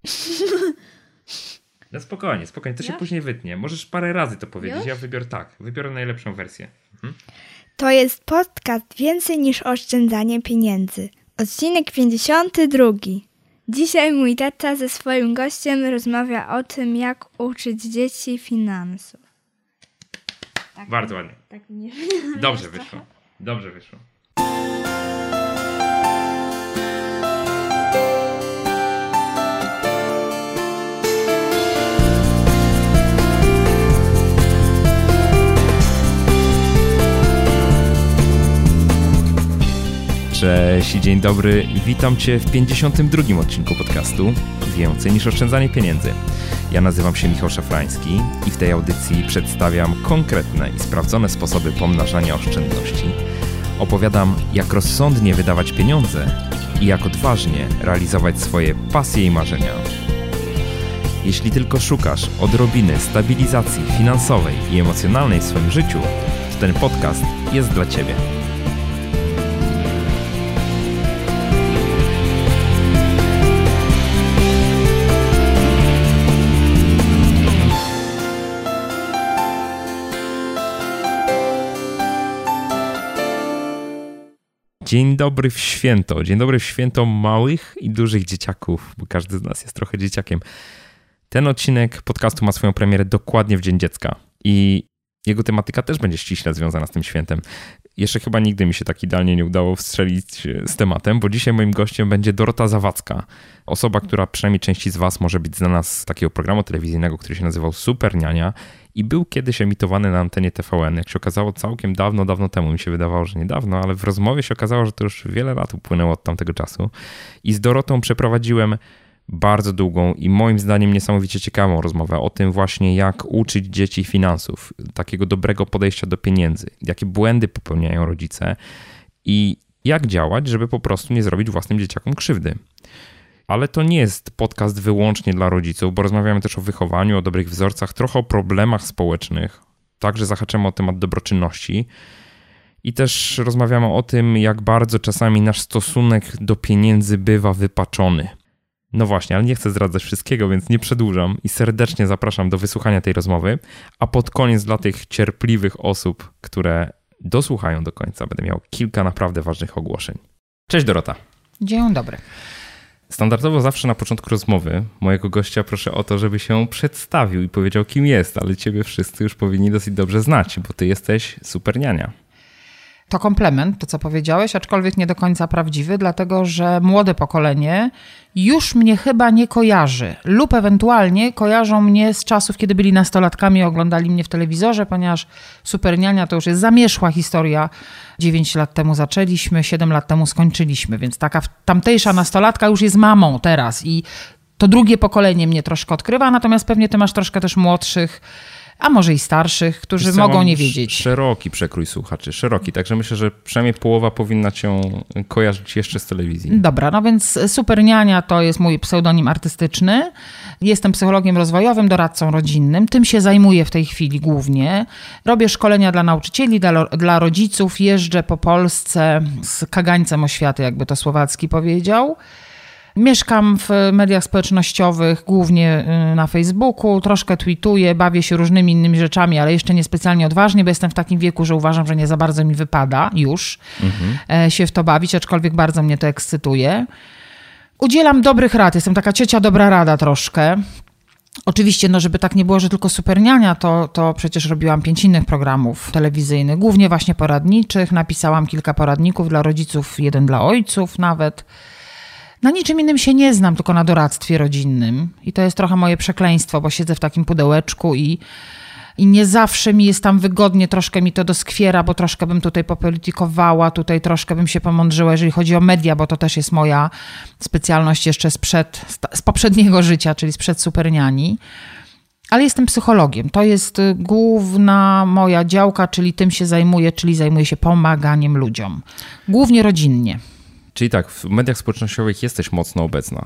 No spokojnie, to się później wytnie. Możesz parę razy to powiedzieć. Ja wybiorę najlepszą wersję. To jest podcast Więcej niż oszczędzanie pieniędzy. Odcinek 52. Dzisiaj mój tata ze swoim gościem rozmawia o tym, jak uczyć dzieci finansów. Tak, bardzo ładnie. Tak nie Dobrze wyszło. Cześć i dzień dobry, witam Cię w 52. odcinku podcastu Więcej niż oszczędzanie pieniędzy. Ja nazywam się Michał Szafrański i w tej audycji przedstawiam konkretne i sprawdzone sposoby pomnażania oszczędności. Opowiadam, jak rozsądnie wydawać pieniądze i jak odważnie realizować swoje pasje i marzenia. Jeśli tylko szukasz odrobiny stabilizacji finansowej i emocjonalnej w swoim życiu, to ten podcast jest dla Ciebie. Dzień dobry w święto. Dzień dobry w święto małych i dużych dzieciaków, bo każdy z nas jest trochę dzieciakiem. Ten odcinek podcastu ma swoją premierę dokładnie w Dzień Dziecka i jego tematyka też będzie ściśle związana z tym świętem. Jeszcze chyba nigdy mi się tak idealnie nie udało wstrzelić z tematem, bo dzisiaj moim gościem będzie Dorota Zawadzka. Osoba, która przynajmniej części z Was może być znana z takiego programu telewizyjnego, który się nazywał Superniania i był kiedyś emitowany na antenie TVN. Jak się okazało całkiem dawno temu, mi się wydawało, że niedawno, ale w rozmowie się okazało, że to już wiele lat upłynęło od tamtego czasu. I z Dorotą przeprowadziłem bardzo długą i moim zdaniem niesamowicie ciekawą rozmowę o tym właśnie, jak uczyć dzieci finansów, takiego dobrego podejścia do pieniędzy, jakie błędy popełniają rodzice i jak działać, żeby po prostu nie zrobić własnym dzieciakom krzywdy. Ale to nie jest podcast wyłącznie dla rodziców, bo rozmawiamy też o wychowaniu, o dobrych wzorcach, trochę o problemach społecznych, także zahaczymy o temat dobroczynności i też rozmawiamy o tym, jak bardzo czasami nasz stosunek do pieniędzy bywa wypaczony. No właśnie, ale nie chcę zdradzać wszystkiego, więc nie przedłużam i serdecznie zapraszam do wysłuchania tej rozmowy, a pod koniec dla tych cierpliwych osób, które dosłuchają do końca, będę miał kilka naprawdę ważnych ogłoszeń. Cześć Dorota. Dzień dobry. Standardowo zawsze na początku rozmowy mojego gościa proszę o to, żeby się przedstawił i powiedział, kim jest, ale ciebie wszyscy już powinni dosyć dobrze znać, bo ty jesteś superniania. To komplement, to co powiedziałeś, aczkolwiek nie do końca prawdziwy, dlatego że młode pokolenie już mnie chyba nie kojarzy lub ewentualnie kojarzą mnie z czasów, kiedy byli nastolatkami i oglądali mnie w telewizorze, ponieważ Superniania to już jest zamierzchła historia. 9 lat temu zaczęliśmy, 7 lat temu skończyliśmy, więc taka tamtejsza nastolatka już jest mamą teraz i to drugie pokolenie mnie troszkę odkrywa, natomiast pewnie ty masz troszkę też młodszych, a może i starszych, którzy mogą nie wiedzieć. Szeroki przekrój słuchaczy, szeroki. Także myślę, że przynajmniej połowa powinna cię kojarzyć jeszcze z telewizji. Dobra, no więc Superniania to jest mój pseudonim artystyczny. Jestem psychologiem rozwojowym, doradcą rodzinnym. Tym się zajmuję w tej chwili głównie. Robię szkolenia dla nauczycieli, dla rodziców. Jeżdżę po Polsce z kagańcem oświaty, jakby to Słowacki powiedział. Mieszkam w mediach społecznościowych, głównie na Facebooku, troszkę tweetuję, bawię się różnymi innymi rzeczami, ale jeszcze niespecjalnie odważnie, bo jestem w takim wieku, że uważam, że nie za bardzo mi wypada już się w to bawić, aczkolwiek bardzo mnie to ekscytuje. Udzielam dobrych rad, jestem taka ciocia dobra rada troszkę. Oczywiście, no żeby tak nie było, że tylko Superniania, to przecież robiłam 5 innych programów telewizyjnych, głównie właśnie poradniczych. Napisałam kilka poradników dla rodziców, 1 dla ojców nawet. Na niczym innym się nie znam, tylko na doradztwie rodzinnym. I to jest trochę moje przekleństwo, bo siedzę w takim pudełeczku i nie zawsze mi jest tam wygodnie, troszkę mi to doskwiera, bo troszkę bym tutaj popolitykowała, tutaj troszkę bym się pomądrzyła, jeżeli chodzi o media, bo to też jest moja specjalność jeszcze z poprzedniego życia, czyli sprzed Superniani. Ale jestem psychologiem. To jest główna moja działka, czyli tym się zajmuję, czyli zajmuję się pomaganiem ludziom. Głównie rodzinnie. Czyli tak, w mediach społecznościowych jesteś mocno obecna.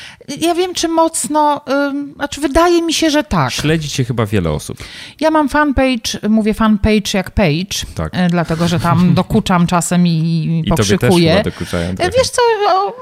Ja wiem, czy mocno, wydaje mi się, że tak. Śledzi cię chyba wiele osób. Ja mam fanpage, mówię fanpage jak page, tak. Dlatego że tam dokuczam czasem i pokrzykuję. I tobie też chyba dokuczają trochę. Wiesz co,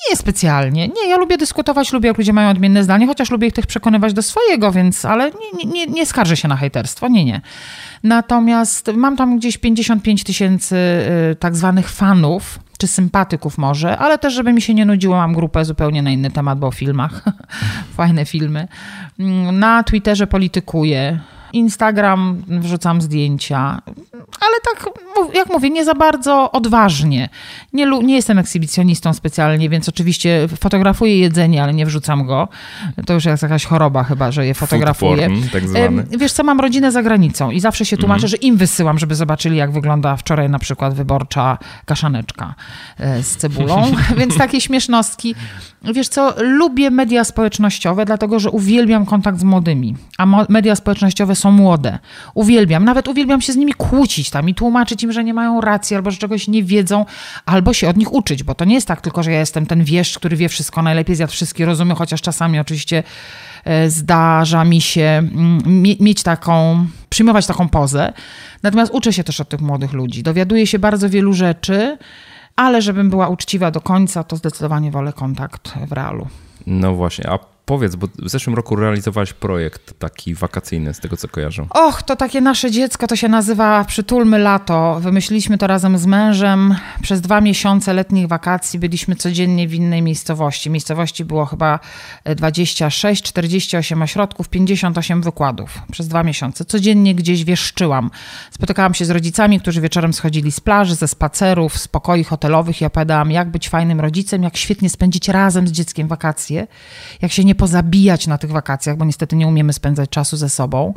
Nie specjalnie. Nie, ja lubię dyskutować, lubię jak ludzie mają odmienne zdanie, chociaż lubię ich też przekonywać do swojego, więc, ale nie skarżę się na hejterstwo, nie. Natomiast mam tam gdzieś 55 000 tak zwanych fanów, czy sympatyków może, ale też, żeby mi się nie nudziło, mam grupę zupełnie na inny temat, bo o filmach. Fajne filmy. Na Twitterze politykuję. Instagram, wrzucam zdjęcia, ale tak, jak mówię, nie za bardzo odważnie. Nie jestem ekshibicjonistą specjalnie, więc oczywiście fotografuję jedzenie, ale nie wrzucam go. To już jest jakaś choroba chyba, że je fotografuję. Food porn, tak zwany. Wiesz co, mam rodzinę za granicą i zawsze się tłumaczę, że im wysyłam, żeby zobaczyli, jak wygląda wczoraj na przykład wyborcza kaszaneczka z cebulą, więc takie śmiesznostki. Wiesz co, lubię media społecznościowe, dlatego że uwielbiam kontakt z młodymi, a media społecznościowe są młode. Uwielbiam, nawet uwielbiam się z nimi kłócić tam i tłumaczyć im, że nie mają racji, albo że czegoś nie wiedzą, albo się od nich uczyć, bo to nie jest tak tylko, że ja jestem ten wieszcz, który wie wszystko, najlepiej zjadł wszystkie rozumy, chociaż czasami oczywiście zdarza mi się przyjmować taką pozę. Natomiast uczę się też od tych młodych ludzi. Dowiaduję się bardzo wielu rzeczy, ale żebym była uczciwa do końca, to zdecydowanie wolę kontakt w realu. No właśnie, a powiedz, bo w zeszłym roku realizowałaś projekt taki wakacyjny, z tego co kojarzę. Och, to takie nasze dziecko, to się nazywa Przytulmy lato. Wymyśliliśmy to razem z mężem. Przez 2 miesiące letnich wakacji byliśmy codziennie w innej miejscowości. Miejscowości było chyba 26, 48 ośrodków, 58 wykładów. Przez 2 miesiące. Codziennie gdzieś wieszczyłam. Spotykałam się z rodzicami, którzy wieczorem schodzili z plaży, ze spacerów, z pokoi hotelowych i opowiadałam, jak być fajnym rodzicem, jak świetnie spędzić razem z dzieckiem wakacje, jak się nie pozabijać na tych wakacjach, bo niestety nie umiemy spędzać czasu ze sobą.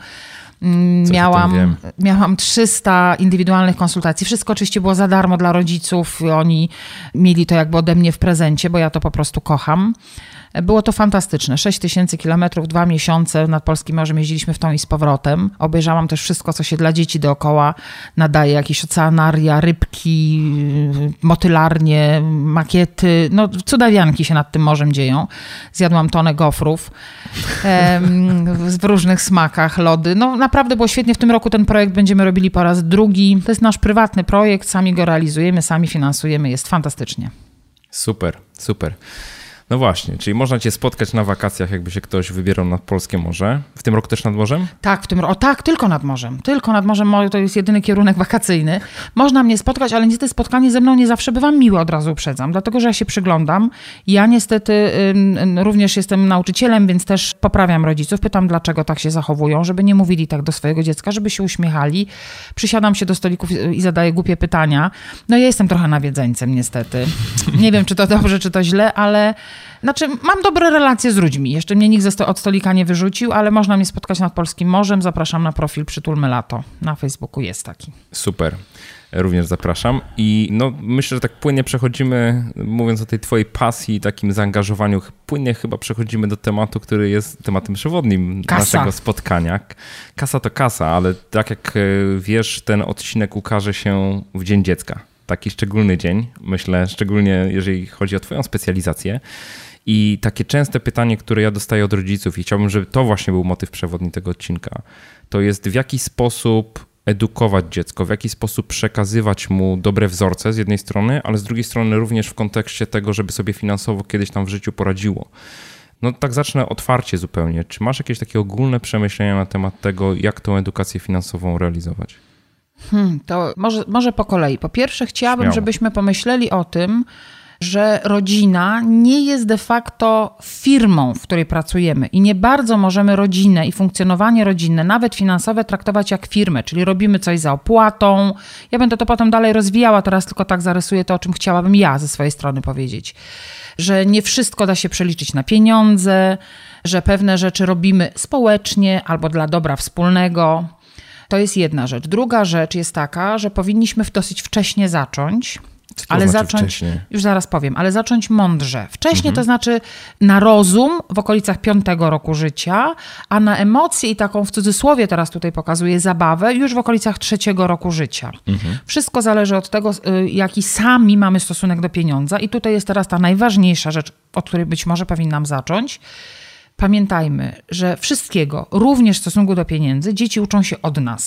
Miałam 300 indywidualnych konsultacji. Wszystko oczywiście było za darmo dla rodziców. Oni mieli to jakby ode mnie w prezencie, bo ja to po prostu kocham. Było to fantastyczne. 6000 kilometrów, 2 miesiące nad Polskim Morzem jeździliśmy w tą i z powrotem. Obejrzałam też wszystko, co się dla dzieci dookoła nadaje. Jakieś oceanaria, rybki, motylarnie, makiety. No, cudawianki się nad tym morzem dzieją. Zjadłam tonę gofrów w różnych smakach, lody. No naprawdę było świetnie. W tym roku ten projekt będziemy robili po raz drugi. To jest nasz prywatny projekt. Sami go realizujemy, sami finansujemy. Jest fantastycznie. Super, super. No właśnie, czyli można cię spotkać na wakacjach, jakby się ktoś wybierał nad Polskie Morze. W tym roku też nad morzem? Tak, tylko nad morzem. Tylko nad morzem, to jest jedyny kierunek wakacyjny. Można mnie spotkać, ale niestety spotkanie ze mną nie zawsze bywa miłe, od razu uprzedzam, dlatego że ja się przyglądam. Ja niestety również jestem nauczycielem, więc też poprawiam rodziców. Pytam, dlaczego tak się zachowują, żeby nie mówili tak do swojego dziecka, żeby się uśmiechali. Przysiadam się do stolików i zadaję głupie pytania. No ja jestem trochę nawiedzeńcem niestety. Nie wiem, czy to dobrze, czy to źle, ale mam dobre relacje z ludźmi. Jeszcze mnie nikt od stolika nie wyrzucił, ale można mnie spotkać nad Polskim Morzem. Zapraszam na profil Przytulmy lato. Na Facebooku jest taki. Super. Również zapraszam. I myślę, że tak płynnie przechodzimy, mówiąc o tej twojej pasji i takim zaangażowaniu, płynnie chyba przechodzimy do tematu, który jest tematem przewodnim naszego spotkania. Kasa to kasa, ale tak jak wiesz, ten odcinek ukaże się w Dzień Dziecka. Taki szczególny dzień, myślę, szczególnie jeżeli chodzi o twoją specjalizację. I takie częste pytanie, które ja dostaję od rodziców i chciałbym, żeby to właśnie był motyw przewodni tego odcinka, to jest w jaki sposób edukować dziecko, w jaki sposób przekazywać mu dobre wzorce z jednej strony, ale z drugiej strony również w kontekście tego, żeby sobie finansowo kiedyś tam w życiu poradziło. No tak zacznę otwarcie zupełnie. Czy masz jakieś takie ogólne przemyślenia na temat tego, jak tą edukację finansową realizować? To może po kolei. Po pierwsze chciałabym, żebyśmy pomyśleli o tym, że rodzina nie jest de facto firmą, w której pracujemy i nie bardzo możemy rodzinę i funkcjonowanie rodzinne, nawet finansowe, traktować jak firmę, czyli robimy coś za opłatą. Ja będę to potem dalej rozwijała, teraz tylko tak zarysuję to, o czym chciałabym ja ze swojej strony powiedzieć. Że nie wszystko da się przeliczyć na pieniądze, że pewne rzeczy robimy społecznie albo dla dobra wspólnego. To jest jedna rzecz. Druga rzecz jest taka, że powinniśmy dosyć wcześnie zacząć. Ale wcześniej? Już zaraz powiem, ale zacząć mądrze. Wcześniej to znaczy na rozum w okolicach 5 roku życia, a na emocje i taką w cudzysłowie teraz tutaj pokazuję zabawę już w okolicach 3 roku życia. Wszystko zależy od tego, jaki sami mamy stosunek do pieniądza i tutaj jest teraz ta najważniejsza rzecz, od której być może powinnam zacząć. Pamiętajmy, że wszystkiego, również w stosunku do pieniędzy, dzieci uczą się od nas.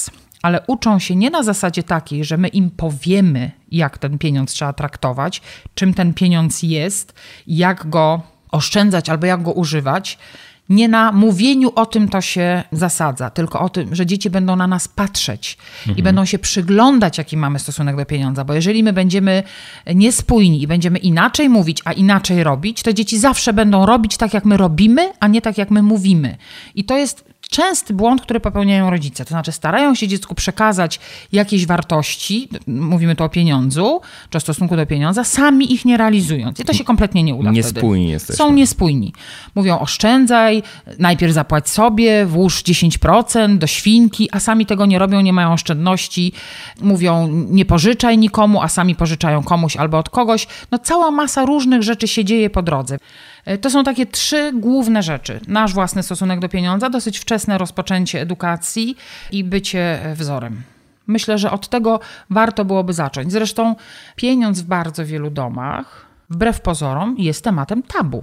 ale uczą się nie na zasadzie takiej, że my im powiemy, jak ten pieniądz trzeba traktować, czym ten pieniądz jest, jak go oszczędzać albo jak go używać. Nie na mówieniu o tym to się zasadza, tylko o tym, że dzieci będą na nas patrzeć i będą się przyglądać, jaki mamy stosunek do pieniądza. Bo jeżeli my będziemy niespójni i będziemy inaczej mówić, a inaczej robić, to dzieci zawsze będą robić tak, jak my robimy, a nie tak, jak my mówimy. I to jest częsty błąd, który popełniają rodzice. To znaczy starają się dziecku przekazać jakieś wartości, mówimy tu o pieniądzu, czy o stosunku do pieniądza, sami ich nie realizując. I to się kompletnie nie uda Niespójni wtedy. jesteśmy. Są niespójni. Mówią oszczędzaj, najpierw zapłać sobie, włóż 10% do świnki, a sami tego nie robią, nie mają oszczędności. Mówią nie pożyczaj nikomu, a sami pożyczają komuś albo od kogoś. No cała masa różnych rzeczy się dzieje po drodze. To są takie 3 główne rzeczy. Nasz własny stosunek do pieniądza, dosyć wczesne rozpoczęcie edukacji i bycie wzorem. Myślę, że od tego warto byłoby zacząć. Zresztą pieniądz w bardzo wielu domach, wbrew pozorom, jest tematem tabu.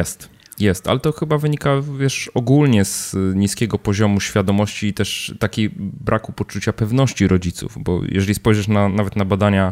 Jest, ale to chyba wynika, ogólnie z niskiego poziomu świadomości i też takiej braku poczucia pewności rodziców, bo jeżeli spojrzysz nawet na badania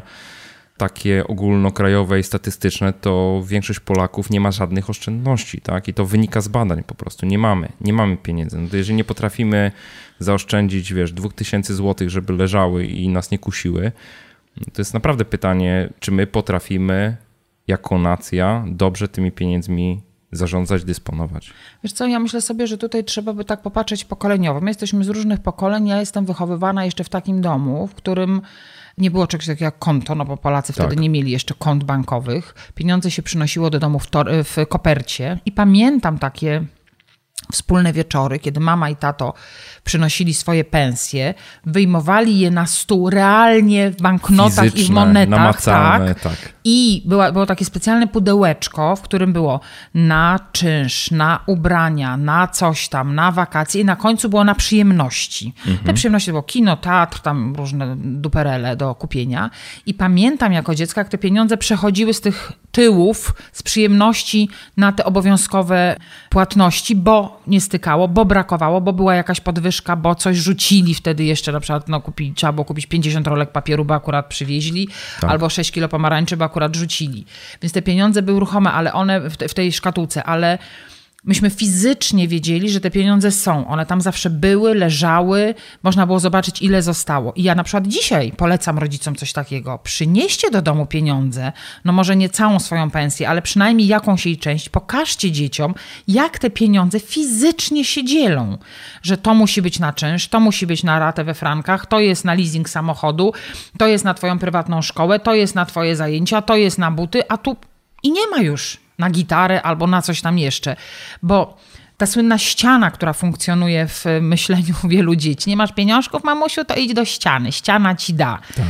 takie ogólnokrajowe i statystyczne, to większość Polaków nie ma żadnych oszczędności, tak? I to wynika z badań po prostu. Nie mamy pieniędzy. No to jeżeli nie potrafimy zaoszczędzić, 2000 złotych, żeby leżały i nas nie kusiły, to jest naprawdę pytanie, czy my potrafimy jako nacja dobrze tymi pieniędzmi zarządzać, dysponować. Wiesz co, ja myślę sobie, że tutaj trzeba by tak popatrzeć pokoleniowo. My jesteśmy z różnych pokoleń, ja jestem wychowywana jeszcze w takim domu, w którym nie było czegoś takiego jak konto, no bo Polacy wtedy nie mieli jeszcze kont bankowych. Pieniądze się przynosiło do domu w kopercie i pamiętam takie wspólne wieczory, kiedy mama i tato przynosili swoje pensje, wyjmowali je na stół realnie w banknotach fizyczne, i w monetach. Namacalne, tak. I było takie specjalne pudełeczko, w którym było na czynsz, na ubrania, na coś tam, na wakacje i na końcu było na przyjemności. Te przyjemności to było kino, teatr, tam różne duperele do kupienia. I pamiętam jako dziecko, jak te pieniądze przechodziły z tych tyłów, z przyjemności na te obowiązkowe płatności, bo nie stykało, bo brakowało, bo była jakaś podwyżka, bo coś rzucili wtedy jeszcze, na przykład trzeba było kupić 50 rolek papieru, bo akurat przywieźli, albo 6 kilo pomarańczy, bo akurat rzucili. Więc te pieniądze były ruchome, ale one w tej szkatułce, ale myśmy fizycznie wiedzieli, że te pieniądze są. One tam zawsze były, leżały, można było zobaczyć, ile zostało. I ja na przykład dzisiaj polecam rodzicom coś takiego. Przynieście do domu pieniądze, no może nie całą swoją pensję, ale przynajmniej jakąś jej część. Pokażcie dzieciom, jak te pieniądze fizycznie się dzielą. Że to musi być na czynsz, to musi być na ratę we frankach, to jest na leasing samochodu, to jest na twoją prywatną szkołę, to jest na twoje zajęcia, to jest na buty, a tu i nie ma już na gitarę albo na coś tam jeszcze. Bo ta słynna ściana, która funkcjonuje w myśleniu wielu dzieci. Nie masz pieniążków, mamusiu, to idź do ściany. Ściana ci da. Tak.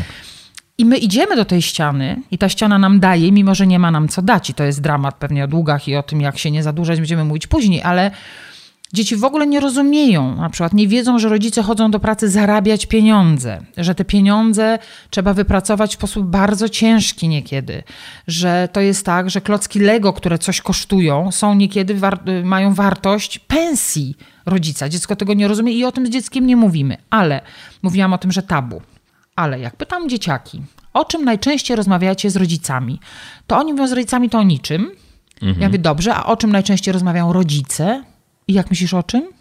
I my idziemy do tej ściany i ta ściana nam daje, mimo że nie ma nam co dać. I to jest dramat pewnie o długach i o tym, jak się nie zadłużać, będziemy mówić później, ale dzieci w ogóle nie rozumieją, na przykład nie wiedzą, że rodzice chodzą do pracy zarabiać pieniądze, że te pieniądze trzeba wypracować w sposób bardzo ciężki niekiedy, że to jest tak, że klocki Lego, które coś kosztują, są niekiedy mają wartość pensji rodzica. Dziecko tego nie rozumie i o tym z dzieckiem nie mówimy, ale mówiłam o tym, że tabu. Ale jak pytam dzieciaki, o czym najczęściej rozmawiacie z rodzicami, to oni mówią z rodzicami to o niczym. Ja mówię, dobrze, a o czym najczęściej rozmawiają rodzice? I jak myślisz o czym?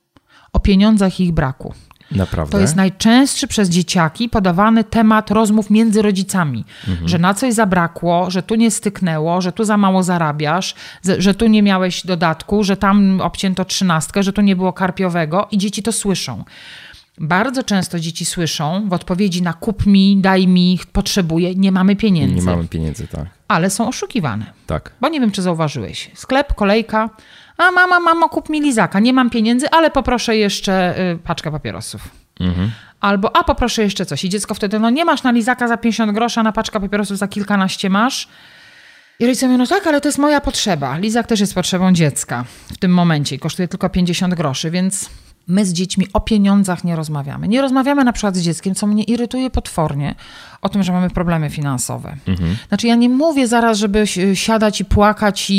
O pieniądzach i ich braku. Naprawdę? To jest najczęstszy przez dzieciaki podawany temat rozmów między rodzicami. Że na coś zabrakło, że tu nie styknęło, że tu za mało zarabiasz, że tu nie miałeś dodatku, że tam obcięto 13, że tu nie było karpiowego i dzieci to słyszą. Bardzo często dzieci słyszą w odpowiedzi na kup mi, daj mi, potrzebuję, nie mamy pieniędzy. Nie mamy pieniędzy, tak. Ale są oszukiwane. Tak. Bo nie wiem, czy zauważyłeś. Sklep, kolejka. A mamo, kup mi lizaka. Nie mam pieniędzy, ale poproszę jeszcze paczkę papierosów. Albo, poproszę jeszcze coś. I dziecko wtedy, nie masz na lizaka za 50 groszy, a na paczkę papierosów za kilkanaście masz. I rodzice mówią, tak, ale to jest moja potrzeba. Lizak też jest potrzebą dziecka w tym momencie i kosztuje tylko 50 groszy, więc my z dziećmi o pieniądzach nie rozmawiamy. Nie rozmawiamy na przykład z dzieckiem, co mnie irytuje potwornie, o tym, że mamy problemy finansowe. Znaczy ja nie mówię zaraz, żeby siadać i płakać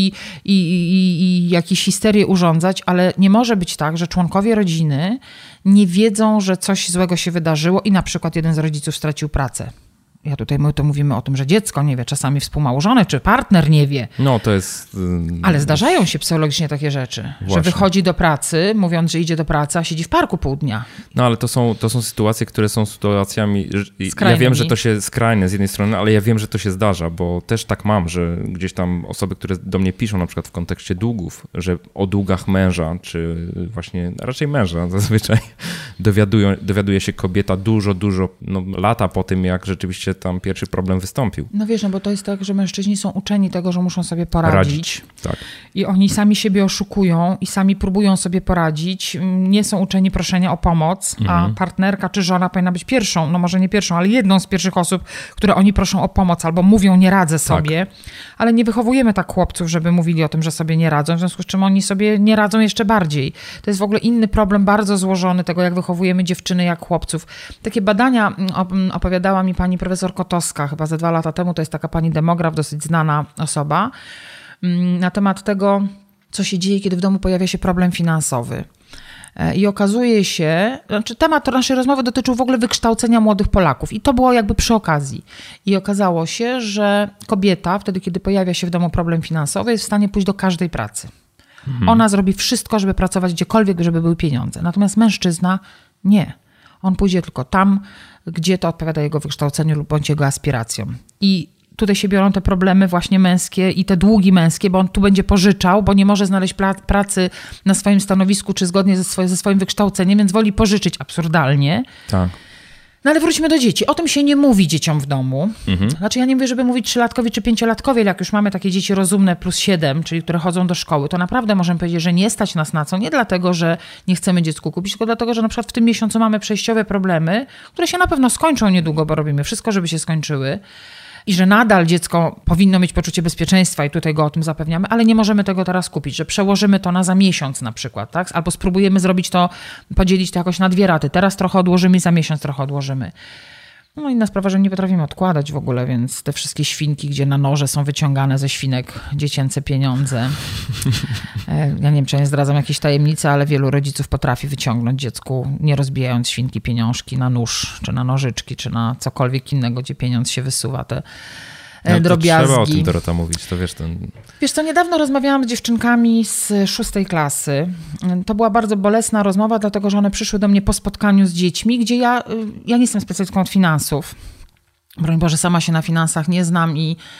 i jakieś histerię urządzać, ale nie może być tak, że członkowie rodziny nie wiedzą, że coś złego się wydarzyło i na przykład jeden z rodziców stracił pracę. Ja tutaj my to mówimy o tym, że dziecko nie wie, czasami współmałżony czy partner nie wie. No to jest... Ale zdarzają się psychologicznie takie rzeczy, Właśnie. że wychodzi do pracy, mówiąc, że idzie do pracy, a siedzi w parku pół dnia. No ale to są sytuacje, które są sytuacjami... Skrajnymi. Ja wiem, że to się skrajne z jednej strony, ale ja wiem, że to się zdarza, bo też tak mam, że gdzieś tam osoby, które do mnie piszą na przykład w kontekście długów, że o długach męża, czy właśnie raczej męża zazwyczaj dowiaduje się kobieta dużo lata po tym, jak rzeczywiście tam pierwszy problem wystąpił. No wiesz, no bo to jest tak, że mężczyźni są uczeni tego, że muszą sobie poradzić. Tak. I oni sami siebie oszukują i sami próbują sobie poradzić. Nie są uczeni proszenia o pomoc, a partnerka czy żona powinna być pierwszą, no może nie pierwszą, ale jedną z pierwszych osób, które oni proszą o pomoc albo mówią nie radzę sobie. Tak. Ale nie wychowujemy tak chłopców, żeby mówili o tym, że sobie nie radzą, w związku z czym oni sobie nie radzą jeszcze bardziej. To jest w ogóle inny problem, bardzo złożony tego, jak wychowujemy dziewczyny, jak chłopców. Takie badania opowiadała mi pani profesor Kotowska chyba ze 2 lata temu, to jest taka pani demograf, dosyć znana osoba, na temat tego, co się dzieje, kiedy w domu pojawia się problem finansowy. I okazuje się, temat naszej rozmowy dotyczył w ogóle wykształcenia młodych Polaków i to było jakby przy okazji. I okazało się, że kobieta wtedy, kiedy pojawia się w domu problem finansowy, jest w stanie pójść do każdej pracy. Ona zrobi wszystko, żeby pracować gdziekolwiek, żeby były pieniądze. Natomiast mężczyzna nie. On pójdzie tylko tam, gdzie to odpowiada jego wykształceniu lub bądź jego aspiracjom. I tutaj się biorą te problemy właśnie męskie i te długi męskie, bo on tu będzie pożyczał, bo nie może znaleźć pracy na swoim stanowisku czy zgodnie ze swoim wykształceniem, więc woli pożyczyć absurdalnie. Tak. No ale wróćmy do dzieci. O tym się nie mówi dzieciom w domu. Znaczy ja nie mówię, żeby mówić 3-latkowi czy 5-latkowi, ale jak już mamy takie dzieci rozumne +7, czyli które chodzą do szkoły, to naprawdę możemy powiedzieć, że nie stać nas na co. Nie dlatego, że nie chcemy dziecku kupić, tylko dlatego, że na przykład w tym miesiącu mamy przejściowe problemy, które się na pewno skończą niedługo, bo robimy wszystko, żeby się skończyły. I że nadal dziecko powinno mieć poczucie bezpieczeństwa i tutaj go o tym zapewniamy, ale nie możemy tego teraz kupić, że przełożymy to za miesiąc na przykład, tak? Albo spróbujemy zrobić to, podzielić to jakoś na 2 raty. Teraz trochę odłożymy i za miesiąc trochę odłożymy. No inna sprawa, że nie potrafimy odkładać w ogóle, więc te wszystkie świnki, gdzie na noże są wyciągane ze świnek dziecięce pieniądze. Ja nie wiem, czy ja nie zdradzam jakiejś tajemnicy, ale wielu rodziców potrafi wyciągnąć dziecku, nie rozbijając świnki, pieniążki na nóż, czy na nożyczki, czy na cokolwiek innego, gdzie pieniądz się wysuwa, te drobiazgi. Trzeba o tym, Dorota, mówić, to wiesz. Wiesz co, niedawno rozmawiałam z dziewczynkami z 6. klasy. To była bardzo bolesna rozmowa, dlatego że one przyszły do mnie po spotkaniu z dziećmi, gdzie ja nie jestem specjalistką od finansów. Broń Boże, sama się na finansach nie znam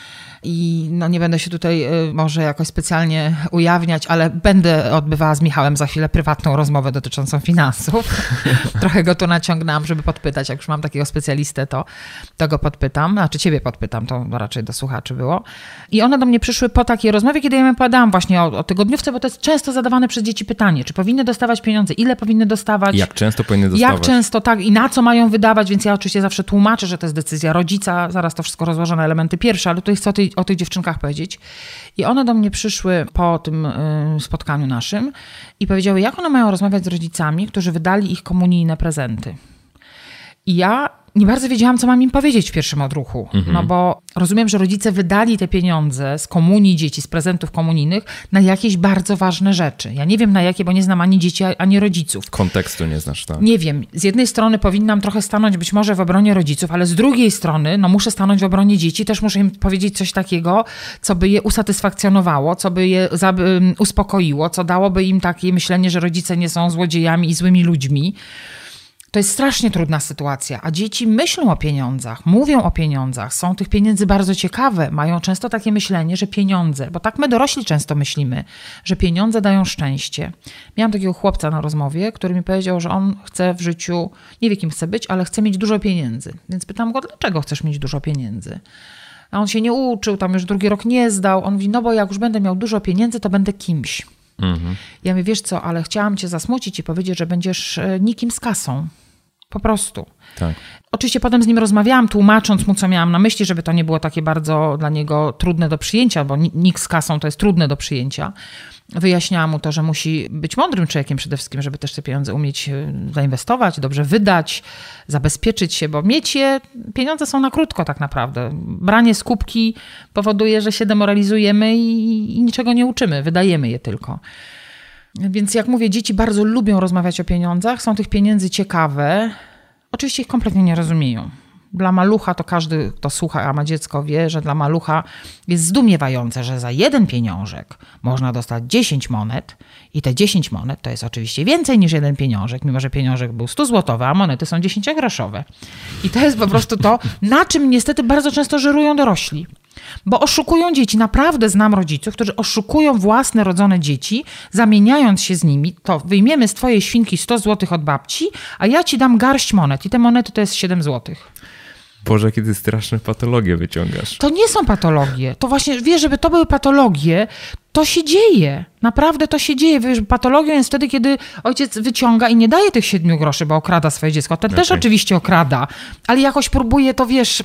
i no nie będę się tutaj może jakoś specjalnie ujawniać, ale będę odbywała z Michałem za chwilę prywatną rozmowę dotyczącą finansów. Trochę go tu naciągnęłam, żeby podpytać. Jak już mam takiego specjalistę, to go podpytam. Znaczy ciebie podpytam, to raczej do słuchaczy było. I one do mnie przyszły po takiej rozmowie, kiedy ja im opowiadałam właśnie o tygodniówce, bo to jest często zadawane przez dzieci pytanie, czy powinny dostawać pieniądze, ile powinny dostawać. Jak często powinny dostawać. Jak często, tak, i na co mają wydawać, więc ja oczywiście zawsze tłumaczę, że to jest decyzja rodzica, zaraz to wszystko rozłożę na elementy pierwsze, ale tutaj chcę o tych dziewczynkach powiedzieć. I one do mnie przyszły po tym spotkaniu naszym i powiedziały, jak one mają rozmawiać z rodzicami, którzy wydali ich komunijne prezenty. I ja nie bardzo wiedziałam, co mam im powiedzieć w pierwszym odruchu. No bo rozumiem, że rodzice wydali te pieniądze z komunii dzieci, z prezentów komunijnych na jakieś bardzo ważne rzeczy. Ja nie wiem na jakie, bo nie znam ani dzieci, ani rodziców. Kontekstu nie znasz, tak? Nie wiem. Z jednej strony powinnam trochę stanąć być może w obronie rodziców, ale z drugiej strony no muszę stanąć w obronie dzieci. Też muszę im powiedzieć coś takiego, co by je usatysfakcjonowało, co by je uspokoiło, co dałoby im takie myślenie, że rodzice nie są złodziejami i złymi ludźmi. To jest strasznie trudna sytuacja, a dzieci myślą o pieniądzach, mówią o pieniądzach, są tych pieniędzy bardzo ciekawe, mają często takie myślenie, że pieniądze, bo tak my dorośli często myślimy, że pieniądze dają szczęście. Miałam takiego chłopca na rozmowie, który mi powiedział, że on chce w życiu, nie wie kim chce być, ale chce mieć dużo pieniędzy. Więc pytam go, dlaczego chcesz mieć dużo pieniędzy? A on się nie uczył, tam już 2. rok nie zdał. On mówi, no bo jak już będę miał dużo pieniędzy, to będę kimś. Ja mówię, wiesz co, ale chciałam cię zasmucić i powiedzieć, że będziesz nikim z kasą. Po prostu. Tak. Oczywiście potem z nim rozmawiałam, tłumacząc mu, co miałam na myśli, żeby to nie było takie bardzo dla niego trudne do przyjęcia, bo nikt z kasą to jest trudne do przyjęcia. Wyjaśniałam mu to, że musi być mądrym człowiekiem przede wszystkim, żeby też te pieniądze umieć zainwestować, dobrze wydać, zabezpieczyć się, bo pieniądze są na krótko tak naprawdę. Branie z kubki powoduje, że się demoralizujemy i niczego nie uczymy, wydajemy je tylko. Więc jak mówię, dzieci bardzo lubią rozmawiać o pieniądzach, są tych pieniędzy ciekawe. Oczywiście ich kompletnie nie rozumieją. Dla malucha to każdy, kto słucha, a ma dziecko, wie, że dla malucha jest zdumiewające, że za jeden pieniążek można dostać 10 monet i te 10 monet to jest oczywiście więcej niż jeden pieniążek, mimo że pieniążek był 100-złotowy, a monety są 10-groszowe. I to jest po prostu to, na czym niestety bardzo często żerują dorośli. Bo oszukują dzieci. Naprawdę znam rodziców, którzy oszukują własne rodzone dzieci, zamieniając się z nimi. To wyjmiemy z twojej świnki 100 zł od babci, a ja ci dam garść monet. I te monety to jest 7 zł. Boże, kiedy straszne patologie wyciągasz. To nie są patologie. To właśnie, wiesz, żeby to były patologie, to się dzieje. Naprawdę to się dzieje. Wiesz, patologią jest wtedy, kiedy ojciec wyciąga i nie daje tych 7 groszy, bo okrada swoje dziecko. Ten też oczywiście okrada, ale jakoś próbuje to, wiesz...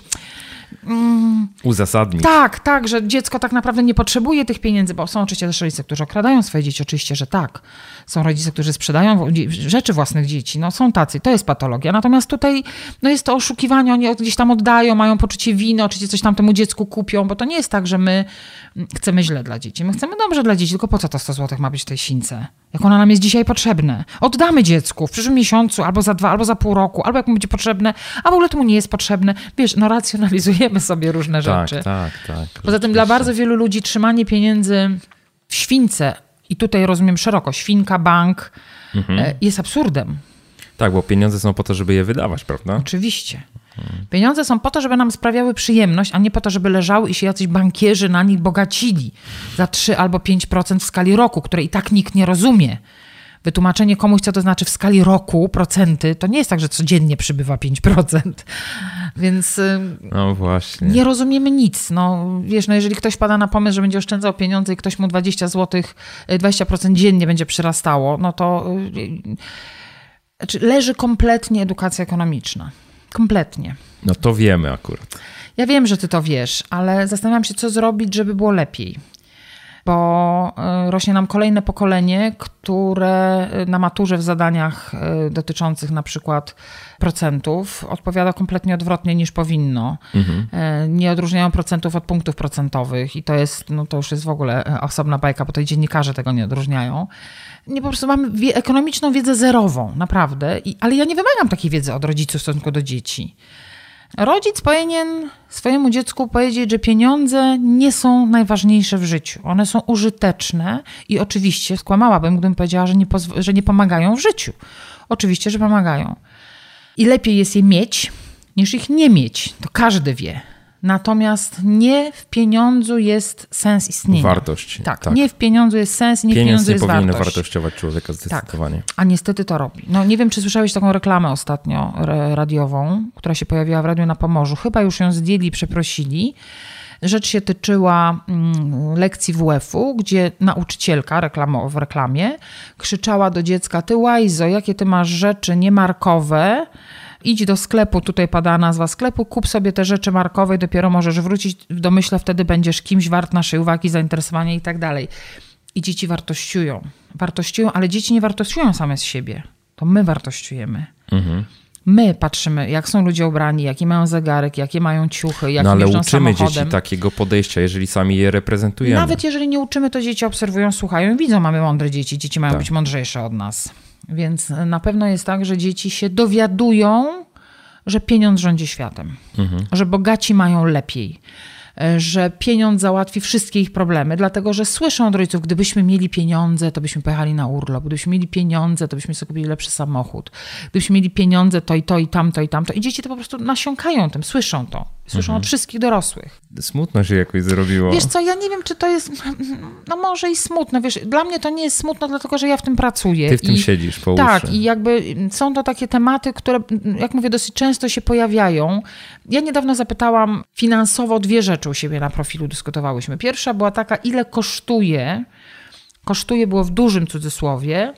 uzasadnić. Tak, że dziecko tak naprawdę nie potrzebuje tych pieniędzy, bo są oczywiście też rodzice, którzy okradają swoje dzieci, oczywiście, że tak. Są rodzice, którzy sprzedają rzeczy własnych dzieci, no są tacy, to jest patologia. Natomiast tutaj no jest to oszukiwanie, oni gdzieś tam oddają, mają poczucie winy, oczywiście coś tam temu dziecku kupią, bo to nie jest tak, że my chcemy źle dla dzieci. My chcemy dobrze dla dzieci, tylko po co to 100 zł ma być w tej śwince? Jak ona nam jest dzisiaj potrzebne? Oddamy dziecku w przyszłym miesiącu, albo za 2, albo za pół roku, albo jak mu będzie potrzebne, a w ogóle to mu nie jest potrzebne. Wiesz, no racjonalizujemy sobie różne rzeczy. Tak. Poza tym dla bardzo wielu ludzi trzymanie pieniędzy w śwince, i tutaj rozumiem szeroko, świnka, bank, jest absurdem. Tak, bo pieniądze są po to, żeby je wydawać, prawda? Oczywiście. Pieniądze są po to, żeby nam sprawiały przyjemność, a nie po to, żeby leżały i się jacyś bankierzy na nich bogacili za 3 albo 5% w skali roku, której i tak nikt nie rozumie. Wytłumaczenie komuś, co to znaczy w skali roku, procenty, to nie jest tak, że codziennie przybywa 5%. Więc no właśnie. Nie rozumiemy nic. No, wiesz, no jeżeli ktoś pada na pomysł, że będzie oszczędzał pieniądze i ktoś mu 20 zł, 20% dziennie będzie przyrastało, no to znaczy leży kompletnie edukacja ekonomiczna. Kompletnie. No to wiemy akurat. Ja wiem, że ty to wiesz, ale zastanawiam się, co zrobić, żeby było lepiej. Bo rośnie nam kolejne pokolenie, które na maturze w zadaniach dotyczących na przykład procentów odpowiada kompletnie odwrotnie niż powinno. Nie odróżniają procentów od punktów procentowych i to jest, no to już jest w ogóle osobna bajka, bo tutaj dziennikarze tego nie odróżniają. Nie, po prostu mamy ekonomiczną wiedzę zerową, naprawdę. Ale ja nie wymagam takiej wiedzy od rodziców w stosunku do dzieci. Rodzic powinien swojemu dziecku powiedzieć, że pieniądze nie są najważniejsze w życiu. One są użyteczne i oczywiście skłamałabym, gdybym powiedziała, że nie pomagają w życiu. Oczywiście, że pomagają. I lepiej jest je mieć, niż ich nie mieć. To każdy wie. Natomiast nie w pieniądzu jest sens istnienia. Wartość. Tak. Nie w pieniądzu jest sens, nie w pieniądzu jest wartość. Pieniądz nie powinien wartościować człowieka zdecydowanie. Tak. A niestety to robi. No nie wiem, czy słyszałeś taką reklamę ostatnio radiową, która się pojawiła w radiu na Pomorzu. Chyba już ją zdjęli i przeprosili. Rzecz się tyczyła lekcji WF-u, gdzie nauczycielka w reklamie krzyczała do dziecka: ty łajzo, jakie ty masz rzeczy niemarkowe, idź do sklepu, tutaj pada nazwa sklepu, kup sobie te rzeczy markowe i dopiero możesz wrócić w domyśle, wtedy będziesz kimś wart naszej uwagi, zainteresowania i tak dalej. I dzieci wartościują, ale dzieci nie wartościują same z siebie. To my wartościujemy. My patrzymy, jak są ludzie ubrani, jaki mają zegarek, jakie mają ciuchy, jak jeżdżą samochodem. Ale uczymy dzieci takiego podejścia, jeżeli sami je reprezentujemy. Nawet jeżeli nie uczymy, to dzieci obserwują, słuchają i widzą, mamy mądre dzieci. Dzieci mają być mądrzejsze od nas. Więc na pewno jest tak, że dzieci się dowiadują, że pieniądz rządzi światem, że bogaci mają lepiej, że pieniądz załatwi wszystkie ich problemy, dlatego że słyszą od rodziców, gdybyśmy mieli pieniądze, to byśmy pojechali na urlop, gdybyśmy mieli pieniądze, to byśmy sobie kupili lepszy samochód, gdybyśmy mieli pieniądze, to i to, i tamto, i tamto. I dzieci to po prostu nasiąkają tym, słyszą to. Słyszą od wszystkich dorosłych. Smutno się jakoś zrobiło. Wiesz co, ja nie wiem, czy to jest, no może i smutno, wiesz, dla mnie to nie jest smutno, dlatego że ja w tym pracuję. Ty w tym siedzisz po uszy. Tak, i jakby są to takie tematy, które, jak mówię, dosyć często się pojawiają. Ja niedawno zapytałam finansowo 2 rzeczy u siebie na profilu, dyskutowałyśmy. Pierwsza była taka, ile kosztuje było w dużym cudzysłowie,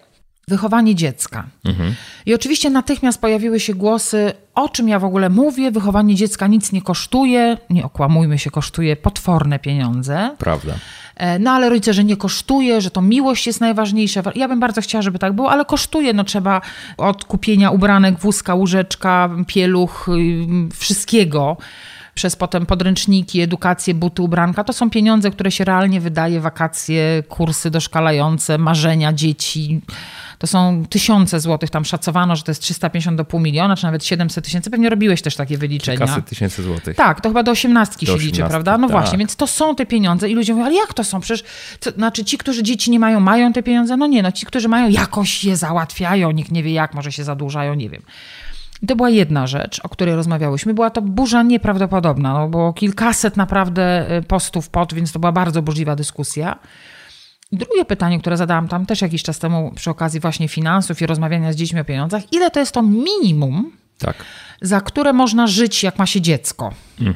wychowanie dziecka. I oczywiście natychmiast pojawiły się głosy, o czym ja w ogóle mówię, wychowanie dziecka nic nie kosztuje, nie okłamujmy się, kosztuje potworne pieniądze. Prawda. No ale rodzice, że nie kosztuje, że to miłość jest najważniejsza. Ja bym bardzo chciała, żeby tak było, ale kosztuje. No trzeba od kupienia ubranek, wózka, łóżeczka, pieluch, wszystkiego, przez potem podręczniki, edukację, buty, ubranka. To są pieniądze, które się realnie wydaje, wakacje, kursy doszkalające, marzenia dzieci. To są tysiące złotych, tam szacowano, że to jest 350 do pół miliona, czy nawet 700 000. Pewnie robiłeś też takie wyliczenia. Kilkaset tysięcy złotych. Tak, to chyba do 18 się liczy, prawda? No tak. właśnie, więc to są te pieniądze i ludzie mówią, ale jak to są? Przecież, znaczy ci, którzy dzieci nie mają, mają te pieniądze? No nie, no ci, którzy mają, jakoś je załatwiają, nikt nie wie jak, może się zadłużają, nie wiem. I to była jedna rzecz, o której rozmawiałyśmy. Była to burza nieprawdopodobna, no było kilkaset naprawdę postów więc to była bardzo burzliwa dyskusja. Drugie pytanie, które zadałam tam też jakiś czas temu przy okazji właśnie finansów i rozmawiania z dziećmi o pieniądzach. Ile to jest to minimum, za które można żyć, jak ma się dziecko?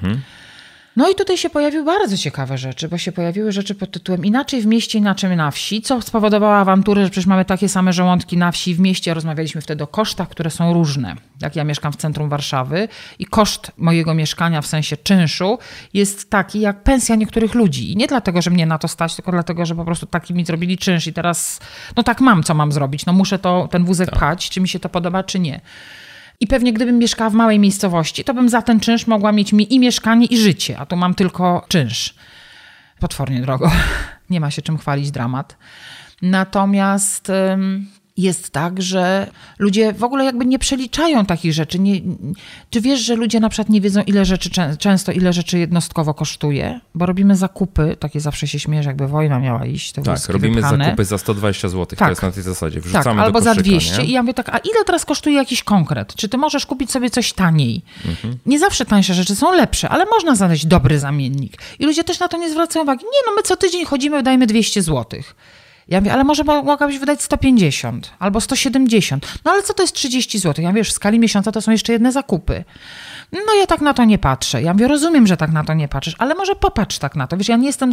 No i tutaj się pojawiły bardzo ciekawe rzeczy, bo się pojawiły rzeczy pod tytułem inaczej w mieście, inaczej na wsi, co spowodowało awanturę, że przecież mamy takie same żołądki na wsi i w mieście. Rozmawialiśmy wtedy o kosztach, które są różne. Jak ja mieszkam w centrum Warszawy i koszt mojego mieszkania w sensie czynszu jest taki jak pensja niektórych ludzi. I nie dlatego, że mnie na to stać, tylko dlatego, że po prostu taki mi zrobili czynsz i teraz no tak mam, co mam zrobić. No muszę ten wózek pchać, czy mi się to podoba, czy nie. I pewnie gdybym mieszkała w małej miejscowości, to bym za ten czynsz mogła mieć i mieszkanie, i życie. A tu mam tylko czynsz. Potwornie drogo. Nie ma się czym chwalić, dramat. Natomiast jest tak, że ludzie w ogóle jakby nie przeliczają takich rzeczy. Czy wiesz, że ludzie na przykład nie wiedzą, ile rzeczy jednostkowo kosztuje? Bo robimy zakupy, takie zawsze się śmiejesz, jakby wojna miała iść. Te tak, robimy wypchane. Zakupy za 120 zł, tak. To jest na tej zasadzie. Wrzucamy tak, do albo koszyka, za 200 nie? i ja mówię tak, a ile teraz kosztuje jakiś konkret? Czy ty możesz kupić sobie coś taniej? Nie zawsze tańsze rzeczy są lepsze, ale można znaleźć dobry zamiennik. I ludzie też na to nie zwracają uwagi. Nie, no my co tydzień chodzimy, wydajemy 200 zł. Ja mówię, ale może mogłabyś wydać 150 albo 170. No ale co to jest 30 zł? Ja mówię, w skali miesiąca to są jeszcze jedne zakupy. No ja tak na to nie patrzę. Ja mówię, rozumiem, że tak na to nie patrzysz, ale może popatrz tak na to. Wiesz, ja nie jestem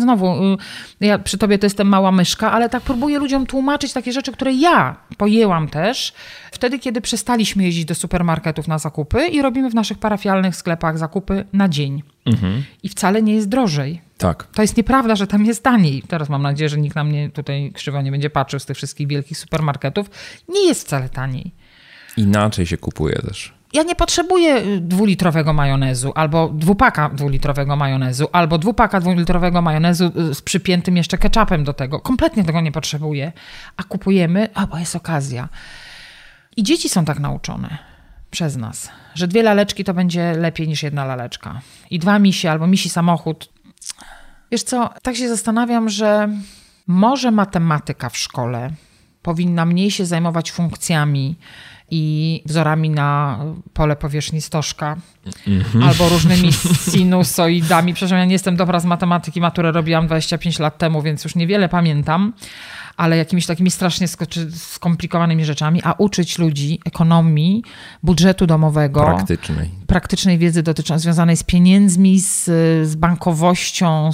ja przy tobie to jestem mała myszka, ale tak próbuję ludziom tłumaczyć takie rzeczy, które ja pojęłam też wtedy, kiedy przestaliśmy jeździć do supermarketów na zakupy i robimy w naszych parafialnych sklepach zakupy na dzień. I wcale nie jest drożej. Tak. To jest nieprawda, że tam jest taniej. Teraz mam nadzieję, że nikt na mnie tutaj krzywo nie będzie patrzył z tych wszystkich wielkich supermarketów. Nie jest wcale taniej. Inaczej się kupuje też. Ja nie potrzebuję 2-litrowego majonezu, albo 2-paka 2-litrowego majonezu, albo 2-paka 2-litrowego majonezu z przypiętym jeszcze ketchupem do tego. Kompletnie tego nie potrzebuję. A kupujemy, bo jest okazja. I dzieci są tak nauczone przez nas, że 2 laleczki to będzie lepiej niż 1 laleczka. I 2 misie albo misi samochód. Wiesz co, tak się zastanawiam, że może matematyka w szkole powinna mniej się zajmować funkcjami i wzorami na pole powierzchni stożka albo różnymi sinusoidami. Przepraszam, ja nie jestem dobra z matematyki, maturę robiłam 25 lat temu, więc już niewiele pamiętam, ale jakimiś takimi strasznie skomplikowanymi rzeczami, a uczyć ludzi ekonomii, budżetu domowego. Praktycznej wiedzy związanej z pieniędzmi, z bankowością,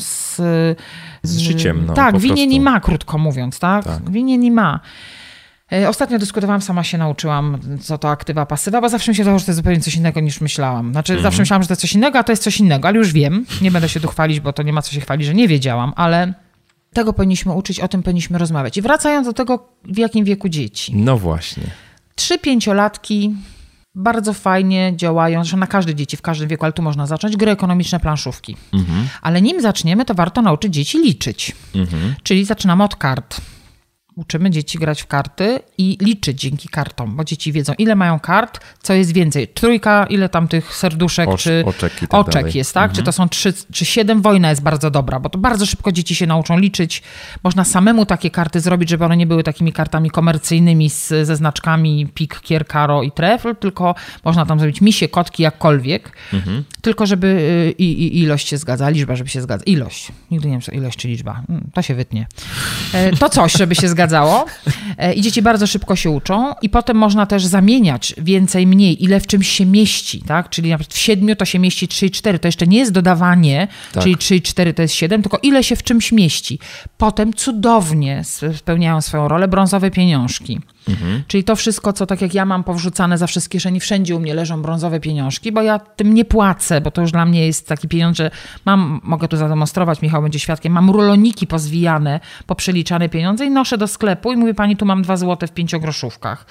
z życiem. No, tak, winien i ma, krótko mówiąc, tak? Winien i ma. Ostatnio dyskutowałam, sama się nauczyłam, co to aktywa, pasywa, bo zawsze mi się wydawało, że to jest zupełnie coś innego niż myślałam. Zawsze myślałam, że to jest coś innego, a to jest coś innego, ale już wiem. Nie będę się tu chwalić, bo to nie ma co się chwalić, że nie wiedziałam, ale tego powinniśmy uczyć, o tym powinniśmy rozmawiać. I wracając do tego, w jakim wieku dzieci. No właśnie. 3-5-latki bardzo fajnie działają, że na każde dzieci, w każdym wieku, ale tu można zacząć, gry ekonomiczne, planszówki. Ale nim zaczniemy, to warto nauczyć dzieci liczyć. Czyli zaczynamy od kart. Uczymy dzieci grać w karty i liczyć dzięki kartom, bo dzieci wiedzą, ile mają kart, co jest więcej. 3, ile tam tych serduszek czy oczek jest, tak? Czy to są 3 czy 7. Wojna jest bardzo dobra, bo to bardzo szybko dzieci się nauczą liczyć. Można samemu takie karty zrobić, żeby one nie były takimi kartami komercyjnymi ze znaczkami pik, kier, karo i trefl, tylko można tam zrobić misie, kotki, jakkolwiek. Tylko żeby ilość się zgadza, liczba, żeby się zgadza. Ilość. Nigdy nie wiem, co ilość czy liczba. To się wytnie. To coś, żeby się zgadzało. I dzieci bardzo szybko się uczą i potem można też zamieniać więcej, mniej, ile w czymś się mieści, tak? Czyli na przykład w 7 to się mieści 3 i 4, to jeszcze nie jest dodawanie, czyli 3 i 4 to jest 7, tylko ile się w czymś mieści. Potem cudownie spełniają swoją rolę brązowe pieniążki. Czyli to wszystko, co tak jak ja mam powrzucane za wszystkie kieszeni, wszędzie u mnie leżą brązowe pieniążki, bo ja tym nie płacę, bo to już dla mnie jest taki pieniądz, że mogę tu zademonstrować, Michał będzie świadkiem, mam ruloniki pozwijane, poprzeliczane pieniądze i noszę do sklepu i mówię, pani, tu mam 2 złote w 5-groszówkach.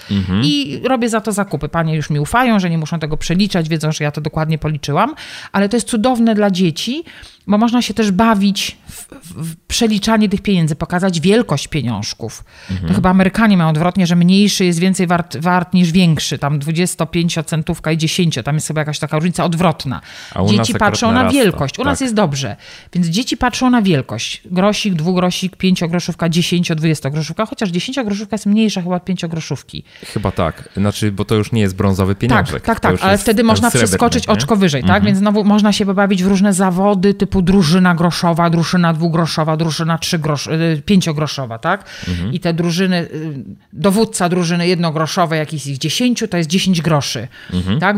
I robię za to zakupy. Panie już mi ufają, że nie muszą tego przeliczać, wiedzą, że ja to dokładnie policzyłam, ale to jest cudowne dla dzieci, bo można się też bawić w przeliczanie tych pieniędzy, pokazać wielkość pieniążków. To chyba Amerykanie mają odwrotnie, że mniejszy jest więcej wart niż większy. Tam 25-centówka i 10, tam jest chyba jakaś taka różnica odwrotna. Dzieci patrzą na wielkość. U nas jest dobrze. Więc dzieci patrzą na wielkość. Grosik, 2-grosik, 5-groszówka, 10, 20-groszówka, chociaż 10-groszówka jest mniejsza chyba od 5-groszówki. Chyba tak. Znaczy, bo to już nie jest brązowy pieniążek. Tak, ale wtedy można przeskoczyć oczko wyżej, tak? Więc znowu można się pobawić w różne zawody typu drużyna groszowa, drużyna 2-groszowa, drużyna 5-groszowa, tak? I te drużyny, dowódca drużyny 1-groszowej, jakichś ich 10, to jest 10 groszy. Tak?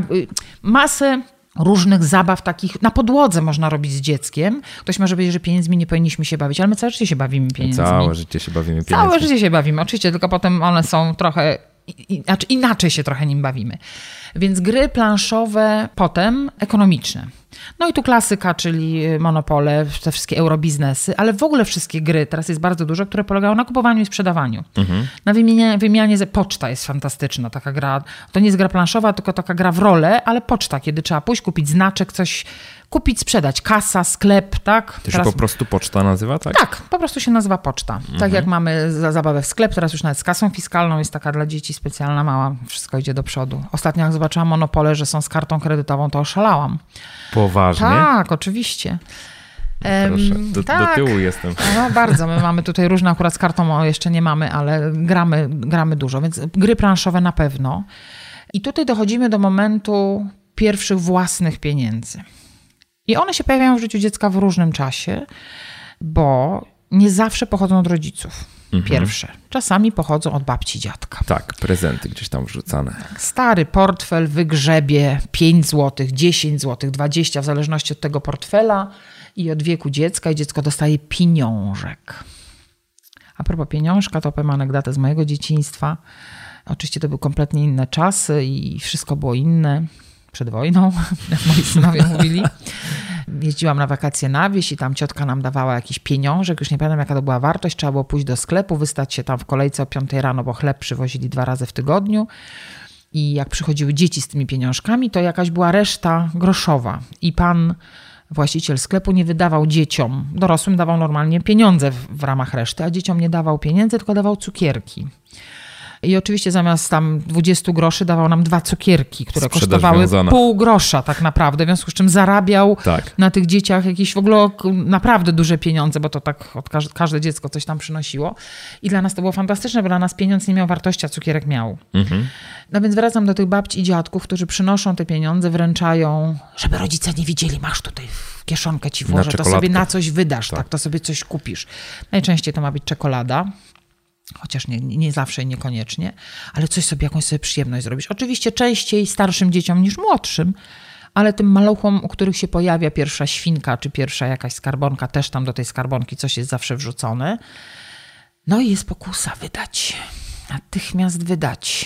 Masę różnych zabaw takich na podłodze można robić z dzieckiem. Ktoś może powiedzieć, że pieniędzmi nie powinniśmy się bawić, ale my całe życie się bawimy pieniędzmi. Całe życie się bawimy pieniędzmi. Całe życie się bawimy, oczywiście, tylko potem one są trochę, znaczy inaczej się trochę nim bawimy. Więc gry planszowe, potem ekonomiczne. No i tu klasyka, czyli Monopole, te wszystkie eurobiznesy, ale w ogóle wszystkie gry, teraz jest bardzo dużo, które polegają na kupowaniu i sprzedawaniu. Na wymianie, poczta jest fantastyczna, taka gra, to nie jest gra planszowa, tylko taka gra w rolę, ale poczta, kiedy trzeba pójść, kupić znaczek, coś kupić, sprzedać, kasa, sklep, tak? To się po prostu poczta nazywa, tak? Tak, po prostu się nazywa poczta. Tak jak mamy zabawę w sklep, teraz już nawet z kasą fiskalną jest taka dla dzieci specjalna, mała, wszystko idzie do przodu. Ostatnio jak zobaczyłam Monopole, że są z kartą kredytową, to oszalałam. Poważnie? Tak, oczywiście. Proszę, do tyłu jestem. No bardzo, my mamy tutaj różne, akurat z kartą jeszcze nie mamy, ale gramy dużo, więc gry planszowe na pewno. I tutaj dochodzimy do momentu pierwszych własnych pieniędzy. I one się pojawiają w życiu dziecka w różnym czasie, bo nie zawsze pochodzą od rodziców. Pierwsze. Czasami pochodzą od babci, dziadka. Tak, prezenty gdzieś tam wrzucane. Stary portfel wygrzebie 5 zł, 10 zł, 20, w zależności od tego portfela i od wieku dziecka, i dziecko dostaje pieniążek. A propos pieniążka, to powiem anegdotę z mojego dzieciństwa. Oczywiście to były kompletnie inne czasy i wszystko było inne. Przed wojną, jak moi synowie mówili. Jeździłam na wakacje na wieś i tam ciotka nam dawała jakiś pieniążek. Już nie pamiętam, jaka to była wartość. Trzeba było pójść do sklepu, wystać się tam w kolejce o 5 rano, bo chleb przywozili 2 razy w tygodniu. I jak przychodziły dzieci z tymi pieniążkami, to jakaś była reszta groszowa. I pan właściciel sklepu nie wydawał dzieciom, dorosłym dawał normalnie pieniądze w ramach reszty, a dzieciom nie dawał pieniędzy, tylko dawał cukierki. I oczywiście zamiast tam 20 groszy dawał nam 2 cukierki, które kosztowały pół grosza tak naprawdę, w związku z czym zarabiał na tych dzieciach jakieś w ogóle naprawdę duże pieniądze, bo to tak każde dziecko coś tam przynosiło. I dla nas to było fantastyczne, bo dla nas pieniądz nie miał wartości, a cukierek miał. No więc wracam do tych babci i dziadków, którzy przynoszą te pieniądze, wręczają, żeby rodzice nie widzieli, masz tutaj w kieszonkę ci włożę, to sobie na coś wydasz, tak, to sobie coś kupisz. Najczęściej to ma być czekolada. Chociaż nie zawsze i niekoniecznie, ale coś sobie, jakąś sobie przyjemność zrobisz. Oczywiście częściej starszym dzieciom niż młodszym, ale tym maluchom, u których się pojawia pierwsza świnka, czy pierwsza jakaś skarbonka, też tam do tej skarbonki coś jest zawsze wrzucone. No i jest pokusa wydać. Natychmiast wydać.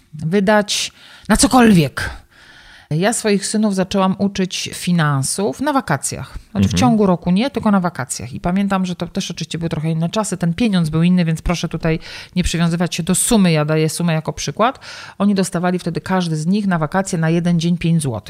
Wydać na cokolwiek. Ja swoich synów zaczęłam uczyć finansów na wakacjach. Znaczy w ciągu roku nie, tylko na wakacjach. I pamiętam, że to też oczywiście były trochę inne czasy. Ten pieniądz był inny, więc proszę tutaj nie przywiązywać się do sumy. Ja daję sumę jako przykład. Oni dostawali wtedy, każdy z nich na wakacje na jeden dzień 5 zł.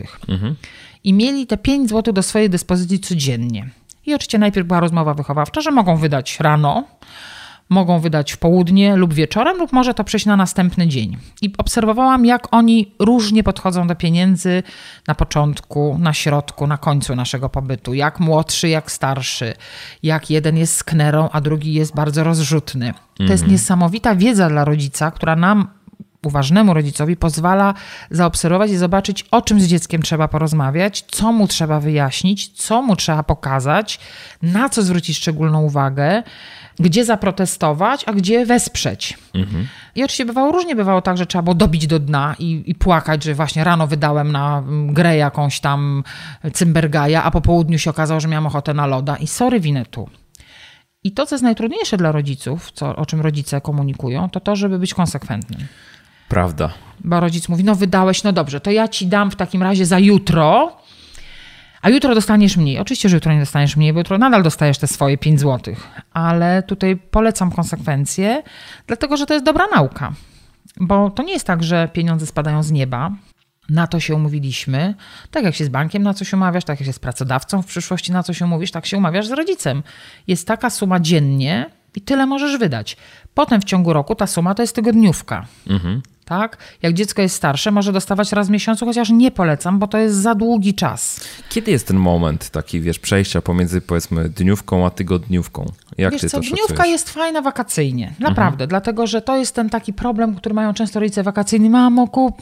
I mieli te 5 zł do swojej dyspozycji codziennie. I oczywiście najpierw była rozmowa wychowawcza, że mogą wydać rano, mogą wydać w południe lub wieczorem, lub może to przejść na następny dzień. I obserwowałam, jak oni różnie podchodzą do pieniędzy na początku, na środku, na końcu naszego pobytu. Jak młodszy, jak starszy. Jak jeden jest sknerą, a drugi jest bardzo rozrzutny. To jest niesamowita wiedza dla rodzica, która nam, uważnemu rodzicowi, pozwala zaobserwować i zobaczyć, o czym z dzieckiem trzeba porozmawiać, co mu trzeba wyjaśnić, co mu trzeba pokazać, na co zwrócić szczególną uwagę, gdzie zaprotestować, a gdzie wesprzeć. I oczywiście bywało różnie. Bywało tak, że trzeba było dobić do dna i płakać, że właśnie rano wydałem na grę jakąś tam cymbergaja, a po południu się okazało, że miałam ochotę na loda. I sorry, winę tu. I to, co jest najtrudniejsze dla rodziców, o czym rodzice komunikują, to żeby być konsekwentnym. Prawda. Bo rodzic mówi, wydałeś, dobrze, to ja ci dam w takim razie za jutro, a jutro dostaniesz mniej. Oczywiście, że jutro nie dostaniesz mniej, bo jutro nadal dostajesz te swoje 5 zł. Ale tutaj polecam konsekwencje, dlatego że to jest dobra nauka. Bo to nie jest tak, że pieniądze spadają z nieba. Na to się umówiliśmy. Tak jak się z bankiem na coś umawiasz, tak jak się z pracodawcą w przyszłości na coś umówisz, tak się umawiasz z rodzicem. Jest taka suma dziennie i tyle możesz wydać. Potem w ciągu roku ta suma to jest tygodniówka. Tak? Jak dziecko jest starsze, może dostawać raz w miesiącu, chociaż nie polecam, bo to jest za długi czas. Kiedy jest ten moment taki, przejścia pomiędzy, powiedzmy, dniówką a tygodniówką? Jak ty to szacujesz? Dniówka jest fajna wakacyjnie. Naprawdę. Dlatego, że to jest ten taki problem, który mają często rodzice wakacyjni. Mamo, kup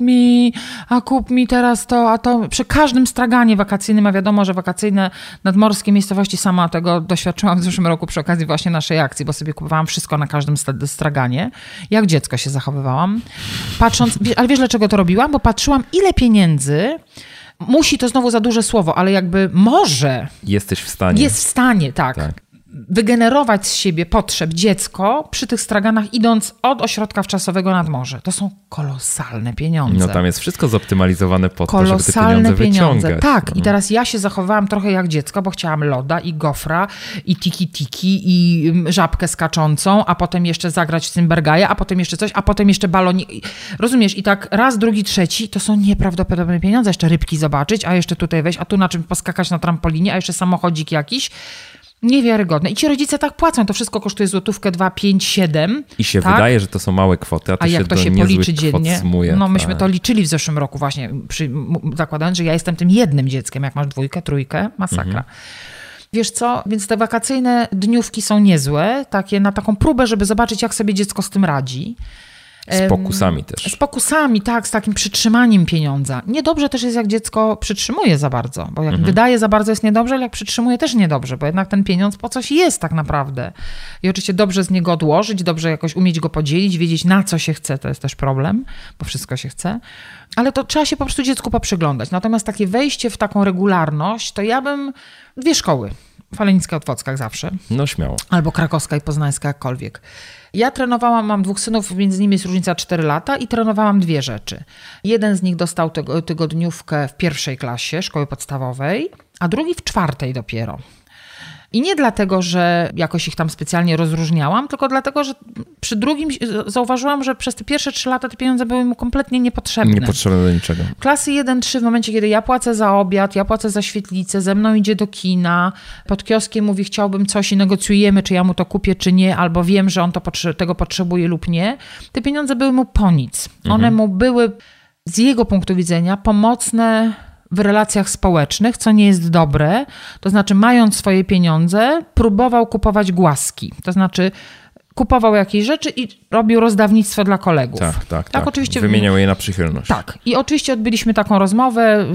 mi teraz to, a to. Przy każdym straganie wakacyjnym, a wiadomo, że wakacyjne nadmorskie miejscowości, sama tego doświadczyłam w zeszłym roku przy okazji właśnie naszej akcji, bo sobie kupowałam wszystko na każdym straganie. Jak dziecko się zachowywałam. Patrząc, ale wiesz dlaczego to robiłam? Bo patrzyłam, ile pieniędzy, musi to znowu za duże słowo, ale jakby może. Jesteś w stanie. Jest w stanie, tak. Wygenerować z siebie potrzeb dziecko przy tych straganach, idąc od ośrodka wczasowego nad morze. To są kolosalne pieniądze. Tam jest wszystko zoptymalizowane po to, żeby te pieniądze wyciągać. Tak. I teraz ja się zachowałam trochę jak dziecko, bo chciałam loda i gofra i tiki-tiki i żabkę skaczącą, a potem jeszcze zagrać w Cymbergaja, a potem jeszcze coś, a potem jeszcze balonik. Rozumiesz? I tak raz, drugi, trzeci to są nieprawdopodobne pieniądze. Jeszcze rybki zobaczyć, a jeszcze tutaj wejść, a tu na czym poskakać na trampolinie, a jeszcze samochodzik jakiś. Niewiarygodne. I ci rodzice tak płacą. To wszystko kosztuje złotówkę, 2, 5, 7. I się wydaje, że to są małe kwoty, a to jak to się policzy dziennie, smuje. Myśmy to liczyli w zeszłym roku właśnie, zakładając, że ja jestem tym jednym dzieckiem. Jak masz 2, 3, masakra. Wiesz co? Więc te wakacyjne dniówki są niezłe. Takie na taką próbę, żeby zobaczyć, jak sobie dziecko z tym radzi. Z pokusami też. Z pokusami, tak, z takim przytrzymaniem pieniądza. Niedobrze też jest, jak dziecko przytrzymuje za bardzo, bo jak wydaje za bardzo jest niedobrze, ale jak przytrzymuje też niedobrze, bo jednak ten pieniądz po coś jest tak naprawdę. I oczywiście dobrze z niego odłożyć, dobrze jakoś umieć go podzielić, wiedzieć na co się chce, to jest też problem, bo wszystko się chce. Ale to trzeba się po prostu dziecku poprzyglądać. Natomiast takie wejście w taką regularność, to ja bym 2 szkoły. Falenicka od Wockach zawsze. No śmiało. Albo krakowska i poznańska, jakkolwiek. Ja trenowałam, mam 2 synów, między nimi jest różnica 4 lata i trenowałam 2 rzeczy. Jeden z nich dostał tygodniówkę w 1. klasie szkoły podstawowej, a drugi w 4. dopiero. I nie dlatego, że jakoś ich tam specjalnie rozróżniałam, tylko dlatego, że przy drugim zauważyłam, że przez te pierwsze 3 lata te pieniądze były mu kompletnie niepotrzebne. Niepotrzebne do niczego. Klasy 1-3 w momencie, kiedy ja płacę za obiad, ja płacę za świetlicę, ze mną idzie do kina, pod kioskiem mówi, chciałbym coś i negocjujemy, czy ja mu to kupię, czy nie, albo wiem, że on tego potrzebuje lub nie. Te pieniądze były mu po nic. One mu były z jego punktu widzenia pomocne w relacjach społecznych, co nie jest dobre. To znaczy, mając swoje pieniądze, próbował kupować głaski. To znaczy, kupował jakieś rzeczy i robił rozdawnictwo dla kolegów. Tak. Oczywiście, wymieniał je na przychylność. Tak. I oczywiście odbyliśmy taką rozmowę.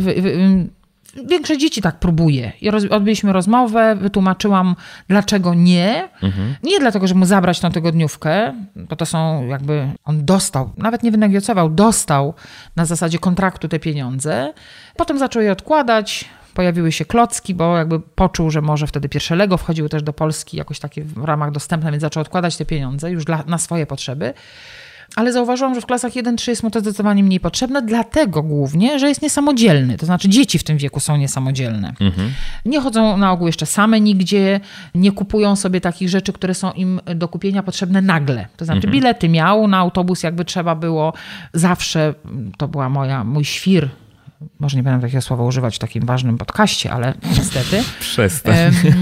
Większość dzieci tak próbuje. I odbyliśmy rozmowę, wytłumaczyłam, dlaczego nie. Nie dlatego, że mu zabrać tą tygodniówkę, bo to są jakby, on dostał, nawet nie wynegocjował, dostał na zasadzie kontraktu te pieniądze. Potem zaczął je odkładać, pojawiły się klocki, bo jakby poczuł, że może wtedy pierwsze Lego wchodziły też do Polski, jakoś takie w ramach dostępne, więc zaczął odkładać te pieniądze już na swoje potrzeby. Ale zauważyłam, że w klasach 1-3 jest mu to zdecydowanie mniej potrzebne, dlatego głównie, że jest niesamodzielny. To znaczy dzieci w tym wieku są niesamodzielne. Nie chodzą na ogół jeszcze same nigdzie, nie kupują sobie takich rzeczy, które są im do kupienia potrzebne nagle. To znaczy bilety miał na autobus, jakby trzeba było. Zawsze to była mój świr. Może nie będę takiego słowa używać w takim ważnym podcaście, ale niestety. Przestań.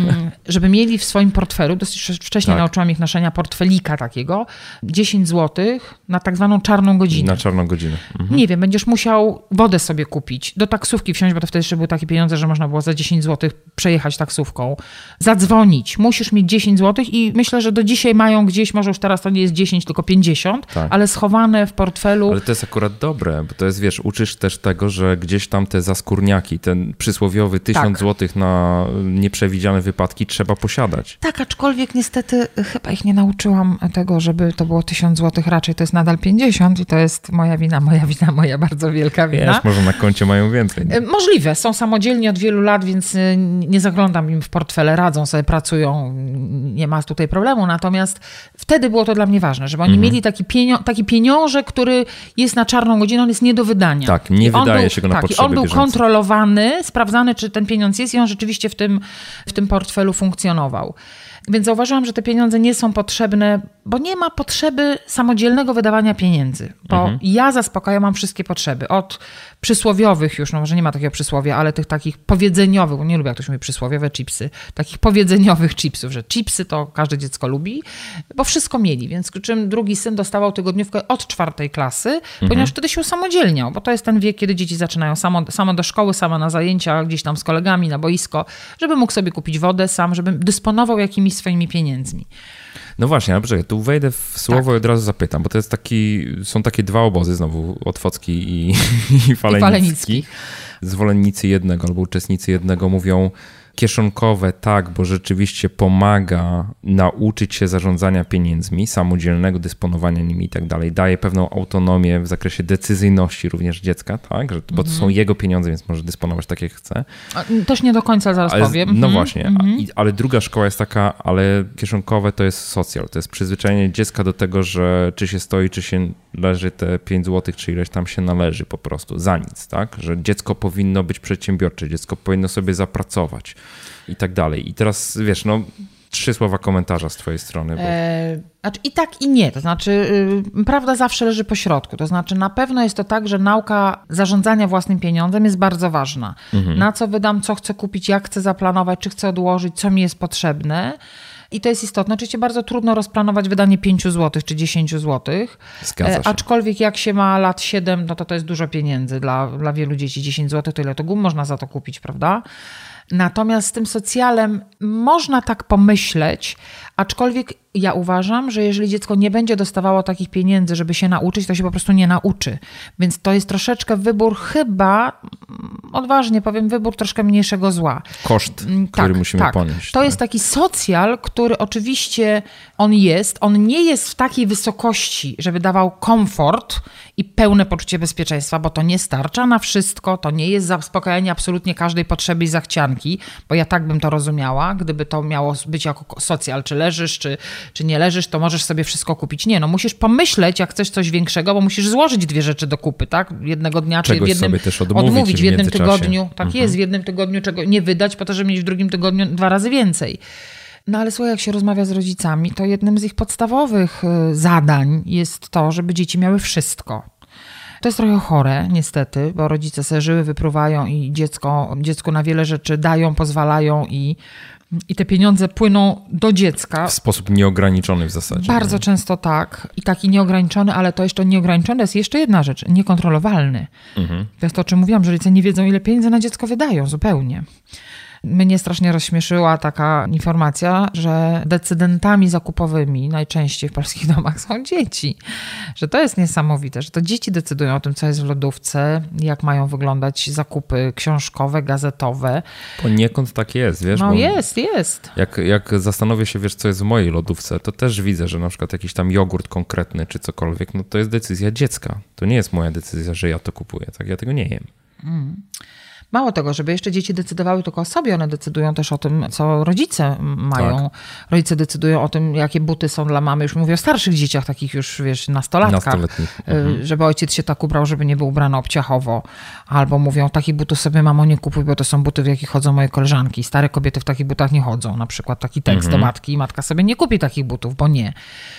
Żeby mieli w swoim portfelu, dosyć wcześnie nauczyłam ich noszenia portfelika takiego, 10 zł na tak zwaną czarną godzinę. Na czarną godzinę. Nie wiem, będziesz musiał wodę sobie kupić, do taksówki wsiąść, bo to wtedy jeszcze były takie pieniądze, że można było za 10 zł przejechać taksówką, zadzwonić. Musisz mieć 10 zł i myślę, że do dzisiaj mają gdzieś, może już teraz to nie jest 10, tylko 50, ale schowane w portfelu. Ale to jest akurat dobre, bo to jest, wiesz, uczysz też tego, że gdzieś tam te zaskórniaki, ten przysłowiowy 1000 zł na nieprzewidziane wypadki trzeba posiadać. Tak, aczkolwiek niestety chyba ich nie nauczyłam tego, żeby to było 1000 zł, raczej to jest nadal 50 i to jest moja bardzo wielka wina. Wiesz, może na koncie mają więcej. Nie? Możliwe, są samodzielni od wielu lat, więc nie zaglądam im w portfele, radzą sobie, pracują, nie ma tutaj problemu, natomiast wtedy było to dla mnie ważne, żeby oni mieli taki pieniążek, który jest na czarną godzinę, on jest nie do wydania. Tak, nie wydaje się go na potrzeby on był bieżące. kontrolowany, sprawdzany, czy ten pieniądz jest i on rzeczywiście w tym portfelu funkcjonował. Więc zauważyłam, że te pieniądze nie są potrzebne, bo nie ma potrzeby samodzielnego wydawania pieniędzy. Bo ja mam wszystkie potrzeby. Od przysłowiowych już, no może nie ma takiego przysłowia, ale tych takich powiedzeniowych, bo nie lubię jak ktoś mówi przysłowiowe chipsy, takich powiedzeniowych chipsów, że chipsy to każde dziecko lubi, bo wszystko mieli. Więc czym drugi syn dostawał tygodniówkę od 4. klasy, ponieważ wtedy się usamodzielniał, bo to jest ten wiek, kiedy dzieci zaczynają samo do szkoły, sama na zajęcia, gdzieś tam z kolegami, na boisko, żeby mógł sobie kupić wodę sam, żeby dysponował jakimiś swoimi pieniędzmi. No właśnie, ale poczekaj, tu wejdę w słowo i od razu zapytam, bo to jest są takie dwa obozy znowu, Otwocki i Falenicki. Zwolennicy jednego albo uczestnicy jednego mówią kieszonkowe, tak, bo rzeczywiście pomaga nauczyć się zarządzania pieniędzmi, samodzielnego dysponowania nimi i tak dalej. Daje pewną autonomię w zakresie decyzyjności również dziecka, tak, bo to są jego pieniądze, więc może dysponować tak, jak chce. Też nie do końca, zaraz powiem. No właśnie, ale druga szkoła jest taka, ale kieszonkowe to jest socjal, to jest przyzwyczajenie dziecka do tego, że czy się stoi, czy się leży te 5 zł, czy ileś tam się należy po prostu, za nic, tak, że dziecko powinno być przedsiębiorcze, dziecko powinno sobie zapracować i tak dalej. I teraz, wiesz, 3 słowa komentarza z twojej strony. Bo... Znaczy i tak, i nie. To znaczy, prawda zawsze leży po środku. To znaczy, na pewno jest to tak, że nauka zarządzania własnym pieniądzem jest bardzo ważna. Na co wydam, co chcę kupić, jak chcę zaplanować, czy chcę odłożyć, co mi jest potrzebne. I to jest istotne. Oczywiście bardzo trudno rozplanować wydanie 5 zł czy 10 zł. Zgadza się. Aczkolwiek jak się ma lat 7, no to jest dużo pieniędzy. Dla wielu dzieci 10 zł to ile to gum można za to kupić, prawda? Natomiast z tym socjalem można tak pomyśleć, aczkolwiek ja uważam, że jeżeli dziecko nie będzie dostawało takich pieniędzy, żeby się nauczyć, to się po prostu nie nauczy. Więc to jest troszeczkę wybór chyba, odważnie powiem, wybór troszkę mniejszego zła. Koszt, który musimy ponieść. To jest taki socjal, który oczywiście on nie jest w takiej wysokości, żeby dawał komfort i pełne poczucie bezpieczeństwa, bo to nie starcza na wszystko, to nie jest zaspokajanie absolutnie każdej potrzeby i zachcianki, bo ja tak bym to rozumiała, gdyby to miało być jako socjal, czy leżysz, czy nie leżysz, to możesz sobie wszystko kupić. Nie, musisz pomyśleć, jak chcesz coś większego, bo musisz złożyć 2 rzeczy do kupy, tak? Jednego dnia, czy w jednym, sobie też odmówić w jednym tygodniu. Tak jest, w jednym tygodniu czego nie wydać, po to, żeby mieć w drugim tygodniu 2 razy więcej. No ale słuchaj, jak się rozmawia z rodzicami, to jednym z ich podstawowych zadań jest to, żeby dzieci miały wszystko. To jest trochę chore, niestety, bo rodzice se żyły, wypruwają i dziecku na wiele rzeczy dają, pozwalają i te pieniądze płyną do dziecka. W sposób nieograniczony w zasadzie. Bardzo często tak. I taki nieograniczony, ale to jeszcze nieograniczony jest jeszcze jedna rzecz, niekontrolowalny. To jest to, o czym mówiłam, że rodzice nie wiedzą, ile pieniędzy na dziecko wydają zupełnie. Mnie strasznie rozśmieszyła taka informacja, że decydentami zakupowymi najczęściej w polskich domach są dzieci. Że to jest niesamowite, że to dzieci decydują o tym, co jest w lodówce, jak mają wyglądać zakupy książkowe, gazetowe. Poniekąd tak jest, wiesz? No jest. Jak zastanowię się, wiesz, co jest w mojej lodówce, to też widzę, że na przykład jakiś tam jogurt konkretny czy cokolwiek, no to jest decyzja dziecka. To nie jest moja decyzja, że ja to kupuję, tak? Ja tego nie jem. Mało tego, żeby jeszcze dzieci decydowały tylko o sobie, one decydują też o tym, co rodzice mają. Tak. Rodzice decydują o tym, jakie buty są dla mamy. Już mówię o starszych dzieciach, takich już, wiesz, nastolatkach. Żeby ojciec się tak ubrał, żeby nie był ubrany obciachowo. Albo mówią, takich butów sobie mamo nie kupuj, bo to są buty, w jakich chodzą moje koleżanki. Stare kobiety w takich butach nie chodzą. Na przykład taki tekst do matki i matka sobie nie kupi takich butów, bo nie.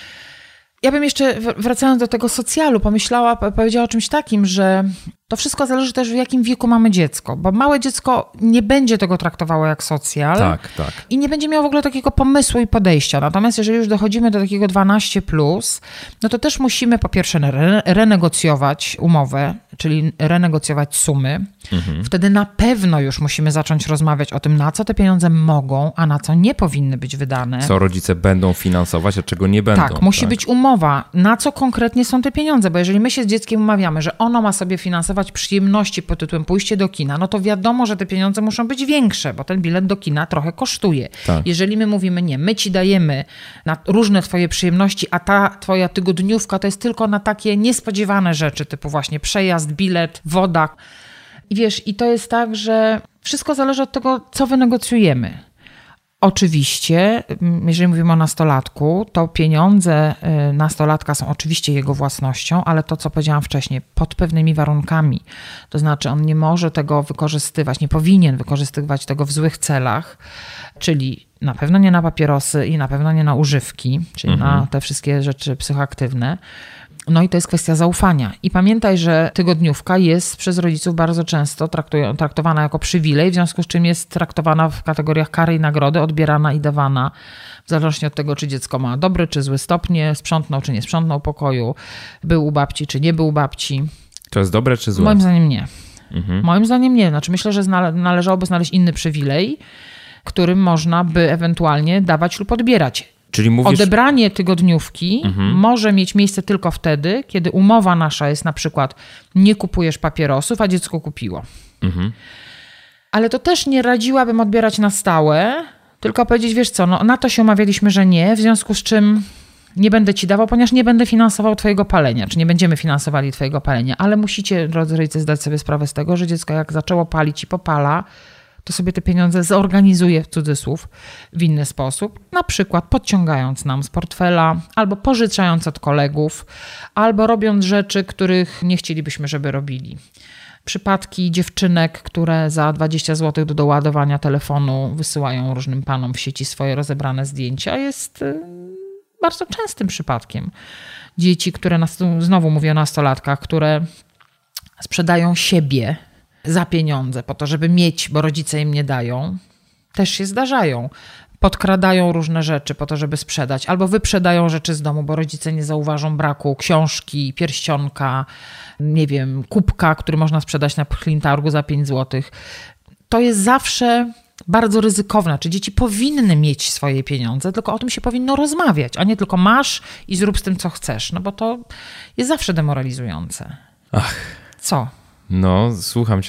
Ja bym jeszcze, wracając do tego socjalu, powiedziała o czymś takim, że to wszystko zależy też, w jakim wieku mamy dziecko, bo małe dziecko nie będzie tego traktowało jak socjal. Tak. I nie będzie miało w ogóle takiego pomysłu i podejścia. Natomiast jeżeli już dochodzimy do takiego 12+, no to też musimy po pierwsze renegocjować umowę, czyli renegocjować sumy, wtedy na pewno już musimy zacząć rozmawiać o tym, na co te pieniądze mogą, a na co nie powinny być wydane. Co rodzice będą finansować, a czego nie będą. Tak, musi być umowa, na co konkretnie są te pieniądze, bo jeżeli my się z dzieckiem umawiamy, że ono ma sobie finansować przyjemności pod tytułem pójście do kina, no to wiadomo, że te pieniądze muszą być większe, bo ten bilet do kina trochę kosztuje. Tak. Jeżeli my mówimy, nie, my ci dajemy na różne twoje przyjemności, a ta twoja tygodniówka to jest tylko na takie niespodziewane rzeczy, typu właśnie przejazd, bilet, woda. I wiesz, i to jest tak, że wszystko zależy od tego, co wynegocjujemy. Oczywiście, jeżeli mówimy o nastolatku, to pieniądze nastolatka są oczywiście jego własnością, ale to, co powiedziałam wcześniej, pod pewnymi warunkami. To znaczy, on nie może tego wykorzystywać, nie powinien wykorzystywać tego w złych celach, czyli na pewno nie na papierosy i na pewno nie na używki, czyli na te wszystkie rzeczy psychoaktywne. No i to jest kwestia zaufania. I pamiętaj, że tygodniówka jest przez rodziców bardzo często traktowana jako przywilej, w związku z czym jest traktowana w kategoriach kary i nagrody, odbierana i dawana w zależności od tego, czy dziecko ma dobry czy zły stopnie, sprzątnął czy nie sprzątnął pokoju, był u babci czy nie był u babci. To jest dobre czy złe? Moim zdaniem nie. Moim zdaniem nie. Znaczy myślę, że należałoby znaleźć inny przywilej, którym można by ewentualnie dawać lub odbierać. Czyli mówisz... Odebranie tygodniówki może mieć miejsce tylko wtedy, kiedy umowa nasza jest na przykład nie kupujesz papierosów, a dziecko kupiło. Ale to też nie radziłabym odbierać na stałe, tylko powiedzieć, wiesz co, no na to się umawialiśmy, że nie, w związku z czym nie będę ci dawał, ponieważ nie będę finansował twojego palenia, czy nie będziemy finansowali twojego palenia, ale musicie, drodzy rodzice, zdać sobie sprawę z tego, że dziecko jak zaczęło palić i popala, to sobie te pieniądze zorganizuje, w cudzysłów, w inny sposób. Na przykład podciągając nam z portfela, albo pożyczając od kolegów, albo robiąc rzeczy, których nie chcielibyśmy, żeby robili. Przypadki dziewczynek, które za 20 zł do doładowania telefonu wysyłają różnym panom w sieci swoje rozebrane zdjęcia, jest bardzo częstym przypadkiem. Dzieci, które, znowu mówię o nastolatkach, które sprzedają siebie za pieniądze, po to, żeby mieć, bo rodzice im nie dają, też się zdarzają. Podkradają różne rzeczy po to, żeby sprzedać, albo wyprzedają rzeczy z domu, bo rodzice nie zauważą braku książki, pierścionka, nie wiem, kubka, który można sprzedać na Pchlintargu za 5 zł. To jest zawsze bardzo ryzykowne. Czy dzieci powinny mieć swoje pieniądze, tylko o tym się powinno rozmawiać, a nie tylko masz i zrób z tym, co chcesz. No bo to jest zawsze demoralizujące. Ach. Co? No, słucham.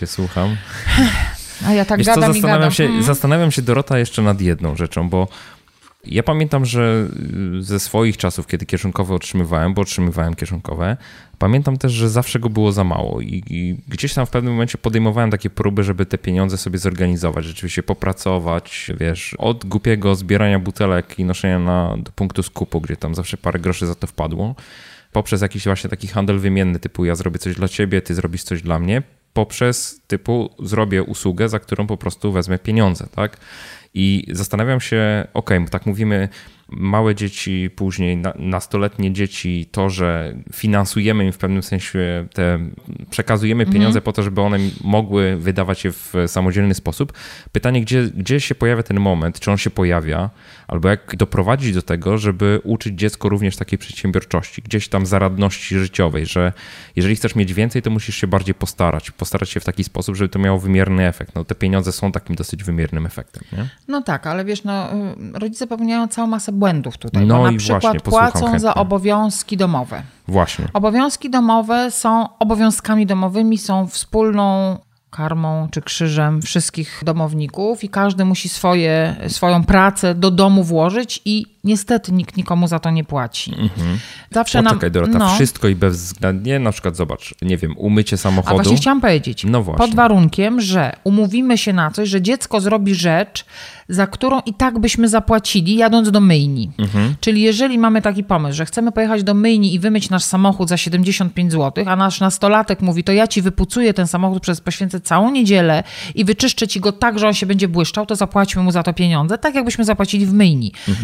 A ja tak Wiesz gadam co, zastanawiam się, Dorota, jeszcze nad jedną rzeczą, bo ja pamiętam, że ze swoich czasów, kiedy kieszonkowe otrzymywałem, bo otrzymywałem kieszonkowe, pamiętam też, że zawsze go było za mało i gdzieś tam w pewnym momencie podejmowałem takie próby, żeby te pieniądze sobie zorganizować, rzeczywiście popracować, wiesz, od głupiego zbierania butelek i noszenia do punktu skupu, gdzie tam zawsze parę groszy za to wpadło, poprzez jakiś właśnie taki handel wymienny, typu ja zrobię coś dla ciebie, ty zrobisz coś dla mnie, poprzez typu zrobię usługę, za którą po prostu wezmę pieniądze, tak? I zastanawiam się, tak mówimy, małe dzieci, później nastoletnie dzieci, to, że finansujemy im w pewnym sensie przekazujemy pieniądze po to, żeby one mogły wydawać je w samodzielny sposób. Pytanie, gdzie się pojawia ten moment, czy on się pojawia, albo jak doprowadzić do tego, żeby uczyć dziecko również takiej przedsiębiorczości, gdzieś tam zaradności życiowej, że jeżeli chcesz mieć więcej, to musisz się bardziej postarać się w taki sposób, żeby to miało wymierny efekt. No te pieniądze są takim dosyć wymiernym efektem, nie? No tak, ale wiesz, rodzice popełniają całą masę błędów tutaj, no bo na przykład właśnie, płacą chętnie za obowiązki domowe. Właśnie. Obowiązki domowe są obowiązkami domowymi, są wspólną karmą czy krzyżem wszystkich domowników i każdy musi swoją pracę do domu włożyć i niestety nikt nikomu za to nie płaci. Zawsze Poczekaj, Dorota, wszystko i bezwzględnie, na przykład zobacz, nie wiem, umycie samochodu. A właśnie chciałam powiedzieć, pod warunkiem, że umówimy się na coś, że dziecko zrobi rzecz, za którą i tak byśmy zapłacili jadąc do myjni. Czyli jeżeli mamy taki pomysł, że chcemy pojechać do myjni i wymyć nasz samochód za 75 zł, a nasz nastolatek mówi, to ja ci wypucuję ten samochód, poświęcę całą niedzielę i wyczyszczę ci go tak, że on się będzie błyszczał, to zapłaćmy mu za to pieniądze, tak jakbyśmy zapłacili w myjni. Natomiast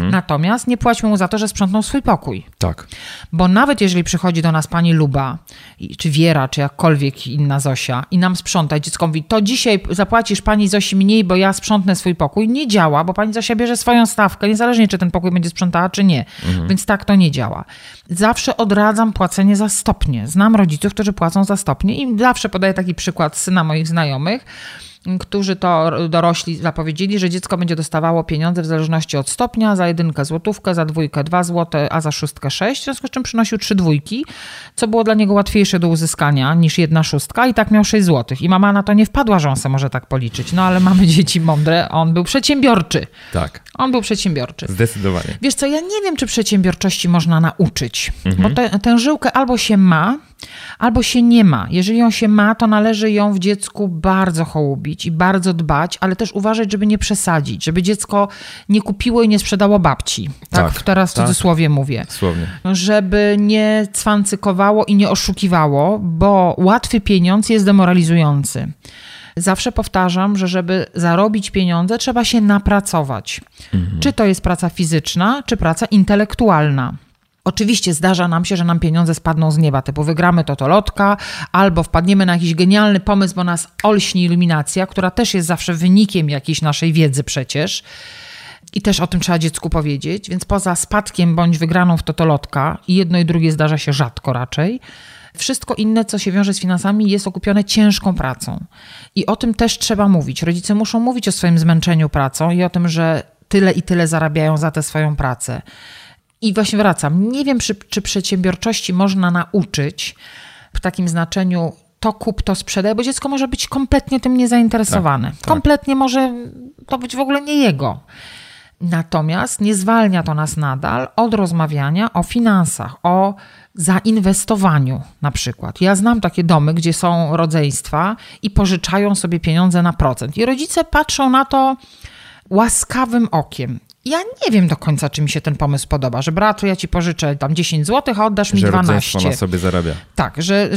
Natomiast nie płaćmy mu za to, że sprzątnął swój pokój. Tak. Bo nawet jeżeli przychodzi do nas pani Luba, czy Wiera, czy jakkolwiek inna Zosia i nam sprząta, dziecko mówi, to dzisiaj zapłacisz pani Zosi mniej, bo ja sprzątnę swój pokój. Nie działa, bo pani Zosia bierze swoją stawkę, niezależnie czy ten pokój będzie sprzątała, czy nie. Więc tak to nie działa. Zawsze odradzam płacenie za stopnie. Znam rodziców, którzy płacą za stopnie i zawsze podaję taki przykład syna moich znajomych, którzy to dorośli zapowiedzieli, że dziecko będzie dostawało pieniądze w zależności od stopnia, za 1 złotówkę, za 2 2 złote, a za 6 6, w związku z czym przynosił 3 dwójki, co było dla niego łatwiejsze do uzyskania niż 1 szóstka i tak miał 6 złotych. I mama na to nie wpadła, że on se może tak policzyć. No ale mamy dzieci mądre, on był przedsiębiorczy. Tak. On był przedsiębiorczy. Zdecydowanie. Wiesz co, ja nie wiem, czy przedsiębiorczości można nauczyć, bo tę żyłkę albo się ma, albo się nie ma. Jeżeli ją się ma, to należy ją w dziecku bardzo hołubić i bardzo dbać, ale też uważać, żeby nie przesadzić, żeby dziecko nie kupiło i nie sprzedało babci. Tak, teraz w cudzysłowie mówię. Słownie. Żeby nie cwancykowało i nie oszukiwało, bo łatwy pieniądz jest demoralizujący. Zawsze powtarzam, że żeby zarobić pieniądze, trzeba się napracować. Czy to jest praca fizyczna, czy praca intelektualna. Oczywiście zdarza nam się, że nam pieniądze spadną z nieba, typu wygramy totolotka, albo wpadniemy na jakiś genialny pomysł, bo nas olśni iluminacja, która też jest zawsze wynikiem jakiejś naszej wiedzy przecież. I też o tym trzeba dziecku powiedzieć. Więc poza spadkiem bądź wygraną w totolotka, i jedno i drugie zdarza się rzadko raczej, wszystko inne, co się wiąże z finansami, jest okupione ciężką pracą. I o tym też trzeba mówić. Rodzice muszą mówić o swoim zmęczeniu pracą i o tym, że tyle i tyle zarabiają za tę swoją pracę. I właśnie wracam. Nie wiem, czy przedsiębiorczości można nauczyć w takim znaczeniu to kup, to sprzedaj, bo dziecko może być kompletnie tym niezainteresowane. Tak. Kompletnie może to być w ogóle nie jego. Natomiast nie zwalnia to nas nadal od rozmawiania o finansach, o zainwestowaniu na przykład. Ja znam takie domy, gdzie są rodzeństwa i pożyczają sobie pieniądze na procent. I rodzice patrzą na to łaskawym okiem. Ja nie wiem do końca, czy mi się ten pomysł podoba, że bratu, ja ci pożyczę tam 10 zł, a oddasz mi 12. Że rodzeństwo na sobie zarabia. Tak, że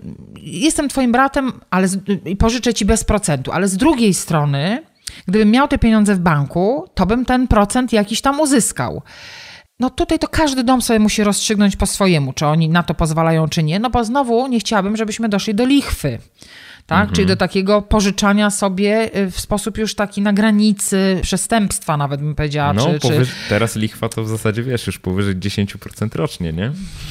jestem twoim bratem, ale pożyczę ci bez procentu, ale z drugiej strony, gdybym miał te pieniądze w banku, to bym ten procent jakiś tam uzyskał. No tutaj to każdy dom sobie musi rozstrzygnąć po swojemu, czy oni na to pozwalają, czy nie, no bo znowu nie chciałabym, żebyśmy doszli do lichwy. Tak? Czyli do takiego pożyczania sobie w sposób już taki na granicy przestępstwa nawet bym powiedziała. No, teraz lichwa to w zasadzie wiesz, już powyżej 10% rocznie, nie?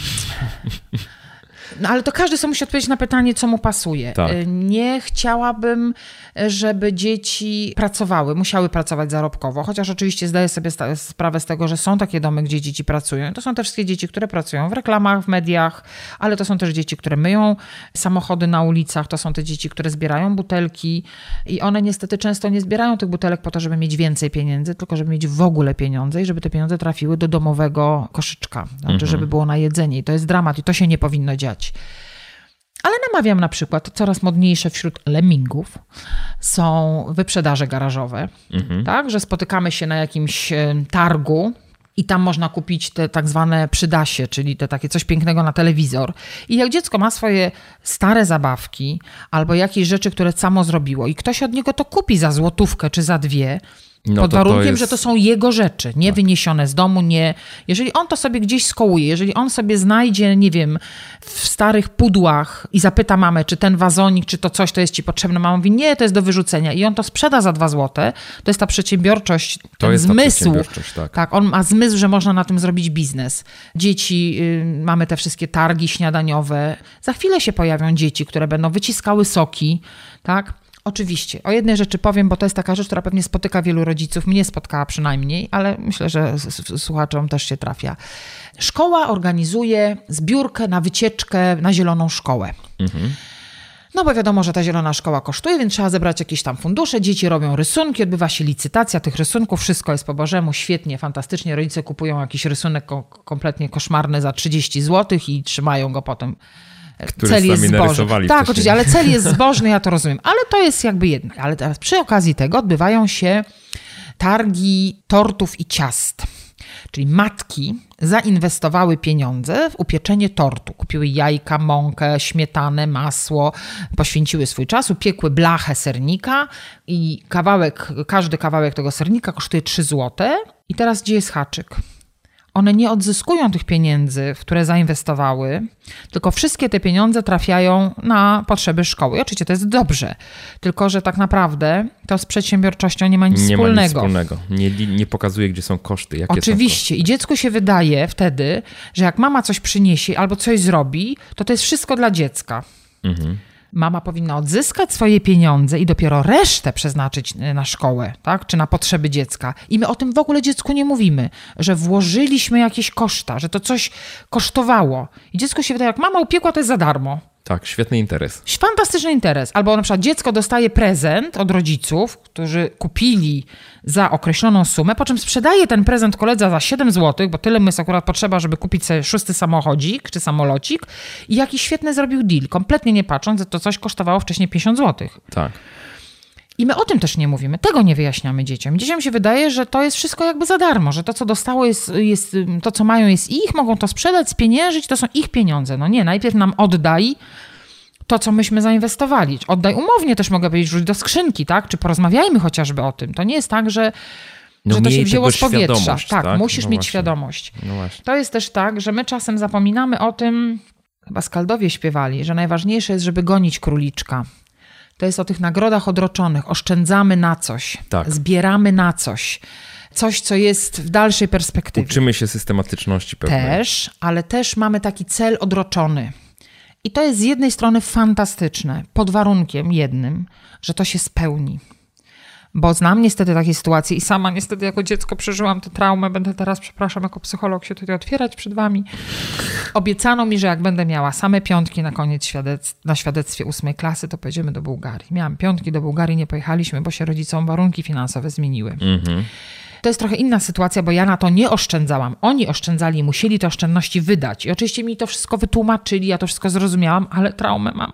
No ale to każdy sobie musi odpowiedzieć na pytanie, co mu pasuje. Tak. Nie chciałabym, żeby dzieci pracowały, musiały pracować zarobkowo, chociaż oczywiście zdaję sobie sprawę z tego, że są takie domy, gdzie dzieci pracują. To są te wszystkie dzieci, które pracują w reklamach, w mediach, ale to są też dzieci, które myją samochody na ulicach, to są te dzieci, które zbierają butelki i one niestety często nie zbierają tych butelek po to, żeby mieć więcej pieniędzy, tylko żeby mieć w ogóle pieniądze i żeby te pieniądze trafiły do domowego koszyczka, znaczy żeby było na jedzenie i to jest dramat i to się nie powinno dziać. Ale namawiam na przykład, coraz modniejsze wśród lemmingów są wyprzedaże garażowe, tak, że spotykamy się na jakimś targu i tam można kupić te tak zwane przydasie, czyli te takie coś pięknego na telewizor. I jak dziecko ma swoje stare zabawki albo jakieś rzeczy, które samo zrobiło i ktoś od niego to kupi za złotówkę czy za 2, no pod warunkiem, że to są jego rzeczy, nie wyniesione z domu, nie. Jeżeli on to sobie gdzieś skołuje, jeżeli on sobie znajdzie, nie wiem, w starych pudłach i zapyta mamę, czy ten wazonik, czy to coś, to jest ci potrzebne, mama mówi, nie, to jest do wyrzucenia i on to sprzeda za 2 złote, to jest ta przedsiębiorczość, ten zmysł. Tak, on ma zmysł, że można na tym zrobić biznes. Dzieci, mamy te wszystkie targi śniadaniowe. Za chwilę się pojawią dzieci, które będą wyciskały soki, tak? Oczywiście. O jednej rzeczy powiem, bo to jest taka rzecz, która pewnie spotyka wielu rodziców. Mnie spotkała przynajmniej, ale myślę, że słuchaczom też się trafia. Szkoła organizuje zbiórkę na wycieczkę na zieloną szkołę. No bo wiadomo, że ta zielona szkoła kosztuje, więc trzeba zebrać jakieś tam fundusze. Dzieci robią rysunki, odbywa się licytacja tych rysunków. Wszystko jest po bożemu, świetnie, fantastycznie. Rodzice kupują jakiś rysunek kompletnie koszmarny za 30 zł i trzymają go potem. Który cel jest zbożny. Tak, oczywiście, ale cel jest zbożny, ja to rozumiem. Ale to jest jakby jedno. Ale teraz przy okazji tego odbywają się targi tortów i ciast. Czyli matki zainwestowały pieniądze w upieczenie tortu. Kupiły jajka, mąkę, śmietanę, masło, poświęciły swój czas, upiekły blachę sernika i każdy kawałek tego sernika kosztuje 3 zł. I teraz gdzie jest haczyk? one nie odzyskują tych pieniędzy, w które zainwestowały, tylko wszystkie te pieniądze trafiają na potrzeby szkoły. I oczywiście to jest dobrze, tylko że tak naprawdę to z przedsiębiorczością nie ma nic wspólnego. Nie pokazuje, gdzie są koszty, jakie oczywiście. są koszty. I dziecku się wydaje wtedy, że jak mama coś przyniesie albo coś zrobi, to jest wszystko dla dziecka. Mama powinna odzyskać swoje pieniądze i dopiero resztę przeznaczyć na szkołę, tak? Czy na potrzeby dziecka. I my o tym w ogóle dziecku nie mówimy, że włożyliśmy jakieś koszta, że to coś kosztowało. I dziecku się wydaje, jak mama upiekła, to jest za darmo. Tak, świetny interes. Fantastyczny interes. Albo na przykład dziecko dostaje prezent od rodziców, którzy kupili za określoną sumę, po czym sprzedaje ten prezent koledze za 7 zł, bo tyle mu jest akurat potrzeba, żeby kupić sobie 6. samochodzik czy samolocik i jakiś świetny zrobił deal, kompletnie nie patrząc, że to coś kosztowało wcześniej 50 zł. Tak. I my o tym też nie mówimy, tego nie wyjaśniamy dzieciom. Dzieciom się wydaje, że to jest wszystko jakby za darmo, że to, co dostało jest to, co mają jest ich, mogą to sprzedać, spieniężyć, to są ich pieniądze. No nie, najpierw nam oddaj to, co myśmy zainwestowali. Oddaj umownie też mogę powiedzieć, rzuć do skrzynki, tak? Czy porozmawiajmy chociażby o tym. To nie jest tak, że to się wzięło z powietrza. Tak, musisz mieć świadomość. No właśnie. To jest też tak, że my czasem zapominamy o tym, chyba Skaldowie śpiewali, że najważniejsze jest, żeby gonić króliczka. To jest o tych nagrodach odroczonych. Oszczędzamy na coś, zbieramy na coś. Coś, co jest w dalszej perspektywie. Uczymy się systematyczności pewnej. Też, ale też mamy taki cel odroczony. I to jest z jednej strony fantastyczne, pod warunkiem jednym, że to się spełni. Bo znam niestety takie sytuacje i sama niestety jako dziecko przeżyłam tę traumę. Będę teraz, przepraszam, jako psycholog się tutaj otwierać przed wami. Obiecano mi, że jak będę miała same 5 na koniec na świadectwie 8 klasy, to pojedziemy do Bułgarii. Miałam 5, do Bułgarii nie pojechaliśmy, bo się rodzicom warunki finansowe zmieniły. To jest trochę inna sytuacja, bo ja na to nie oszczędzałam. Oni oszczędzali i musieli te oszczędności wydać. I oczywiście mi to wszystko wytłumaczyli, ja to wszystko zrozumiałam, ale traumę mam.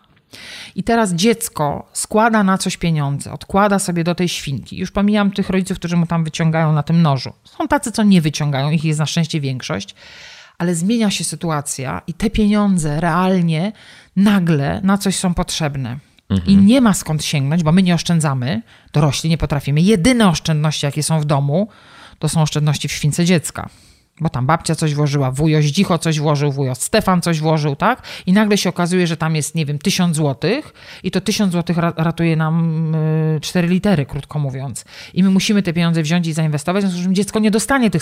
I teraz dziecko składa na coś pieniądze, odkłada sobie do tej świnki. Już pomijam tych rodziców, którzy mu tam wyciągają na tym nożu. Są tacy, co nie wyciągają, ich jest na szczęście większość, ale zmienia się sytuacja i te pieniądze realnie nagle na coś są potrzebne. I nie ma skąd sięgnąć, bo my nie oszczędzamy, dorośli nie potrafimy. Jedyne oszczędności, jakie są w domu, to są oszczędności w śwince dziecka. Bo tam babcia coś włożyła, wujo Zdzicho coś włożył, wujo Stefan coś włożył, tak? I nagle się okazuje, że tam jest, 1000 złotych i to 1000 złotych ratuje nam 4 litery, krótko mówiąc. I my musimy te pieniądze wziąć i zainwestować, w związku z czym dziecko nie dostanie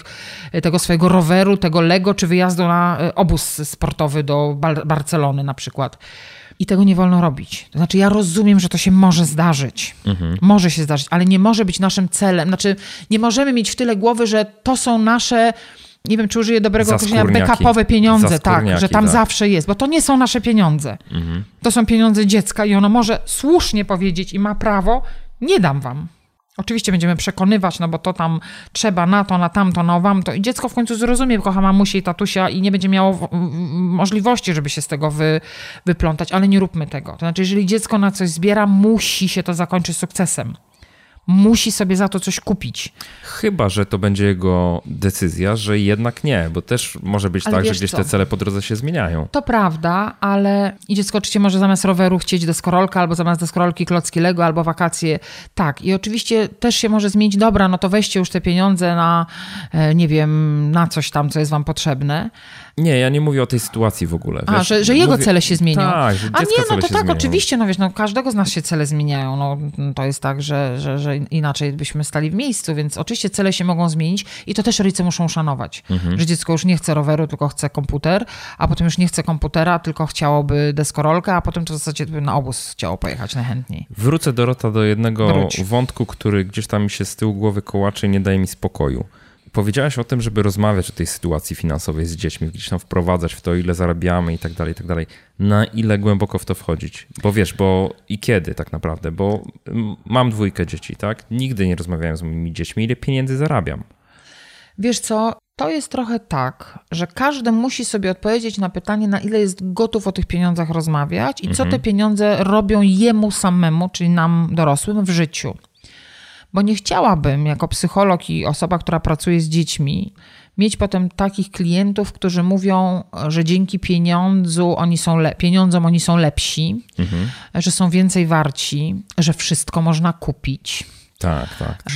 tego swojego roweru, tego Lego, czy wyjazdu na obóz sportowy do Barcelony na przykład. I tego nie wolno robić. To znaczy ja rozumiem, że to się może zdarzyć. Może się zdarzyć, ale nie może być naszym celem. Znaczy nie możemy mieć w tyle głowy, że to są nasze, nie wiem czy użyję dobrego określenia, backupowe pieniądze, tak, że tam zawsze jest, bo to nie są nasze pieniądze. To są pieniądze dziecka i ono może słusznie powiedzieć i ma prawo, nie dam wam. Oczywiście będziemy przekonywać, no bo to tam trzeba na to, na tamto, na wamto. I dziecko w końcu zrozumie, kocha mamusię i tatusia i nie będzie miało możliwości, żeby się z tego wyplątać, ale nie róbmy tego. To znaczy, jeżeli dziecko na coś zbiera, musi się to zakończyć sukcesem. Musi sobie za to coś kupić. Chyba że to będzie jego decyzja, że jednak nie, bo też może być tak, że gdzieś te cele po drodze się zmieniają. To prawda, ale i dziecko oczywiście może zamiast roweru chcieć deskorolka, albo zamiast deskorolki klocki Lego, albo wakacje. Tak, i oczywiście też się może zmienić, dobra, no to weźcie już te pieniądze na, nie wiem, na coś tam, co jest wam potrzebne. Nie, ja nie mówię o tej sytuacji w ogóle. Wiesz, że jego cele się zmienią. Tak, że dziecko cele się zmienią. Oczywiście, no wiesz, no każdego z nas się cele zmieniają. No, to jest tak, że inaczej byśmy stali w miejscu, więc oczywiście cele się mogą zmienić i to też rodzice muszą szanować. Że dziecko już nie chce roweru, tylko chce komputer, a potem już nie chce komputera, tylko chciałoby deskorolkę, a potem to w zasadzie na obóz chciało pojechać najchętniej. Wrócę, Dorota, do jednego wątku, który gdzieś tam mi się z tyłu głowy kołacze i nie daje mi spokoju. Powiedziałaś o tym, żeby rozmawiać o tej sytuacji finansowej z dziećmi, gdzieś tam wprowadzać w to, ile zarabiamy i tak dalej, i tak dalej. Na ile głęboko w to wchodzić? Bo wiesz, i kiedy tak naprawdę? Bo mam 2 dzieci, tak? Nigdy nie rozmawiałem z moimi dziećmi, ile pieniędzy zarabiam. Wiesz co, to jest trochę tak, że każdy musi sobie odpowiedzieć na pytanie, na ile jest gotów o tych pieniądzach rozmawiać i co te pieniądze robią jemu samemu, czyli nam dorosłym w życiu. Bo nie chciałabym jako psycholog i osoba, która pracuje z dziećmi, mieć potem takich klientów, którzy mówią, że dzięki pieniądzom oni są lepsi, że są więcej warci, że wszystko można kupić. Tak.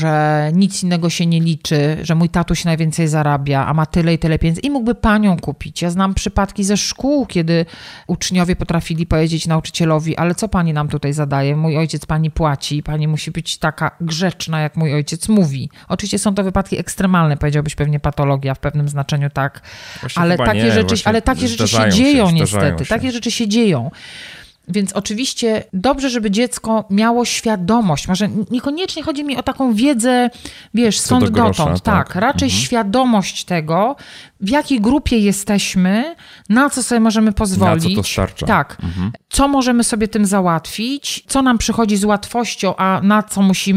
Że nic innego się nie liczy, że mój tatuś najwięcej zarabia, a ma tyle i tyle pieniędzy i mógłby panią kupić. Ja znam przypadki ze szkół, kiedy uczniowie potrafili powiedzieć nauczycielowi, ale co pani nam tutaj zadaje? Mój ojciec pani płaci, pani musi być taka grzeczna, jak mój ojciec mówi. Oczywiście są to wypadki ekstremalne, powiedziałbyś pewnie patologia w pewnym znaczeniu, tak. Ale takie rzeczy się dzieją niestety. Takie rzeczy się dzieją. Więc oczywiście dobrze, żeby dziecko miało świadomość. Może niekoniecznie chodzi mi o taką wiedzę, stąd dotąd. Tak, raczej świadomość tego, w jakiej grupie jesteśmy, na co sobie możemy pozwolić. Na co to starcza. Tak. Co możemy sobie tym załatwić, co nam przychodzi z łatwością, a nad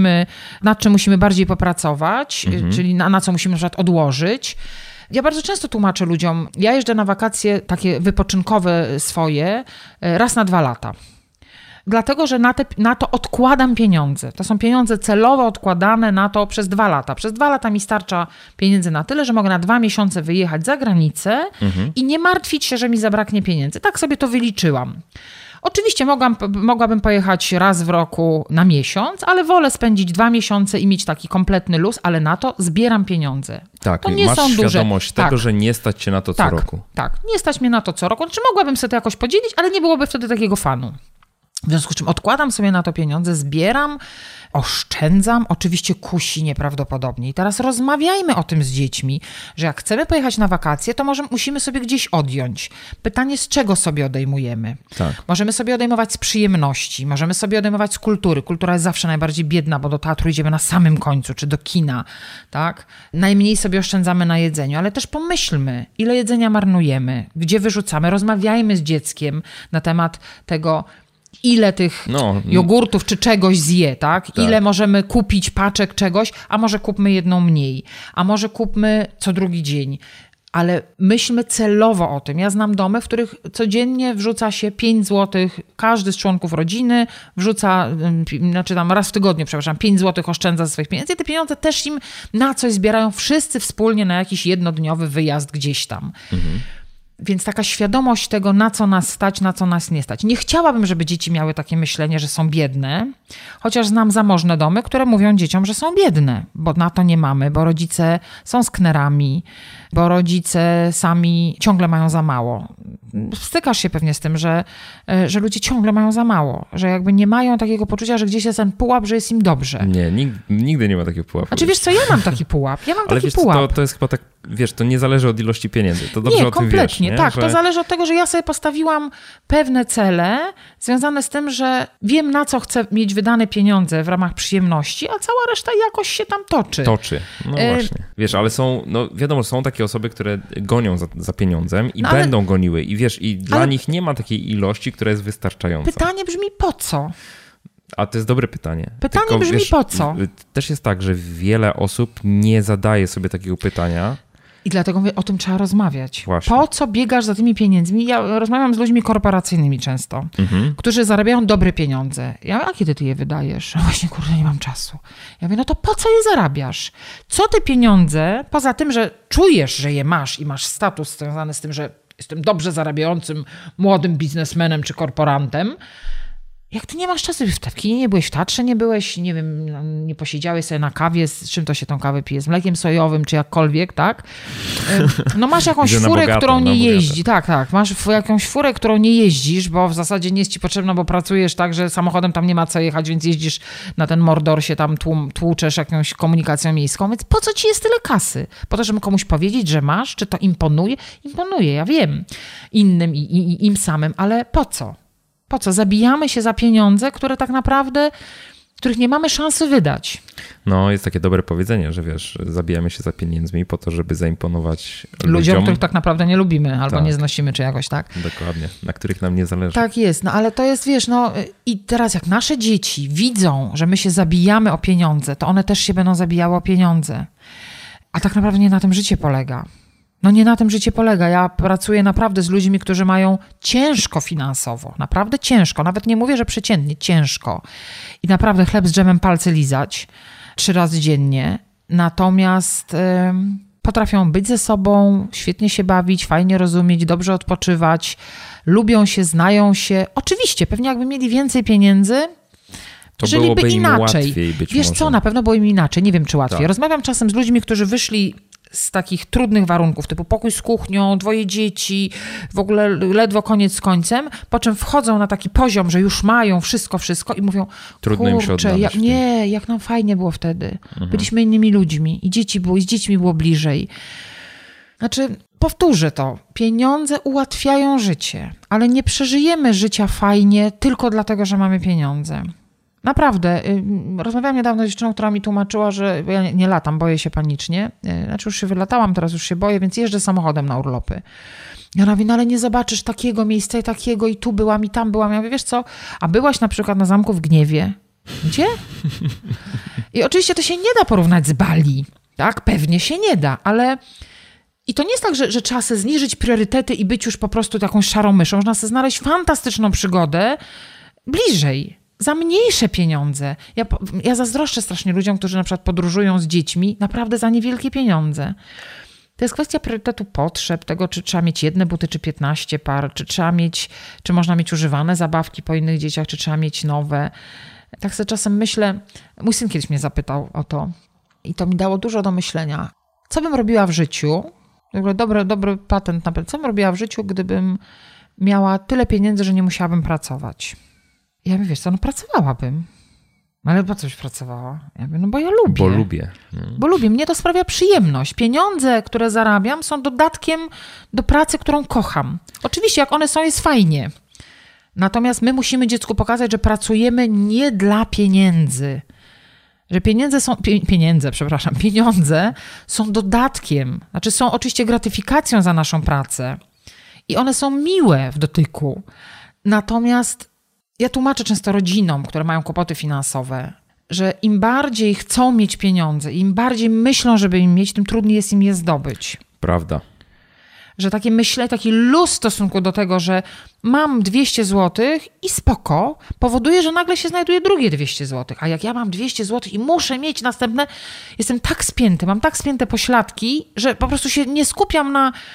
czym musimy bardziej popracować, czyli na co musimy na przykład odłożyć. Ja bardzo często tłumaczę ludziom, ja jeżdżę na wakacje takie wypoczynkowe swoje raz na 2 lata. Dlatego, że na to odkładam pieniądze. To są pieniądze celowo odkładane na to przez 2 lata. Przez 2 lata mi starcza pieniędzy na tyle, że mogę na 2 miesiące wyjechać za granicę i nie martwić się, że mi zabraknie pieniędzy. Tak sobie to wyliczyłam. Oczywiście mogłabym pojechać raz w roku na miesiąc, ale wolę spędzić 2 miesiące i mieć taki kompletny luz, ale na to zbieram pieniądze. Tak, to nie masz są duże. Świadomość tego, że nie stać się na to co roku. Tak, nie stać mnie na to co roku. Znaczy mogłabym sobie to jakoś podzielić, ale nie byłoby wtedy takiego fanu. W związku z czym odkładam sobie na to pieniądze, zbieram, oszczędzam, oczywiście kusi nieprawdopodobnie. I teraz rozmawiajmy o tym z dziećmi, że jak chcemy pojechać na wakacje, to musimy sobie gdzieś odjąć. Pytanie, z czego sobie odejmujemy? Tak. Możemy sobie odejmować z przyjemności, możemy sobie odejmować z kultury. Kultura jest zawsze najbardziej biedna, bo do teatru idziemy na samym końcu, czy do kina, tak? Najmniej sobie oszczędzamy na jedzeniu, ale też pomyślmy, ile jedzenia marnujemy, gdzie wyrzucamy. Rozmawiajmy z dzieckiem na temat tego, ile tych jogurtów czy czegoś zje, tak? Ile możemy kupić paczek czegoś, a może kupmy jedną mniej, a może kupmy co drugi dzień. Ale myślmy celowo o tym. Ja znam domy, w których codziennie wrzuca się 5 zł, każdy z członków rodziny wrzuca, tam raz w tygodniu, 5 zł oszczędza ze swoich pieniędzy i te pieniądze też im na coś zbierają wszyscy wspólnie na jakiś jednodniowy wyjazd gdzieś tam. Więc taka świadomość tego, na co nas stać, na co nas nie stać. Nie chciałabym, żeby dzieci miały takie myślenie, że są biedne, chociaż znam zamożne domy, które mówią dzieciom, że są biedne, bo na to nie mamy, bo rodzice są sknerami, bo rodzice sami ciągle mają za mało. Stykasz się pewnie z tym, że ludzie ciągle mają za mało, że jakby nie mają takiego poczucia, że gdzieś jest ten pułap, że jest im dobrze. Nie, nigdy nie ma takiego pułapu. Znaczy wiesz co, ja mam taki pułap. Ale wiesz, to jest chyba tak, wiesz, to nie zależy od ilości pieniędzy. To dobrze o tym wiesz, nie? Tak, to zależy od tego, że ja sobie postawiłam pewne cele związane z tym, że wiem, na co chcę mieć wydane pieniądze w ramach przyjemności, a cała reszta jakoś się tam toczy. No właśnie. Wiesz, ale wiadomo, są takie osoby, które gonią za pieniądzem i będą goniły. I wiesz, dla nich nie ma takiej ilości, która jest wystarczająca. Pytanie brzmi po co? A to jest dobre pytanie. Pytanie brzmi po co? Też jest tak, że wiele osób nie zadaje sobie takiego pytania. I dlatego mówię, o tym trzeba rozmawiać. Właśnie. Po co biegasz za tymi pieniędzmi? Ja rozmawiam z ludźmi korporacyjnymi często, którzy zarabiają dobre pieniądze. Ja mówię, a kiedy ty je wydajesz? Właśnie, kurde, nie mam czasu. Ja mówię, no to po co je zarabiasz? Co te pieniądze, poza tym, że czujesz, że je masz i masz status związany z tym, że jestem dobrze zarabiającym młodym biznesmenem czy korporantem, jak ty nie masz czasu, w kinie nie byłeś, w teatrze nie byłeś, nie wiem, nie posiedziałeś sobie na kawie, z czym to się tą kawę pije, z mlekiem sojowym czy jakkolwiek, tak? No masz jakąś furę, którą nie jeździ, tak, masz jakąś furę, którą nie jeździsz, bo w zasadzie nie jest ci potrzebna, bo pracujesz tak, że samochodem tam nie ma co jechać, więc jeździsz na ten Mordor, się tam tłuczesz jakąś komunikacją miejską, więc po co ci jest tyle kasy? Po to, żeby komuś powiedzieć, że masz, czy to imponuje? Imponuje, ja wiem, innym i im samym, ale po co? Po co? Zabijamy się za pieniądze, które tak naprawdę, których nie mamy szansy wydać. No, jest takie dobre powiedzenie, że wiesz, zabijamy się za pieniędzmi po to, żeby zaimponować ludziom, których tak naprawdę nie lubimy albo nie znosimy, czy jakoś tak. Dokładnie, na których nam nie zależy. Tak jest, no ale to jest, wiesz, i teraz jak nasze dzieci widzą, że my się zabijamy o pieniądze, to one też się będą zabijały o pieniądze. A tak naprawdę nie na tym życie polega. No nie na tym życie polega. Ja pracuję naprawdę z ludźmi, którzy mają ciężko finansowo. Naprawdę ciężko. Nawet nie mówię, że przeciętnie. Ciężko. I naprawdę chleb z dżemem palce lizać 3 razy dziennie. Natomiast potrafią być ze sobą, świetnie się bawić, fajnie rozumieć, dobrze odpoczywać. Lubią się, znają się. Oczywiście, pewnie jakby mieli więcej pieniędzy, To żyliby byłoby im inaczej. łatwiej być Wiesz może. co, na pewno było im inaczej, nie wiem czy łatwiej. Tak. Rozmawiam czasem z ludźmi, którzy wyszli z takich trudnych warunków, typu pokój z kuchnią, 2 dzieci, w ogóle ledwo koniec z końcem, po czym wchodzą na taki poziom, że już mają wszystko i mówią, Trudno im się odnaleźć. jak nam fajnie było wtedy. Byliśmy innymi ludźmi i z dziećmi było bliżej. Znaczy, powtórzę to, pieniądze ułatwiają życie, ale nie przeżyjemy życia fajnie tylko dlatego, że mamy pieniądze. Naprawdę. Rozmawiałam niedawno z dziewczyną, która mi tłumaczyła, że ja nie latam, boję się panicznie. Znaczy już się wylatałam, teraz już się boję, więc jeżdżę samochodem na urlopy. I ona mówi, no ale nie zobaczysz takiego miejsca i takiego i tu byłam i tam byłam. Ja mówię, wiesz co, a byłaś na przykład na Zamku w Gniewie? Gdzie? I oczywiście to się nie da porównać z Bali. Tak, pewnie się nie da, ale... I to nie jest tak, że trzeba sobie zniżyć priorytety i być już po prostu jakąś szarą myszą. Można sobie znaleźć fantastyczną przygodę bliżej, za mniejsze pieniądze. Ja zazdroszczę strasznie ludziom, którzy na przykład podróżują z dziećmi, naprawdę za niewielkie pieniądze. To jest kwestia priorytetu potrzeb, tego, czy trzeba mieć 1 buty, czy 15 par, czy można mieć używane zabawki po innych dzieciach, czy trzeba mieć nowe. Tak sobie czasem myślę, mój syn kiedyś mnie zapytał o to i to mi dało dużo do myślenia. Co bym robiła w życiu? Dobry patent na pewno. Co bym robiła w życiu, gdybym miała tyle pieniędzy, że nie musiałabym pracować? Ja mówię, wiesz co, pracowałabym. Ale po coś pracowała? Ja mówię, bo ja lubię. Bo lubię. Mnie to sprawia przyjemność. Pieniądze, które zarabiam, są dodatkiem do pracy, którą kocham. Oczywiście, jak one są, jest fajnie. Natomiast my musimy dziecku pokazać, że pracujemy nie dla pieniędzy. Że pieniądze są dodatkiem. Znaczy są oczywiście gratyfikacją za naszą pracę. I one są miłe w dotyku. Natomiast ja tłumaczę często rodzinom, które mają kłopoty finansowe, że im bardziej chcą mieć pieniądze, im bardziej myślą, żeby im mieć, tym trudniej jest im je zdobyć. Prawda. Że takie myślenie, taki luz w stosunku do tego, że mam 200 zł i spoko, powoduje, że nagle się znajduje drugie 200 zł. A jak ja mam 200 zł i muszę mieć następne, jestem tak spięty, mam tak spięte pośladki, że po prostu się nie skupiam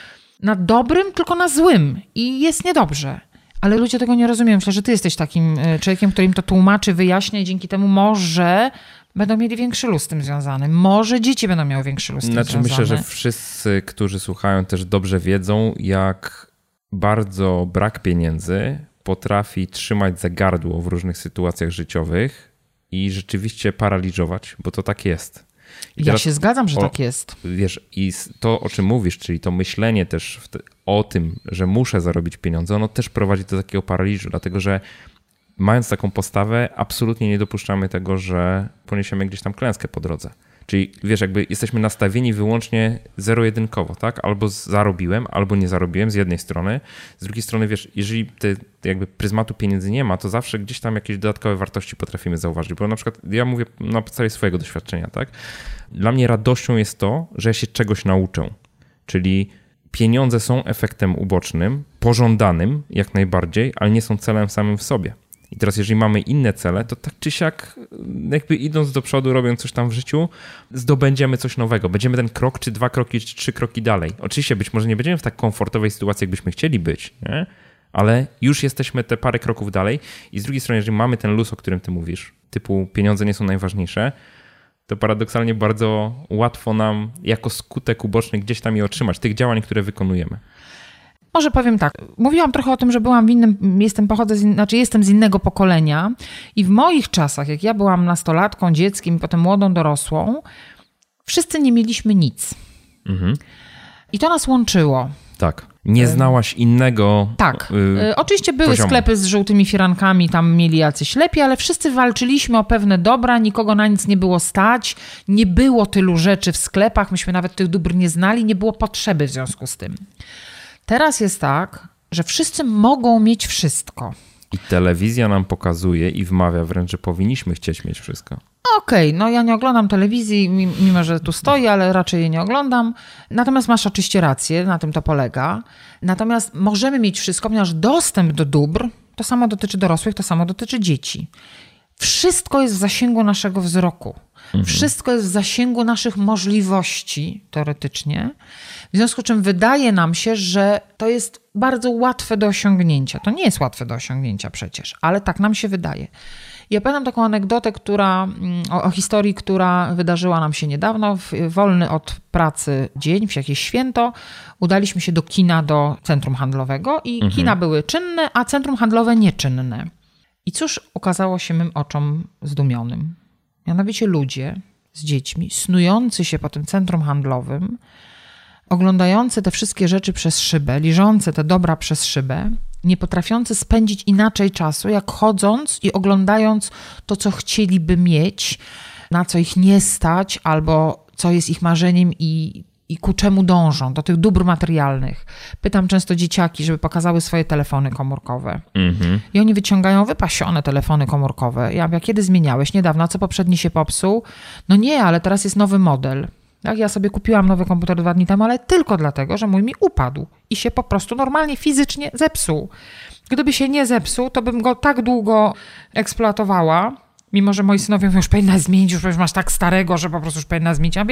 na dobrym, tylko na złym. I jest niedobrze. Ale ludzie tego nie rozumieją. Myślę, że ty jesteś takim człowiekiem, który im to tłumaczy, wyjaśnia i dzięki temu może będą mieli większy luz z tym związany. Może dzieci będą miały większy luz z tym związany. Myślę, że wszyscy, którzy słuchają, też dobrze wiedzą, jak bardzo brak pieniędzy potrafi trzymać za gardło w różnych sytuacjach życiowych i rzeczywiście paraliżować, bo to tak jest. Ja się zgadzam, że tak jest. Wiesz, i to, o czym mówisz, czyli to myślenie też o tym, że muszę zarobić pieniądze, ono też prowadzi do takiego paraliżu, dlatego że mając taką postawę, absolutnie nie dopuszczamy tego, że poniesiemy gdzieś tam klęskę po drodze. Czyli wiesz, jakby jesteśmy nastawieni wyłącznie zero-jedynkowo, tak? Albo zarobiłem, albo nie zarobiłem z jednej strony. Z drugiej strony, wiesz, jeżeli jakby pryzmatu pieniędzy nie ma, to zawsze gdzieś tam jakieś dodatkowe wartości potrafimy zauważyć. Bo na przykład ja mówię na podstawie swojego doświadczenia, tak? Dla mnie radością jest to, że ja się czegoś nauczę. Czyli pieniądze są efektem ubocznym, pożądanym jak najbardziej, ale nie są celem samym w sobie. I teraz jeżeli mamy inne cele, to tak czy siak jakby idąc do przodu, robiąc coś tam w życiu, zdobędziemy coś nowego. Będziemy ten krok, czy 2 kroki, czy 3 kroki dalej. Oczywiście być może nie będziemy w tak komfortowej sytuacji, jakbyśmy chcieli być, nie? Ale już jesteśmy te parę kroków dalej i z drugiej strony, jeżeli mamy ten luz, o którym ty mówisz, typu pieniądze nie są najważniejsze, to paradoksalnie bardzo łatwo nam jako skutek uboczny gdzieś tam je otrzymać, tych działań, które wykonujemy. Może powiem tak, mówiłam trochę o tym, że byłam jestem z innego pokolenia i w moich czasach, jak ja byłam nastolatką, dzieckiem i potem młodą dorosłą, wszyscy nie mieliśmy nic. Mhm. I to nas łączyło. Tak. Nie znałaś innego Tak. Oczywiście były poziomu. sklepy z żółtymi firankami, tam mieli jacyś lepiej, ale wszyscy walczyliśmy o pewne dobra, nikogo na nic nie było stać, nie było tylu rzeczy w sklepach, myśmy nawet tych dóbr nie znali, nie było potrzeby w związku z tym. Teraz jest tak, że wszyscy mogą mieć wszystko. I telewizja nam pokazuje i wmawia wręcz, że powinniśmy chcieć mieć wszystko. Okej, no ja nie oglądam telewizji, mimo że tu stoi, ale raczej jej nie oglądam. Natomiast masz oczywiście rację, na tym to polega. Natomiast możemy mieć wszystko, ponieważ dostęp do dóbr, to samo dotyczy dorosłych, to samo dotyczy dzieci. Wszystko jest w zasięgu naszego wzroku. Wszystko jest w zasięgu naszych możliwości, teoretycznie. W związku z czym wydaje nam się, że to jest bardzo łatwe do osiągnięcia. To nie jest łatwe do osiągnięcia przecież, ale tak nam się wydaje. Ja pamiętam taką anegdotę, o historii, która wydarzyła nam się niedawno. W wolny od pracy dzień, w jakieś święto, udaliśmy się do kina, do centrum handlowego i kina były czynne, a centrum handlowe nieczynne. I cóż okazało się mym oczom zdumionym? Mianowicie ludzie z dziećmi, snujący się po tym centrum handlowym, oglądający te wszystkie rzeczy przez szybę, liżący te dobra przez szybę, nie potrafiący spędzić inaczej czasu, jak chodząc i oglądając to, co chcieliby mieć, na co ich nie stać, albo co jest ich marzeniem i ku czemu dążą, do tych dóbr materialnych. Pytam często dzieciaki, żeby pokazały swoje telefony komórkowe. I oni wyciągają wypasione telefony komórkowe. Ja mówię, kiedy zmieniałeś? Niedawno, a co poprzedni się popsuł? No nie, ale teraz jest nowy model. Tak, ja sobie kupiłam nowy komputer 2 dni temu, ale tylko dlatego, że mój mi upadł i się po prostu normalnie fizycznie zepsuł. Gdyby się nie zepsuł, to bym go tak długo eksploatowała, mimo że moi synowie mówią, już powinna zmienić, już masz tak starego, że po prostu już powinna zmienić. Ja mówię,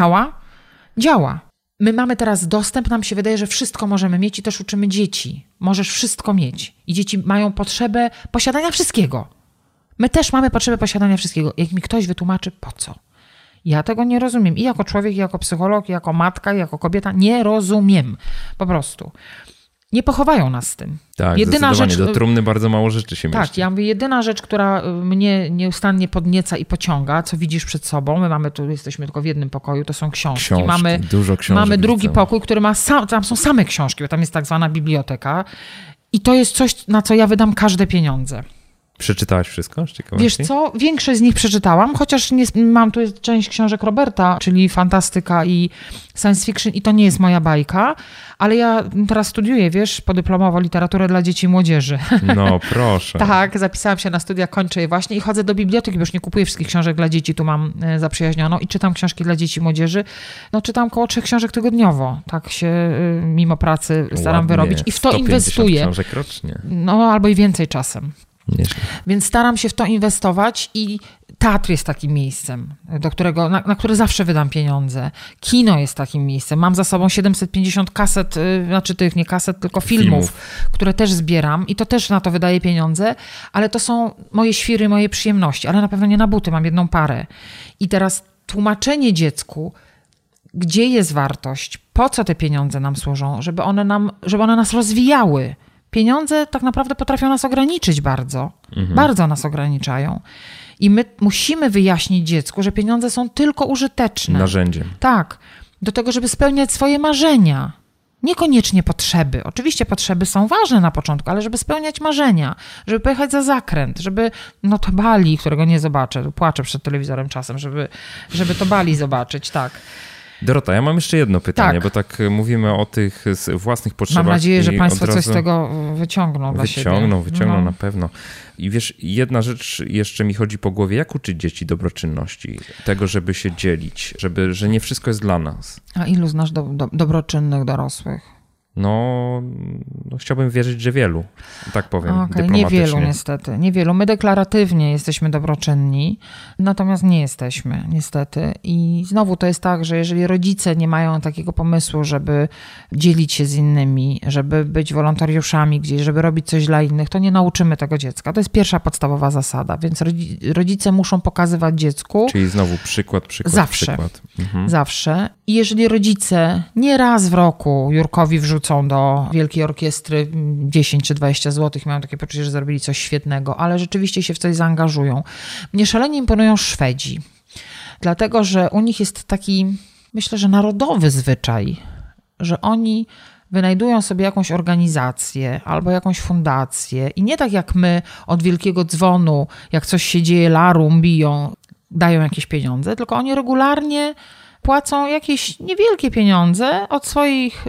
działa. My mamy teraz dostęp, nam się wydaje, że wszystko możemy mieć i też uczymy dzieci. Możesz wszystko mieć. I dzieci mają potrzebę posiadania wszystkiego. My też mamy potrzebę posiadania wszystkiego. Jak mi ktoś wytłumaczy, po co? Ja tego nie rozumiem. I jako człowiek, i jako psycholog, i jako matka, i jako kobieta nie rozumiem. Po prostu. Nie pochowają nas z tym. Tak, jedyna rzecz, do trumny bardzo mało rzeczy się mieści. Tak, ja mówię, jedyna rzecz, która mnie nieustannie podnieca i pociąga, co widzisz przed sobą, my mamy tu, jesteśmy tylko w jednym pokoju, to są książki. Dużo książek. Mamy drugi pokój, który ma tam są same książki, bo tam jest tak zwana biblioteka i to jest coś, na co ja wydam każde pieniądze. Przeczytałaś wszystko? Wiesz co, większość z nich przeczytałam, chociaż mam tu jest część książek Roberta, czyli fantastyka i science fiction i to nie jest moja bajka, ale ja teraz studiuję, wiesz, podyplomowo literaturę dla dzieci i młodzieży. No proszę. Tak, zapisałam się na studia, kończę je właśnie i chodzę do biblioteki, bo już nie kupuję wszystkich książek dla dzieci, tu mam zaprzyjaźnioną i czytam książki dla dzieci i młodzieży. No czytam około 3 książek tygodniowo, tak się mimo pracy staram wyrobić i w to inwestuję. Książek rocznie. No albo i więcej czasem. Nieźle. Więc staram się w to inwestować i teatr jest takim miejscem, do którego, na które zawsze wydam pieniądze. Kino jest takim miejscem. Mam za sobą 750 kaset, znaczy tych nie kaset, tylko filmów, które też zbieram i to też na to wydaję pieniądze, ale to są moje świry, moje przyjemności, ale na pewno nie na buty, mam jedną parę. I teraz tłumaczenie dziecku, gdzie jest wartość, po co te pieniądze nam służą, żeby one nas rozwijały. Pieniądze tak naprawdę potrafią nas ograniczyć bardzo. Bardzo nas ograniczają. I my musimy wyjaśnić dziecku, że pieniądze są tylko użyteczne. Narzędziem. Tak. Do tego, żeby spełniać swoje marzenia. Niekoniecznie potrzeby. Oczywiście potrzeby są ważne na początku, ale żeby spełniać marzenia. Żeby pojechać za zakręt. Żeby, to Bali, którego nie zobaczę. Płaczę przed telewizorem czasem, żeby to Bali zobaczyć. Tak. Dorota, ja mam jeszcze jedno pytanie, bo tak mówimy o tych własnych potrzebach. Mam nadzieję, że Państwo coś z tego wyciągną dla siebie. Wyciągną na pewno. I wiesz, jedna rzecz jeszcze mi chodzi po głowie, jak uczyć dzieci dobroczynności? Tego, żeby się dzielić, że nie wszystko jest dla nas. A ilu znasz dobroczynnych dorosłych? No, chciałbym wierzyć, że wielu, tak powiem, dyplomatycznie. Niewielu niestety, niewielu. My deklaratywnie jesteśmy dobroczynni, natomiast nie jesteśmy niestety. I znowu to jest tak, że jeżeli rodzice nie mają takiego pomysłu, żeby dzielić się z innymi, żeby być wolontariuszami gdzieś, żeby robić coś dla innych, to nie nauczymy tego dziecka. To jest pierwsza podstawowa zasada, więc rodzice muszą pokazywać dziecku. Czyli znowu przykład. Zawsze. Zawsze. I jeżeli rodzice nie raz w roku Jurkowi wrzucą do Wielkiej Orkiestry 10 czy 20 zł, mają takie poczucie, że zrobili coś świetnego, ale rzeczywiście się w coś zaangażują. Mnie szalenie imponują Szwedzi, dlatego że u nich jest taki, myślę, że narodowy zwyczaj, że oni wynajdują sobie jakąś organizację albo jakąś fundację i nie tak jak my od wielkiego dzwonu, jak coś się dzieje, larum biją, dają jakieś pieniądze, tylko oni regularnie płacą jakieś niewielkie pieniądze od swoich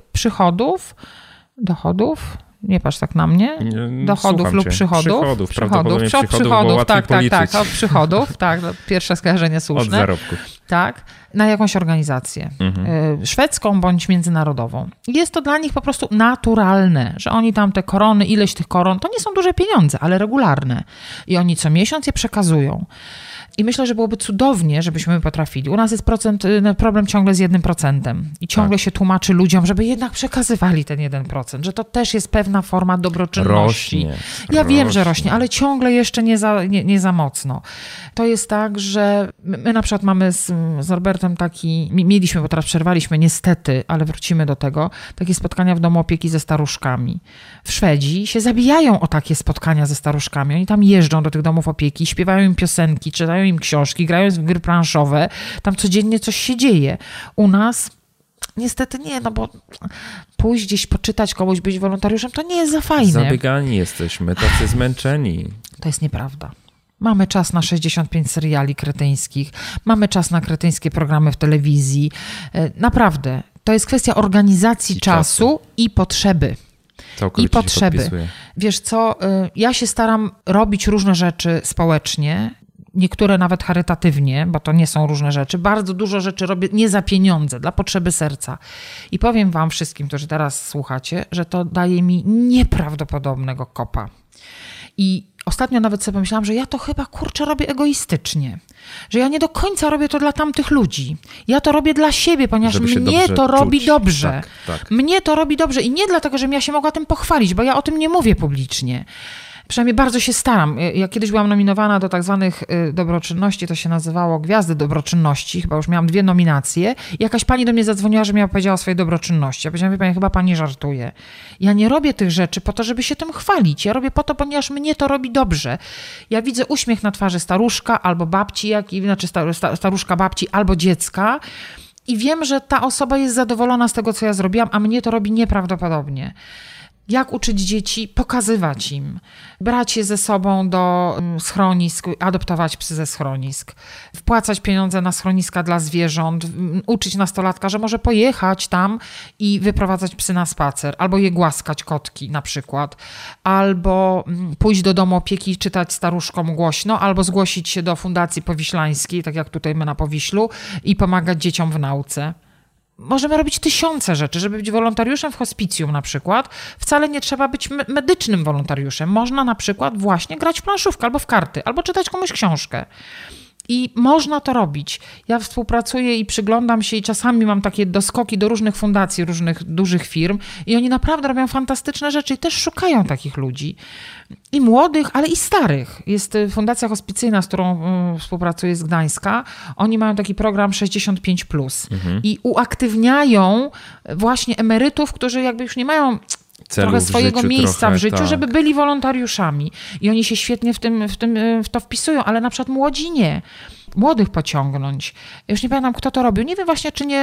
dochodów, nie patrz tak na mnie, dochodów lub przychodów. Prawdopodobnie przychodów, tak, od przychodów, tak, pierwsze skojarzenie słuszne. Od zarobków. tak, na jakąś organizację szwedzką bądź międzynarodową. Jest to dla nich po prostu naturalne, że oni tam te korony, ileś tych koron, to nie są duże pieniądze, ale regularne. I oni co miesiąc je przekazują. I myślę, że byłoby cudownie, żebyśmy potrafili. U nas jest problem ciągle z 1%. I ciągle się tłumaczy ludziom, żeby jednak przekazywali ten 1%, że to też jest pewna forma dobroczynności. Ja wiem, że rośnie, ale ciągle jeszcze nie za mocno. To jest tak, że my na przykład mamy z Norbertem mieliśmy, bo teraz przerwaliśmy niestety, ale wrócimy do tego, takie spotkania w domu opieki ze staruszkami. W Szwedzi się zabijają o takie spotkania ze staruszkami. Oni tam jeżdżą do tych domów opieki, śpiewają im piosenki, czytają im książki, grają w gry planszowe, tam codziennie coś się dzieje. U nas niestety nie, no bo pójść gdzieś poczytać komuś, być wolontariuszem, to nie jest za fajne. Zabiegani jesteśmy, tacy zmęczeni. To jest nieprawda. Mamy czas na 65 seriali kretyńskich, mamy czas na kretyńskie programy w telewizji. Naprawdę, to jest kwestia organizacji czasu i potrzeby. Całkowicie i potrzeby. Się podpisuję. Wiesz co, ja się staram robić różne rzeczy społecznie, niektóre nawet charytatywnie, bo to nie są różne rzeczy. Bardzo dużo rzeczy robię nie za pieniądze, dla potrzeby serca. I powiem wam wszystkim, którzy teraz słuchacie, że to daje mi nieprawdopodobnego kopa. I ostatnio nawet sobie pomyślałam, że ja to chyba, robię egoistycznie. Że ja nie do końca robię to dla tamtych ludzi. Ja to robię dla siebie, ponieważ mnie to robi dobrze. Tak. Mnie to robi dobrze i nie dlatego, żebym ja się mogła tym pochwalić, bo ja o tym nie mówię publicznie. Przynajmniej bardzo się staram. Ja kiedyś byłam nominowana do tak zwanych dobroczynności, to się nazywało Gwiazdy Dobroczynności, chyba już miałam 2 nominacje. I jakaś pani do mnie zadzwoniła, że mi opowiedziała o swojej dobroczynności. Ja powiedziałam, wie pani, chyba pani żartuje. Ja nie robię tych rzeczy po to, żeby się tym chwalić. Ja robię po to, ponieważ mnie to robi dobrze. Ja widzę uśmiech na twarzy staruszka albo babci, staruszka babci albo dziecka i wiem, że ta osoba jest zadowolona z tego, co ja zrobiłam, a mnie to robi nieprawdopodobnie. Jak uczyć dzieci? Pokazywać im. Brać je ze sobą do schronisk, adoptować psy ze schronisk. Wpłacać pieniądze na schroniska dla zwierząt. Uczyć nastolatka, że może pojechać tam i wyprowadzać psy na spacer. Albo je głaskać, kotki na przykład. Albo pójść do domu opieki i czytać staruszkom głośno. Albo zgłosić się do Fundacji Powiślańskiej, tak jak tutaj my na Powiślu, i pomagać dzieciom w nauce. Możemy robić 1000 rzeczy. Żeby być wolontariuszem w hospicjum na przykład, wcale nie trzeba być medycznym wolontariuszem. Można na przykład właśnie grać w planszówkę albo w karty, albo czytać komuś książkę. I można to robić. Ja współpracuję i przyglądam się i czasami mam takie doskoki do różnych fundacji, różnych dużych firm i oni naprawdę robią fantastyczne rzeczy i też szukają takich ludzi. I młodych, ale i starych. Jest fundacja hospicyjna, z którą współpracuję z Gdańska. Oni mają taki program 65+. I uaktywniają właśnie emerytów, którzy jakby już nie mają trochę swojego miejsca w życiu, żeby byli wolontariuszami. I oni się świetnie w to wpisują, ale na przykład młodzi nie. Młodych pociągnąć. Już nie pamiętam, kto to robił. Nie wiem właśnie, czy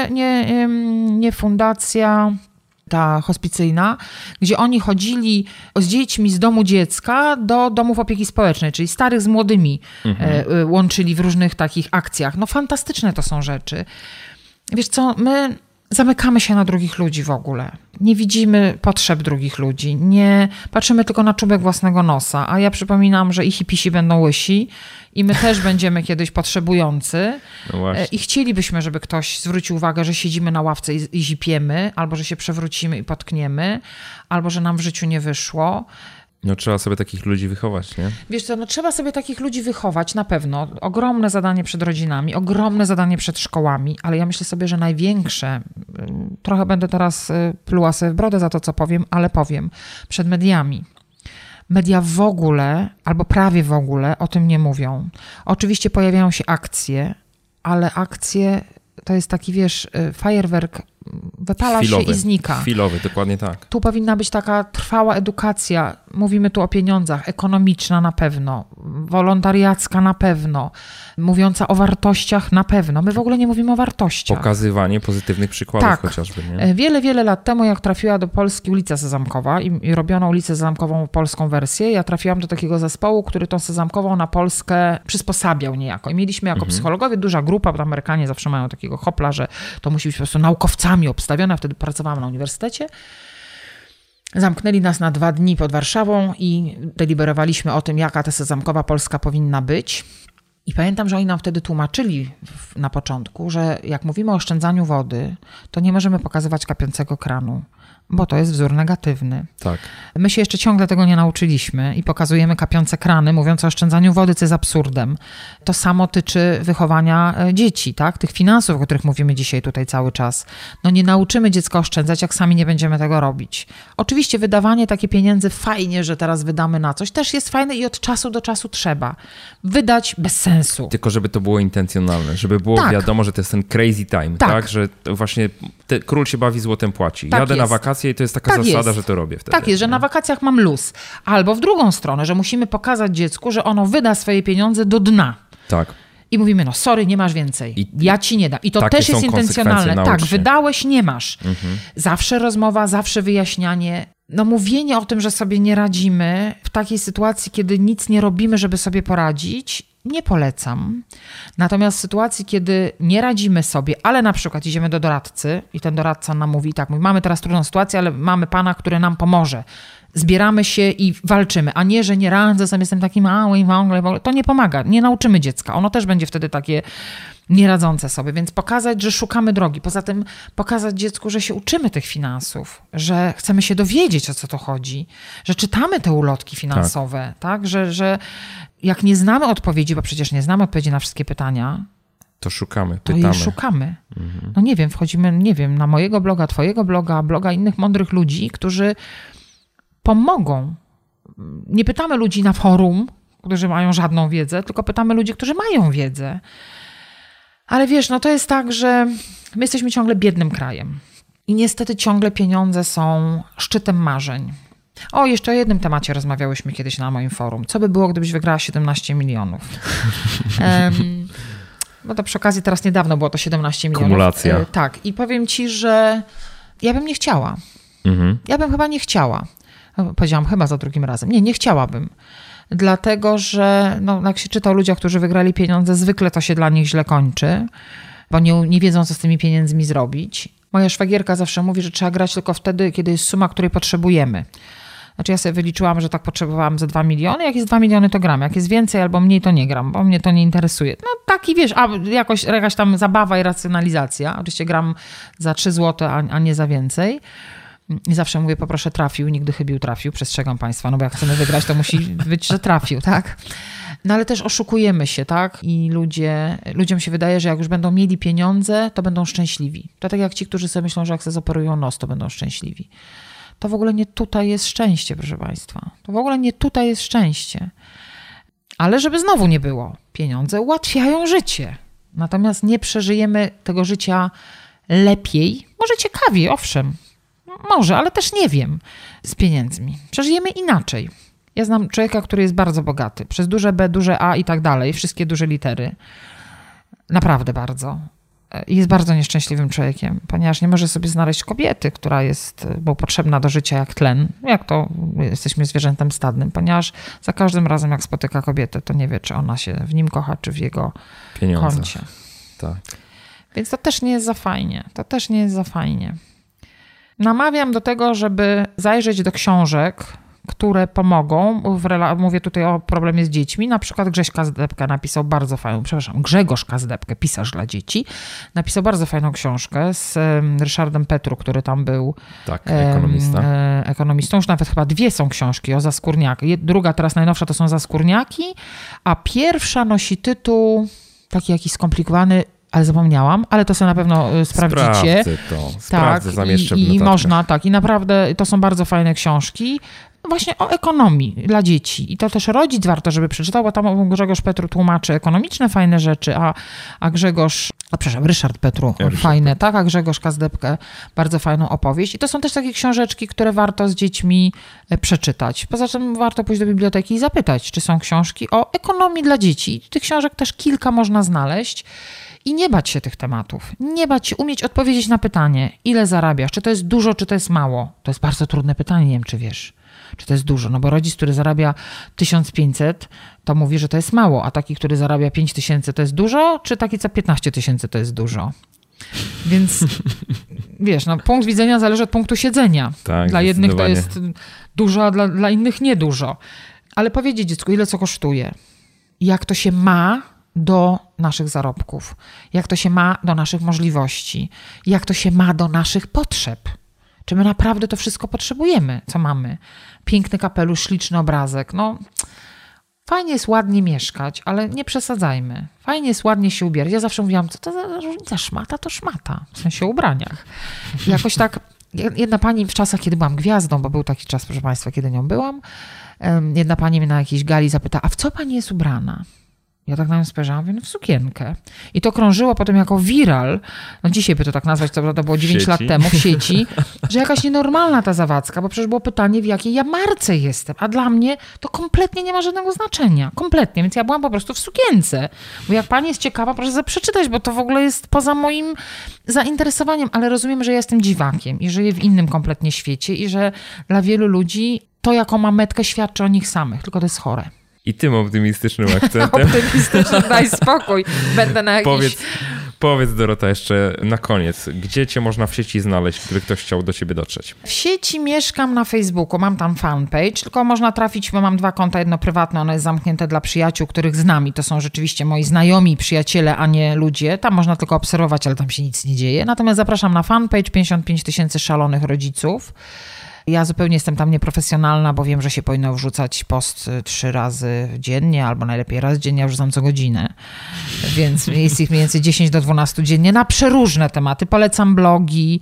nie fundacja ta hospicyjna, gdzie oni chodzili z dziećmi z domu dziecka do domów opieki społecznej, czyli starych z młodymi łączyli w różnych takich akcjach. No fantastyczne to są rzeczy. Wiesz co, my zamykamy się na drugich ludzi w ogóle. Nie widzimy potrzeb drugich ludzi. Nie patrzymy tylko na czubek własnego nosa. A ja przypominam, że i hipisi będą łysi i my też będziemy kiedyś potrzebujący. No i chcielibyśmy, żeby ktoś zwrócił uwagę, że siedzimy na ławce i zipiemy, albo że się przewrócimy i potkniemy, albo że nam w życiu nie wyszło. No trzeba sobie takich ludzi wychować, nie? Wiesz co, no trzeba sobie takich ludzi wychować, na pewno. Ogromne zadanie przed rodzinami, ogromne zadanie przed szkołami, ale ja myślę sobie, że największe, trochę będę teraz pluła sobie w brodę za to, co powiem, ale powiem, przed mediami. Media w ogóle, albo prawie w ogóle o tym nie mówią. Oczywiście pojawiają się akcje, ale akcje to jest taki, wiesz, fajerwerk, wypala chwilowy, się i znika. Chwilowy, dokładnie tak. Tu powinna być taka trwała edukacja. Mówimy tu o pieniądzach, ekonomiczna na pewno, wolontariacka na pewno, mówiąca o wartościach na pewno. My w ogóle nie mówimy o wartościach. Pokazywanie pozytywnych przykładów tak. chociażby. Nie? Wiele lat temu, jak trafiła do Polski ulica Sezamkowa i robiono ulicę Sezamkową polską wersję, ja trafiłam do takiego zespołu, który tą Sezamkową na Polskę przysposabiał niejako. I mieliśmy jako psychologowie, duża grupa, bo Amerykanie zawsze mają takiego hopla, że to musi być po prostu naukowcami obstawione. Wtedy pracowałam na uniwersytecie. Zamknęli nas na 2 dni pod Warszawą i deliberowaliśmy o tym, jaka ta Sezamkowa Polska powinna być. I pamiętam, że oni nam wtedy tłumaczyli na początku, że jak mówimy o oszczędzaniu wody, to nie możemy pokazywać kapiącego kranu, bo to jest wzór negatywny. Tak. My się jeszcze ciągle tego nie nauczyliśmy i pokazujemy kapiące krany, mówiąc o oszczędzaniu wody, co jest absurdem. To samo tyczy wychowania dzieci, tak? Tych finansów, o których mówimy dzisiaj tutaj cały czas. No nie nauczymy dziecka oszczędzać, jak sami nie będziemy tego robić. Oczywiście wydawanie takich pieniędzy, fajnie, że teraz wydamy na coś, też jest fajne i od czasu do czasu trzeba wydać bez sensu. Tylko żeby to było intencjonalne, żeby było wiadomo, że to jest ten crazy time, tak? Że właśnie król się bawi, złotem płaci. Tak Jadę jest. na wakacje i to jest taka zasada, że to robię wtedy. Tak jest, że na wakacjach mam luz. Albo w drugą stronę, że musimy pokazać dziecku, że ono wyda swoje pieniądze do dna. Tak. I mówimy, no sorry, nie masz więcej. Ja ci nie dam. I to też jest intencjonalne. Tak, wydałeś, nie masz. Zawsze rozmowa, zawsze wyjaśnianie. No mówienie o tym, że sobie nie radzimy w takiej sytuacji, kiedy nic nie robimy, żeby sobie poradzić, nie polecam. Natomiast w sytuacji, kiedy nie radzimy sobie, ale na przykład idziemy do doradcy i ten doradca nam mówi tak, mamy teraz trudną sytuację, ale mamy pana, który nam pomoże. Zbieramy się i walczymy, a nie, że nie radzę sobie, jestem taki mały i w ogóle. To nie pomaga, nie nauczymy dziecka. Ono też będzie wtedy takie nieradzące sobie, więc pokazać, że szukamy drogi. Poza tym pokazać dziecku, że się uczymy tych finansów, że chcemy się dowiedzieć, o co to chodzi, że czytamy te ulotki finansowe, tak? Że jak nie znamy odpowiedzi, bo przecież nie znamy odpowiedzi na wszystkie pytania, to szukamy, to je szukamy. No nie wiem, wchodzimy, na mojego bloga, twojego bloga, bloga innych mądrych ludzi, którzy pomogą. Nie pytamy ludzi na forum, którzy mają żadną wiedzę, tylko pytamy ludzi, którzy mają wiedzę. Ale wiesz, no to jest tak, że my jesteśmy ciągle biednym krajem. I niestety ciągle pieniądze są szczytem marzeń. O, jeszcze o jednym temacie rozmawiałyśmy kiedyś na moim forum. Co by było, gdybyś wygrała 17 milionów? No to przy okazji teraz niedawno było to 17 milionów. Kumulacja. Tak. I powiem ci, że ja bym nie chciała. Ja bym chyba nie chciała. Powiedziałam chyba za drugim razem. Nie chciałabym. Dlatego, że jak się czyta o ludziach, którzy wygrali pieniądze, zwykle to się dla nich źle kończy, bo nie wiedzą, co z tymi pieniędzmi zrobić. Moja szwagierka zawsze mówi, że trzeba grać tylko wtedy, kiedy jest suma, której potrzebujemy. Znaczy ja sobie wyliczyłam, że tak potrzebowałam ze 2 miliony. Jak jest 2 miliony, to gram. Jak jest więcej albo mniej, to nie gram, bo mnie to nie interesuje. No taki, wiesz, jakaś tam zabawa i racjonalizacja. Oczywiście gram za 3 zł, a nie za więcej. I zawsze mówię, poproszę trafił, nigdy chybił trafił, przestrzegam państwa, no bo jak chcemy wygrać, to musi być, że trafił, tak? No ale też oszukujemy się, tak? I ludziom się wydaje, że jak już będą mieli pieniądze, to będą szczęśliwi. To tak jak ci, którzy sobie myślą, że jak sobie zoperują nos, to będą szczęśliwi. To w ogóle nie tutaj jest szczęście, proszę państwa. To w ogóle nie tutaj jest szczęście. Ale żeby znowu nie było, pieniądze ułatwiają życie. Natomiast nie przeżyjemy tego życia lepiej, może ciekawiej, owszem. Może, ale też nie wiem z pieniędzmi. Przeżyjemy inaczej. Ja znam człowieka, który jest bardzo bogaty. Przez duże B, duże A i tak dalej. Wszystkie duże litery. Naprawdę bardzo. Jest bardzo nieszczęśliwym człowiekiem, ponieważ nie może sobie znaleźć kobiety, która jest mu potrzebna do życia jak tlen. Jak to jesteśmy zwierzętem stadnym, ponieważ za każdym razem jak spotyka kobietę, to nie wie, czy ona się w nim kocha, czy w jego koncie. Tak. Więc to też nie jest za fajnie. Namawiam do tego, żeby zajrzeć do książek, które pomogą. Mówię tutaj o problemie z dziećmi. Na przykład Grzegorz Kazdebkę napisał bardzo fajną, Grzegorz Kazdebkę, pisarz dla dzieci, napisał bardzo fajną książkę z Ryszardem Petru, który tam był ekonomistą. Już nawet chyba 2 są książki o zaskórniaki. Druga, teraz najnowsza, to są zaskórniaki, a pierwsza nosi tytuł taki jakiś skomplikowany, ale zapomniałam, ale to sobie na pewno sprawdzicie. Sprawdzę, zamieszczę w i notatkach. można, tak. I naprawdę to są bardzo fajne książki właśnie o ekonomii dla dzieci. I to też rodzic warto, żeby przeczytał, bo tam Grzegorz Petru tłumaczy ekonomiczne fajne rzeczy, Ryszard Petru fajne, tak? A Grzegorz Kazdebkę bardzo fajną opowieść. I to są też takie książeczki, które warto z dziećmi przeczytać. Poza tym warto pójść do biblioteki i zapytać, czy są książki o ekonomii dla dzieci. Tych książek też kilka można znaleźć. I nie bać się tych tematów. Nie bać się, umieć odpowiedzieć na pytanie, ile zarabiasz, czy to jest dużo, czy to jest mało. To jest bardzo trudne pytanie, nie wiem, czy wiesz, czy to jest dużo. No bo rodzic, który zarabia 1500, to mówi, że to jest mało, a taki, który zarabia 5000, to jest dużo, czy taki, co 15 000 to jest dużo. Więc wiesz, punkt widzenia zależy od punktu siedzenia. Tak, dla jednych to jest dużo, a dla innych niedużo. Ale powiedzieć dziecku, ile co kosztuje. Jak to się ma, do naszych zarobków, jak to się ma do naszych możliwości, jak to się ma do naszych potrzeb. Czy my naprawdę to wszystko potrzebujemy, co mamy? Piękny kapelusz, śliczny obrazek. No, fajnie jest ładnie mieszkać, ale nie przesadzajmy. Fajnie jest ładnie się ubierać. Ja zawsze mówiłam, co to za różnica? Szmata to szmata. W sensie ubraniach. I jakoś tak, jedna pani w czasach, kiedy byłam gwiazdą, bo był taki czas, proszę Państwa, kiedy nią byłam, jedna pani mnie na jakiejś gali zapyta, a w co pani jest ubrana? Ja tak na nią spojrzałam, mówię, no w sukienkę. I to krążyło potem jako viral, no dzisiaj by to tak nazwać, to było 9 lat temu w sieci, że jakaś nienormalna ta Zawadzka, bo przecież było pytanie, w jakiej ja marce jestem, a dla mnie to kompletnie nie ma żadnego znaczenia. Kompletnie, więc ja byłam po prostu w sukience. Bo jak pani jest ciekawa, proszę przeczytać, bo to w ogóle jest poza moim zainteresowaniem, ale rozumiem, że ja jestem dziwakiem i żyję w innym kompletnie świecie i że dla wielu ludzi to, jaką mam metkę, świadczy o nich samych, tylko to jest chore. I tym optymistycznym akcentem. Optymistycznym, daj spokój. Będę na jakiś... Powiedz Dorota jeszcze na koniec, gdzie cię można w sieci znaleźć, gdyby ktoś chciał do ciebie dotrzeć? W sieci mieszkam na Facebooku, mam tam fanpage, tylko można trafić, bo mam 2 konta, jedno prywatne, ono jest zamknięte dla przyjaciół, których znam i to są rzeczywiście moi znajomi, przyjaciele, a nie ludzie. Tam można tylko obserwować, ale tam się nic nie dzieje. Natomiast zapraszam na fanpage 55 000 szalonych rodziców. Ja zupełnie jestem tam nieprofesjonalna, bo wiem, że się powinno wrzucać post 3 razy dziennie, albo najlepiej raz dziennie, ja wrzucam co godzinę. Więc jest ich mniej więcej 10 do 12 dziennie na przeróżne tematy. Polecam blogi,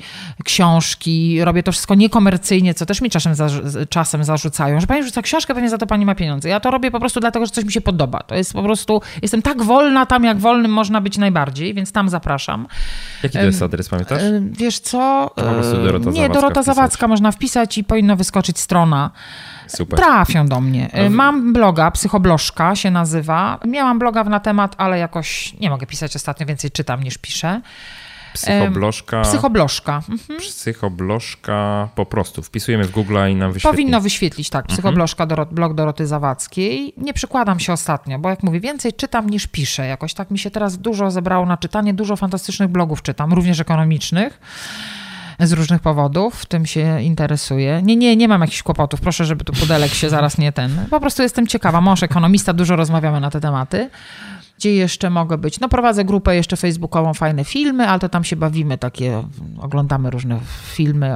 książki, robię to wszystko niekomercyjnie, co też mi czasem zarzucają, że pani rzuca książkę, pewnie za to pani ma pieniądze. Ja to robię po prostu dlatego, że coś mi się podoba. To jest po prostu, jestem tak wolna tam, jak wolnym można być najbardziej, więc tam zapraszam. Jaki to jest adres, pamiętasz? Wiesz co? Po prostu Dorota Zawadzka można wpisać i powinno wyskoczyć strona. Super. Trafią do mnie. Mam bloga, Psychoblożka się nazywa. Miałam bloga na temat, ale jakoś nie mogę pisać ostatnio, więcej czytam niż piszę. Psychoblożka. Psychoblożka po prostu. Wpisujemy w Google i nam wyświetli. Powinno wyświetlić, tak. Psychoblożka, blog Doroty Zawadzkiej. Nie przykładam się ostatnio, bo jak mówię, więcej czytam niż piszę. Jakoś tak mi się teraz dużo zebrało na czytanie. Dużo fantastycznych blogów czytam, również ekonomicznych. Z różnych powodów, tym się interesuję. Nie mam jakichś kłopotów. Proszę, żeby tu pudelek się zaraz nie ten. Po prostu jestem ciekawa. Mąż ekonomista, dużo rozmawiamy na te tematy. Gdzie jeszcze mogę być? No prowadzę grupę jeszcze facebookową, fajne filmy, ale to tam się bawimy, takie oglądamy różne filmy,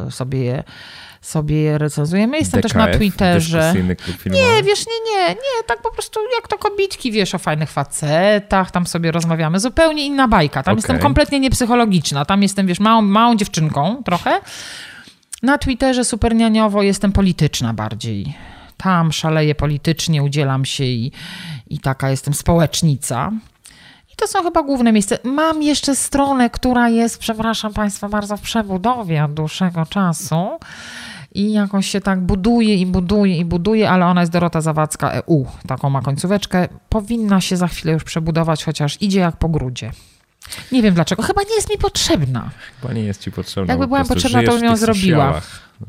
sobie je recenzujemy. Jestem DKF, też na Twitterze. Nie, wiesz, nie, tak po prostu jak to kobitki, wiesz, o fajnych facetach, tam sobie rozmawiamy. Zupełnie inna bajka. Tam jestem kompletnie niepsychologiczna. Tam jestem, wiesz, małą dziewczynką trochę. Na Twitterze supernianiowo jestem polityczna bardziej. Tam szaleję politycznie, udzielam się i taka jestem społecznica. I to są chyba główne miejsca. Mam jeszcze stronę, która jest, przepraszam Państwa bardzo, w przebudowie od dłuższego czasu. I jakoś się tak buduje, ale ona jest Dorota Zawadzka EU. Taką ma końcóweczkę. Powinna się za chwilę już przebudować, chociaż idzie jak po grudzie. Nie wiem dlaczego. Chyba nie jest mi potrzebna. Chyba nie jest ci potrzebna. Jakby była potrzebna, to bym ją zrobiła.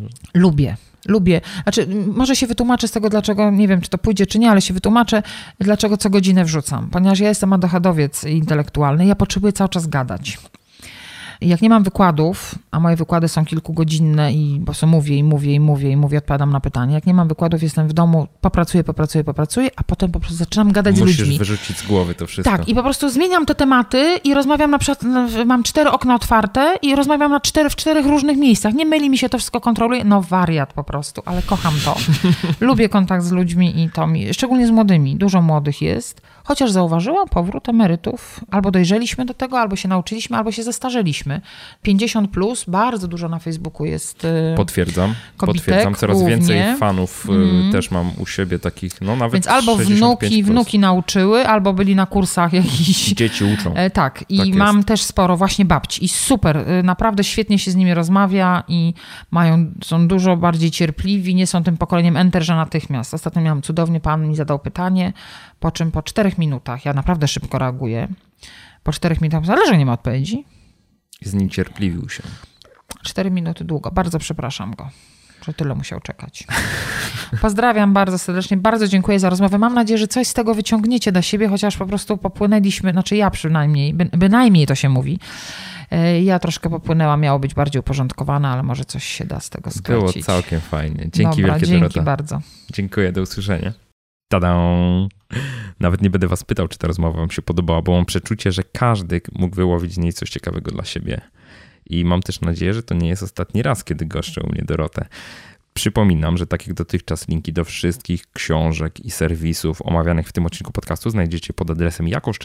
Lubię. Znaczy, może się wytłumaczę z tego, dlaczego, nie wiem, czy to pójdzie, czy nie, ale się wytłumaczę, dlaczego co godzinę wrzucam. Ponieważ ja jestem adochadowiec intelektualny, ja potrzebuję cały czas gadać. Jak nie mam wykładów, a moje wykłady są kilkugodzinne i po prostu mówię, odpowiadam na pytania. Jak nie mam wykładów, jestem w domu, popracuję, a potem po prostu zaczynam gadać z ludźmi. Musisz wyrzucić z głowy to wszystko. Tak, i po prostu zmieniam te tematy i rozmawiam na przykład, mam 4 okna otwarte i rozmawiam w 4 różnych miejscach. Nie myli mi się, to wszystko kontroluję. No wariat po prostu, ale kocham to. Lubię kontakt z ludźmi i to mi, szczególnie z młodymi, dużo młodych jest. Chociaż zauważyłam powrót emerytów. Albo dojrzeliśmy do tego, albo się nauczyliśmy, albo się zestarzeliśmy. 50+, bardzo dużo na Facebooku jest Potwierdzam. Coraz głównie. Więcej fanów też mam u siebie takich, no nawet więc albo wnuki nauczyły, albo byli na kursach jakichś. Dzieci uczą. Tak, i tak mam jest. Też sporo właśnie babci. I super, naprawdę świetnie się z nimi rozmawia i są dużo bardziej cierpliwi, nie są tym pokoleniem enter, że natychmiast. Ostatnio miałam cudownie, pan mi zadał pytanie, po czym po 4 minutach, ja naprawdę szybko reaguję, po 4 minutach zależy, nie ma odpowiedzi. Zniecierpliwił się. 4 minuty długo, bardzo przepraszam go, że tyle musiał czekać. Pozdrawiam bardzo serdecznie, bardzo dziękuję za rozmowę. Mam nadzieję, że coś z tego wyciągniecie dla siebie, chociaż po prostu popłynęliśmy, znaczy ja przynajmniej, bynajmniej to się mówi. Ja troszkę popłynęłam, miało być bardziej uporządkowane, ale może coś się da z tego skrócić. Było całkiem fajnie. Dzięki Dobra, wielkie, dzięki Dorota. bardzo. Dziękuję, do usłyszenia. Tada! Nawet nie będę was pytał, czy ta rozmowa wam się podobała, bo mam przeczucie, że każdy mógł wyłowić z niej coś ciekawego dla siebie. I mam też nadzieję, że to nie jest ostatni raz, kiedy goszczę u mnie Dorotę. Przypominam, że tak jak dotychczas linki do wszystkich książek i serwisów omawianych w tym odcinku podcastu znajdziecie pod adresem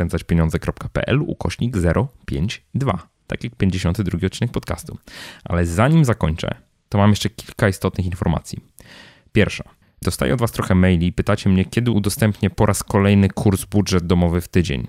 jakoszczędzaćpieniądze.pl/052. Tak jak 52 odcinek podcastu. Ale zanim zakończę, to mam jeszcze kilka istotnych informacji. Pierwsza. Dostaję od was trochę maili i pytacie mnie, kiedy udostępnię po raz kolejny kurs Budżet Domowy w tydzień.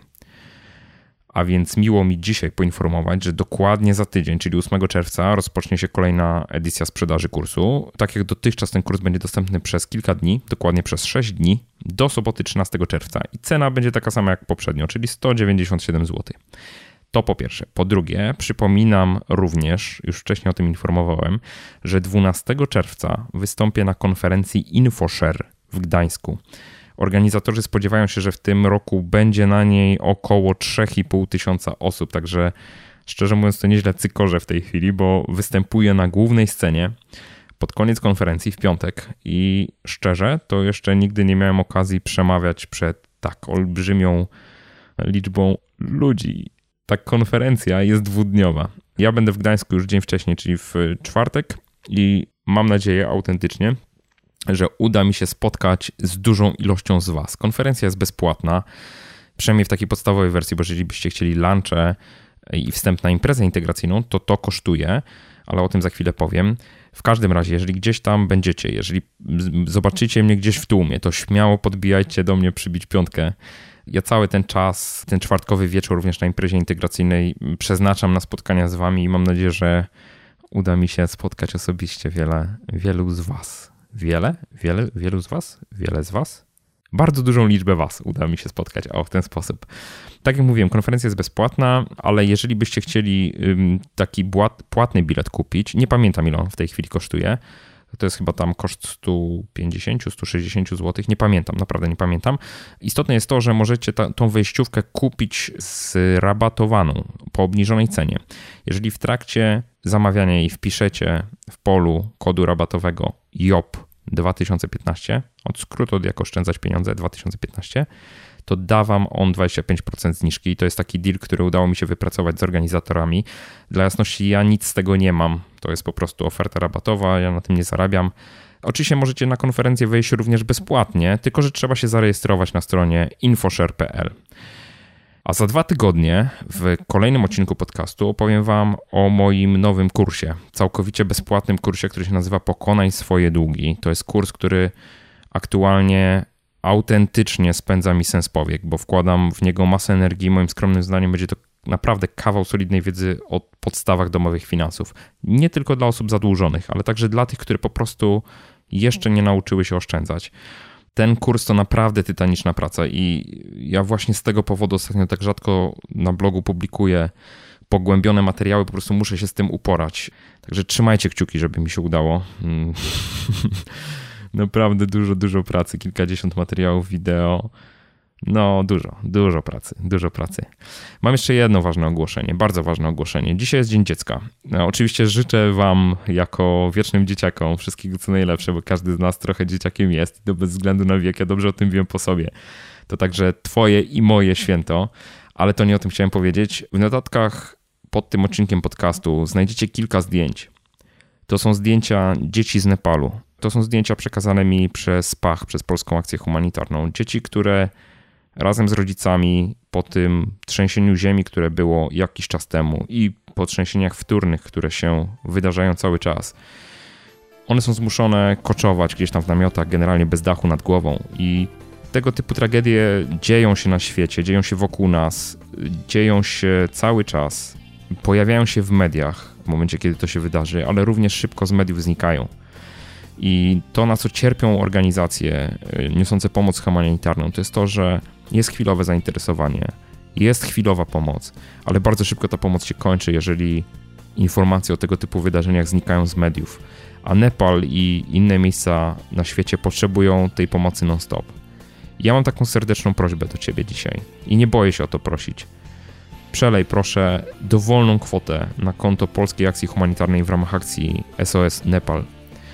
A więc miło mi dzisiaj poinformować, że dokładnie za tydzień, czyli 8 czerwca, rozpocznie się kolejna edycja sprzedaży kursu. Tak jak dotychczas ten kurs będzie dostępny przez kilka dni, dokładnie przez 6 dni, do soboty 13 czerwca. I cena będzie taka sama jak poprzednio, czyli 197 zł. To po pierwsze. Po drugie, przypominam również, już wcześniej o tym informowałem, że 12 czerwca wystąpię na konferencji InfoShare w Gdańsku. Organizatorzy spodziewają się, że w tym roku będzie na niej około 3,5 tysiąca osób, także szczerze mówiąc to nieźle cykorze w tej chwili, bo występuję na głównej scenie pod koniec konferencji w piątek i szczerze to jeszcze nigdy nie miałem okazji przemawiać przed tak olbrzymią liczbą ludzi. Ta konferencja jest dwudniowa. Ja będę w Gdańsku już dzień wcześniej, czyli w czwartek i mam nadzieję autentycznie, że uda mi się spotkać z dużą ilością z was. Konferencja jest bezpłatna, przynajmniej w takiej podstawowej wersji, bo jeżeli byście chcieli lunche i wstęp na imprezę integracyjną, to kosztuje, ale o tym za chwilę powiem. W każdym razie, jeżeli gdzieś tam będziecie, jeżeli zobaczycie mnie gdzieś w tłumie, to śmiało podbijajcie do mnie przybić piątkę. Ja cały ten czas, ten czwartkowy wieczór również na imprezie integracyjnej przeznaczam na spotkania z wami i mam nadzieję, że uda mi się spotkać osobiście wielu z was. Wielu z was? Wiele z was? Bardzo dużą liczbę was uda mi się spotkać, w ten sposób. Tak jak mówiłem, konferencja jest bezpłatna, ale jeżeli byście chcieli taki płatny bilet kupić, nie pamiętam ile on w tej chwili kosztuje, to jest chyba tam koszt 150-160 zł, nie pamiętam, naprawdę nie pamiętam. Istotne jest to, że możecie tą wejściówkę kupić zrabatowaną po obniżonej cenie. Jeżeli w trakcie zamawiania jej wpiszecie w polu kodu rabatowego JOP 2015, od skrótu od Jak oszczędzać pieniądze 2015, to da wam on 25% zniżki i to jest taki deal, który udało mi się wypracować z organizatorami. Dla jasności ja nic z tego nie mam, to jest po prostu oferta rabatowa, ja na tym nie zarabiam. Oczywiście możecie na konferencję wejść również bezpłatnie, tylko że trzeba się zarejestrować na stronie infoshare.pl. A za 2 tygodnie w kolejnym odcinku podcastu opowiem wam o moim nowym kursie, całkowicie bezpłatnym kursie, który się nazywa Pokonaj swoje długi. To jest kurs, który aktualnie autentycznie spędza mi sens powiek, bo wkładam w niego masę energii. Moim skromnym zdaniem będzie to naprawdę kawał solidnej wiedzy o podstawach domowych finansów. Nie tylko dla osób zadłużonych, ale także dla tych, które po prostu jeszcze nie nauczyły się oszczędzać. Ten kurs to naprawdę tytaniczna praca i ja właśnie z tego powodu ostatnio tak rzadko na blogu publikuję pogłębione materiały, po prostu muszę się z tym uporać. Także trzymajcie kciuki, żeby mi się udało. Naprawdę dużo pracy, kilkadziesiąt materiałów wideo. No dużo pracy. Mam jeszcze jedno ważne ogłoszenie, bardzo ważne ogłoszenie. Dzisiaj jest Dzień Dziecka. Oczywiście życzę wam jako wiecznym dzieciakom wszystkiego co najlepsze, bo każdy z nas trochę dzieciakiem jest i to bez względu na wiek, ja dobrze o tym wiem po sobie. To także twoje i moje święto, ale to nie o tym chciałem powiedzieć. W notatkach pod tym odcinkiem podcastu znajdziecie kilka zdjęć. To są zdjęcia dzieci z Nepalu. To są zdjęcia przekazane mi przez PAH, przez Polską Akcję Humanitarną. Dzieci, które razem z rodzicami po tym trzęsieniu ziemi, które było jakiś czas temu i po trzęsieniach wtórnych, które się wydarzają cały czas, one są zmuszone koczować gdzieś tam w namiotach, generalnie bez dachu nad głową i tego typu tragedie dzieją się na świecie, dzieją się wokół nas, dzieją się cały czas, pojawiają się w mediach w momencie, kiedy to się wydarzy, ale również szybko z mediów znikają. I to, na co cierpią organizacje niosące pomoc humanitarną, to jest to, że jest chwilowe zainteresowanie, jest chwilowa pomoc, ale bardzo szybko ta pomoc się kończy, jeżeli informacje o tego typu wydarzeniach znikają z mediów. A Nepal i inne miejsca na świecie potrzebują tej pomocy non-stop. Ja mam taką serdeczną prośbę do ciebie dzisiaj i nie boję się o to prosić. Przelej proszę dowolną kwotę na konto Polskiej Akcji Humanitarnej w ramach akcji SOS Nepal.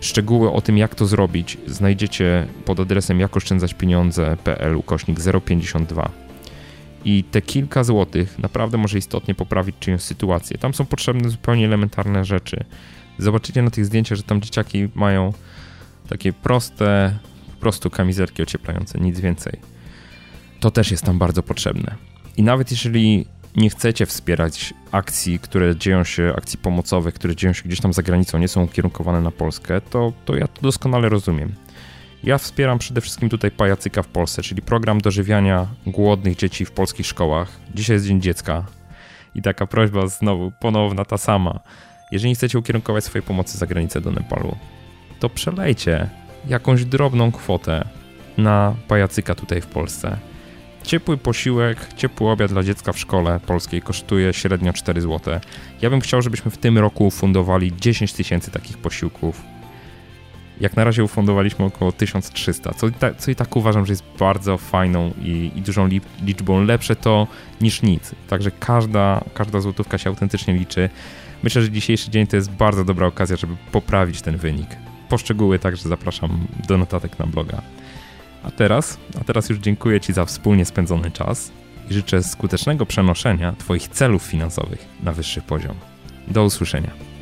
Szczegóły o tym, jak to zrobić, znajdziecie pod adresem jakoszczędzaćpieniądze.pl/052. I te kilka złotych naprawdę może istotnie poprawić czyjąś sytuację. Tam są potrzebne zupełnie elementarne rzeczy. Zobaczycie na tych zdjęciach, że tam dzieciaki mają takie proste, po prostu kamizelki ocieplające, nic więcej. To też jest tam bardzo potrzebne. I nawet jeżeli nie chcecie wspierać akcji, akcji pomocowych, które dzieją się gdzieś tam za granicą, nie są ukierunkowane na Polskę, to ja to doskonale rozumiem. Ja wspieram przede wszystkim tutaj Pajacyka w Polsce, czyli program dożywiania głodnych dzieci w polskich szkołach. Dzisiaj jest Dzień Dziecka i taka prośba znowu, ponowna ta sama. Jeżeli chcecie ukierunkować swojej pomocy za granicę do Nepalu, to przelejcie jakąś drobną kwotę na Pajacyka tutaj w Polsce. Ciepły posiłek, ciepły obiad dla dziecka w szkole polskiej kosztuje średnio 4 zł. Ja bym chciał, żebyśmy w tym roku ufundowali 10 tysięcy takich posiłków. Jak na razie ufundowaliśmy około 1300, co i tak uważam, że jest bardzo fajną i dużą liczbą. Lepsze to niż nic. Także każda złotówka się autentycznie liczy. Myślę, że dzisiejszy dzień to jest bardzo dobra okazja, żeby poprawić ten wynik. Po szczegóły także zapraszam do notatek na bloga. A teraz już dziękuję Ci za wspólnie spędzony czas i życzę skutecznego przenoszenia Twoich celów finansowych na wyższy poziom. Do usłyszenia.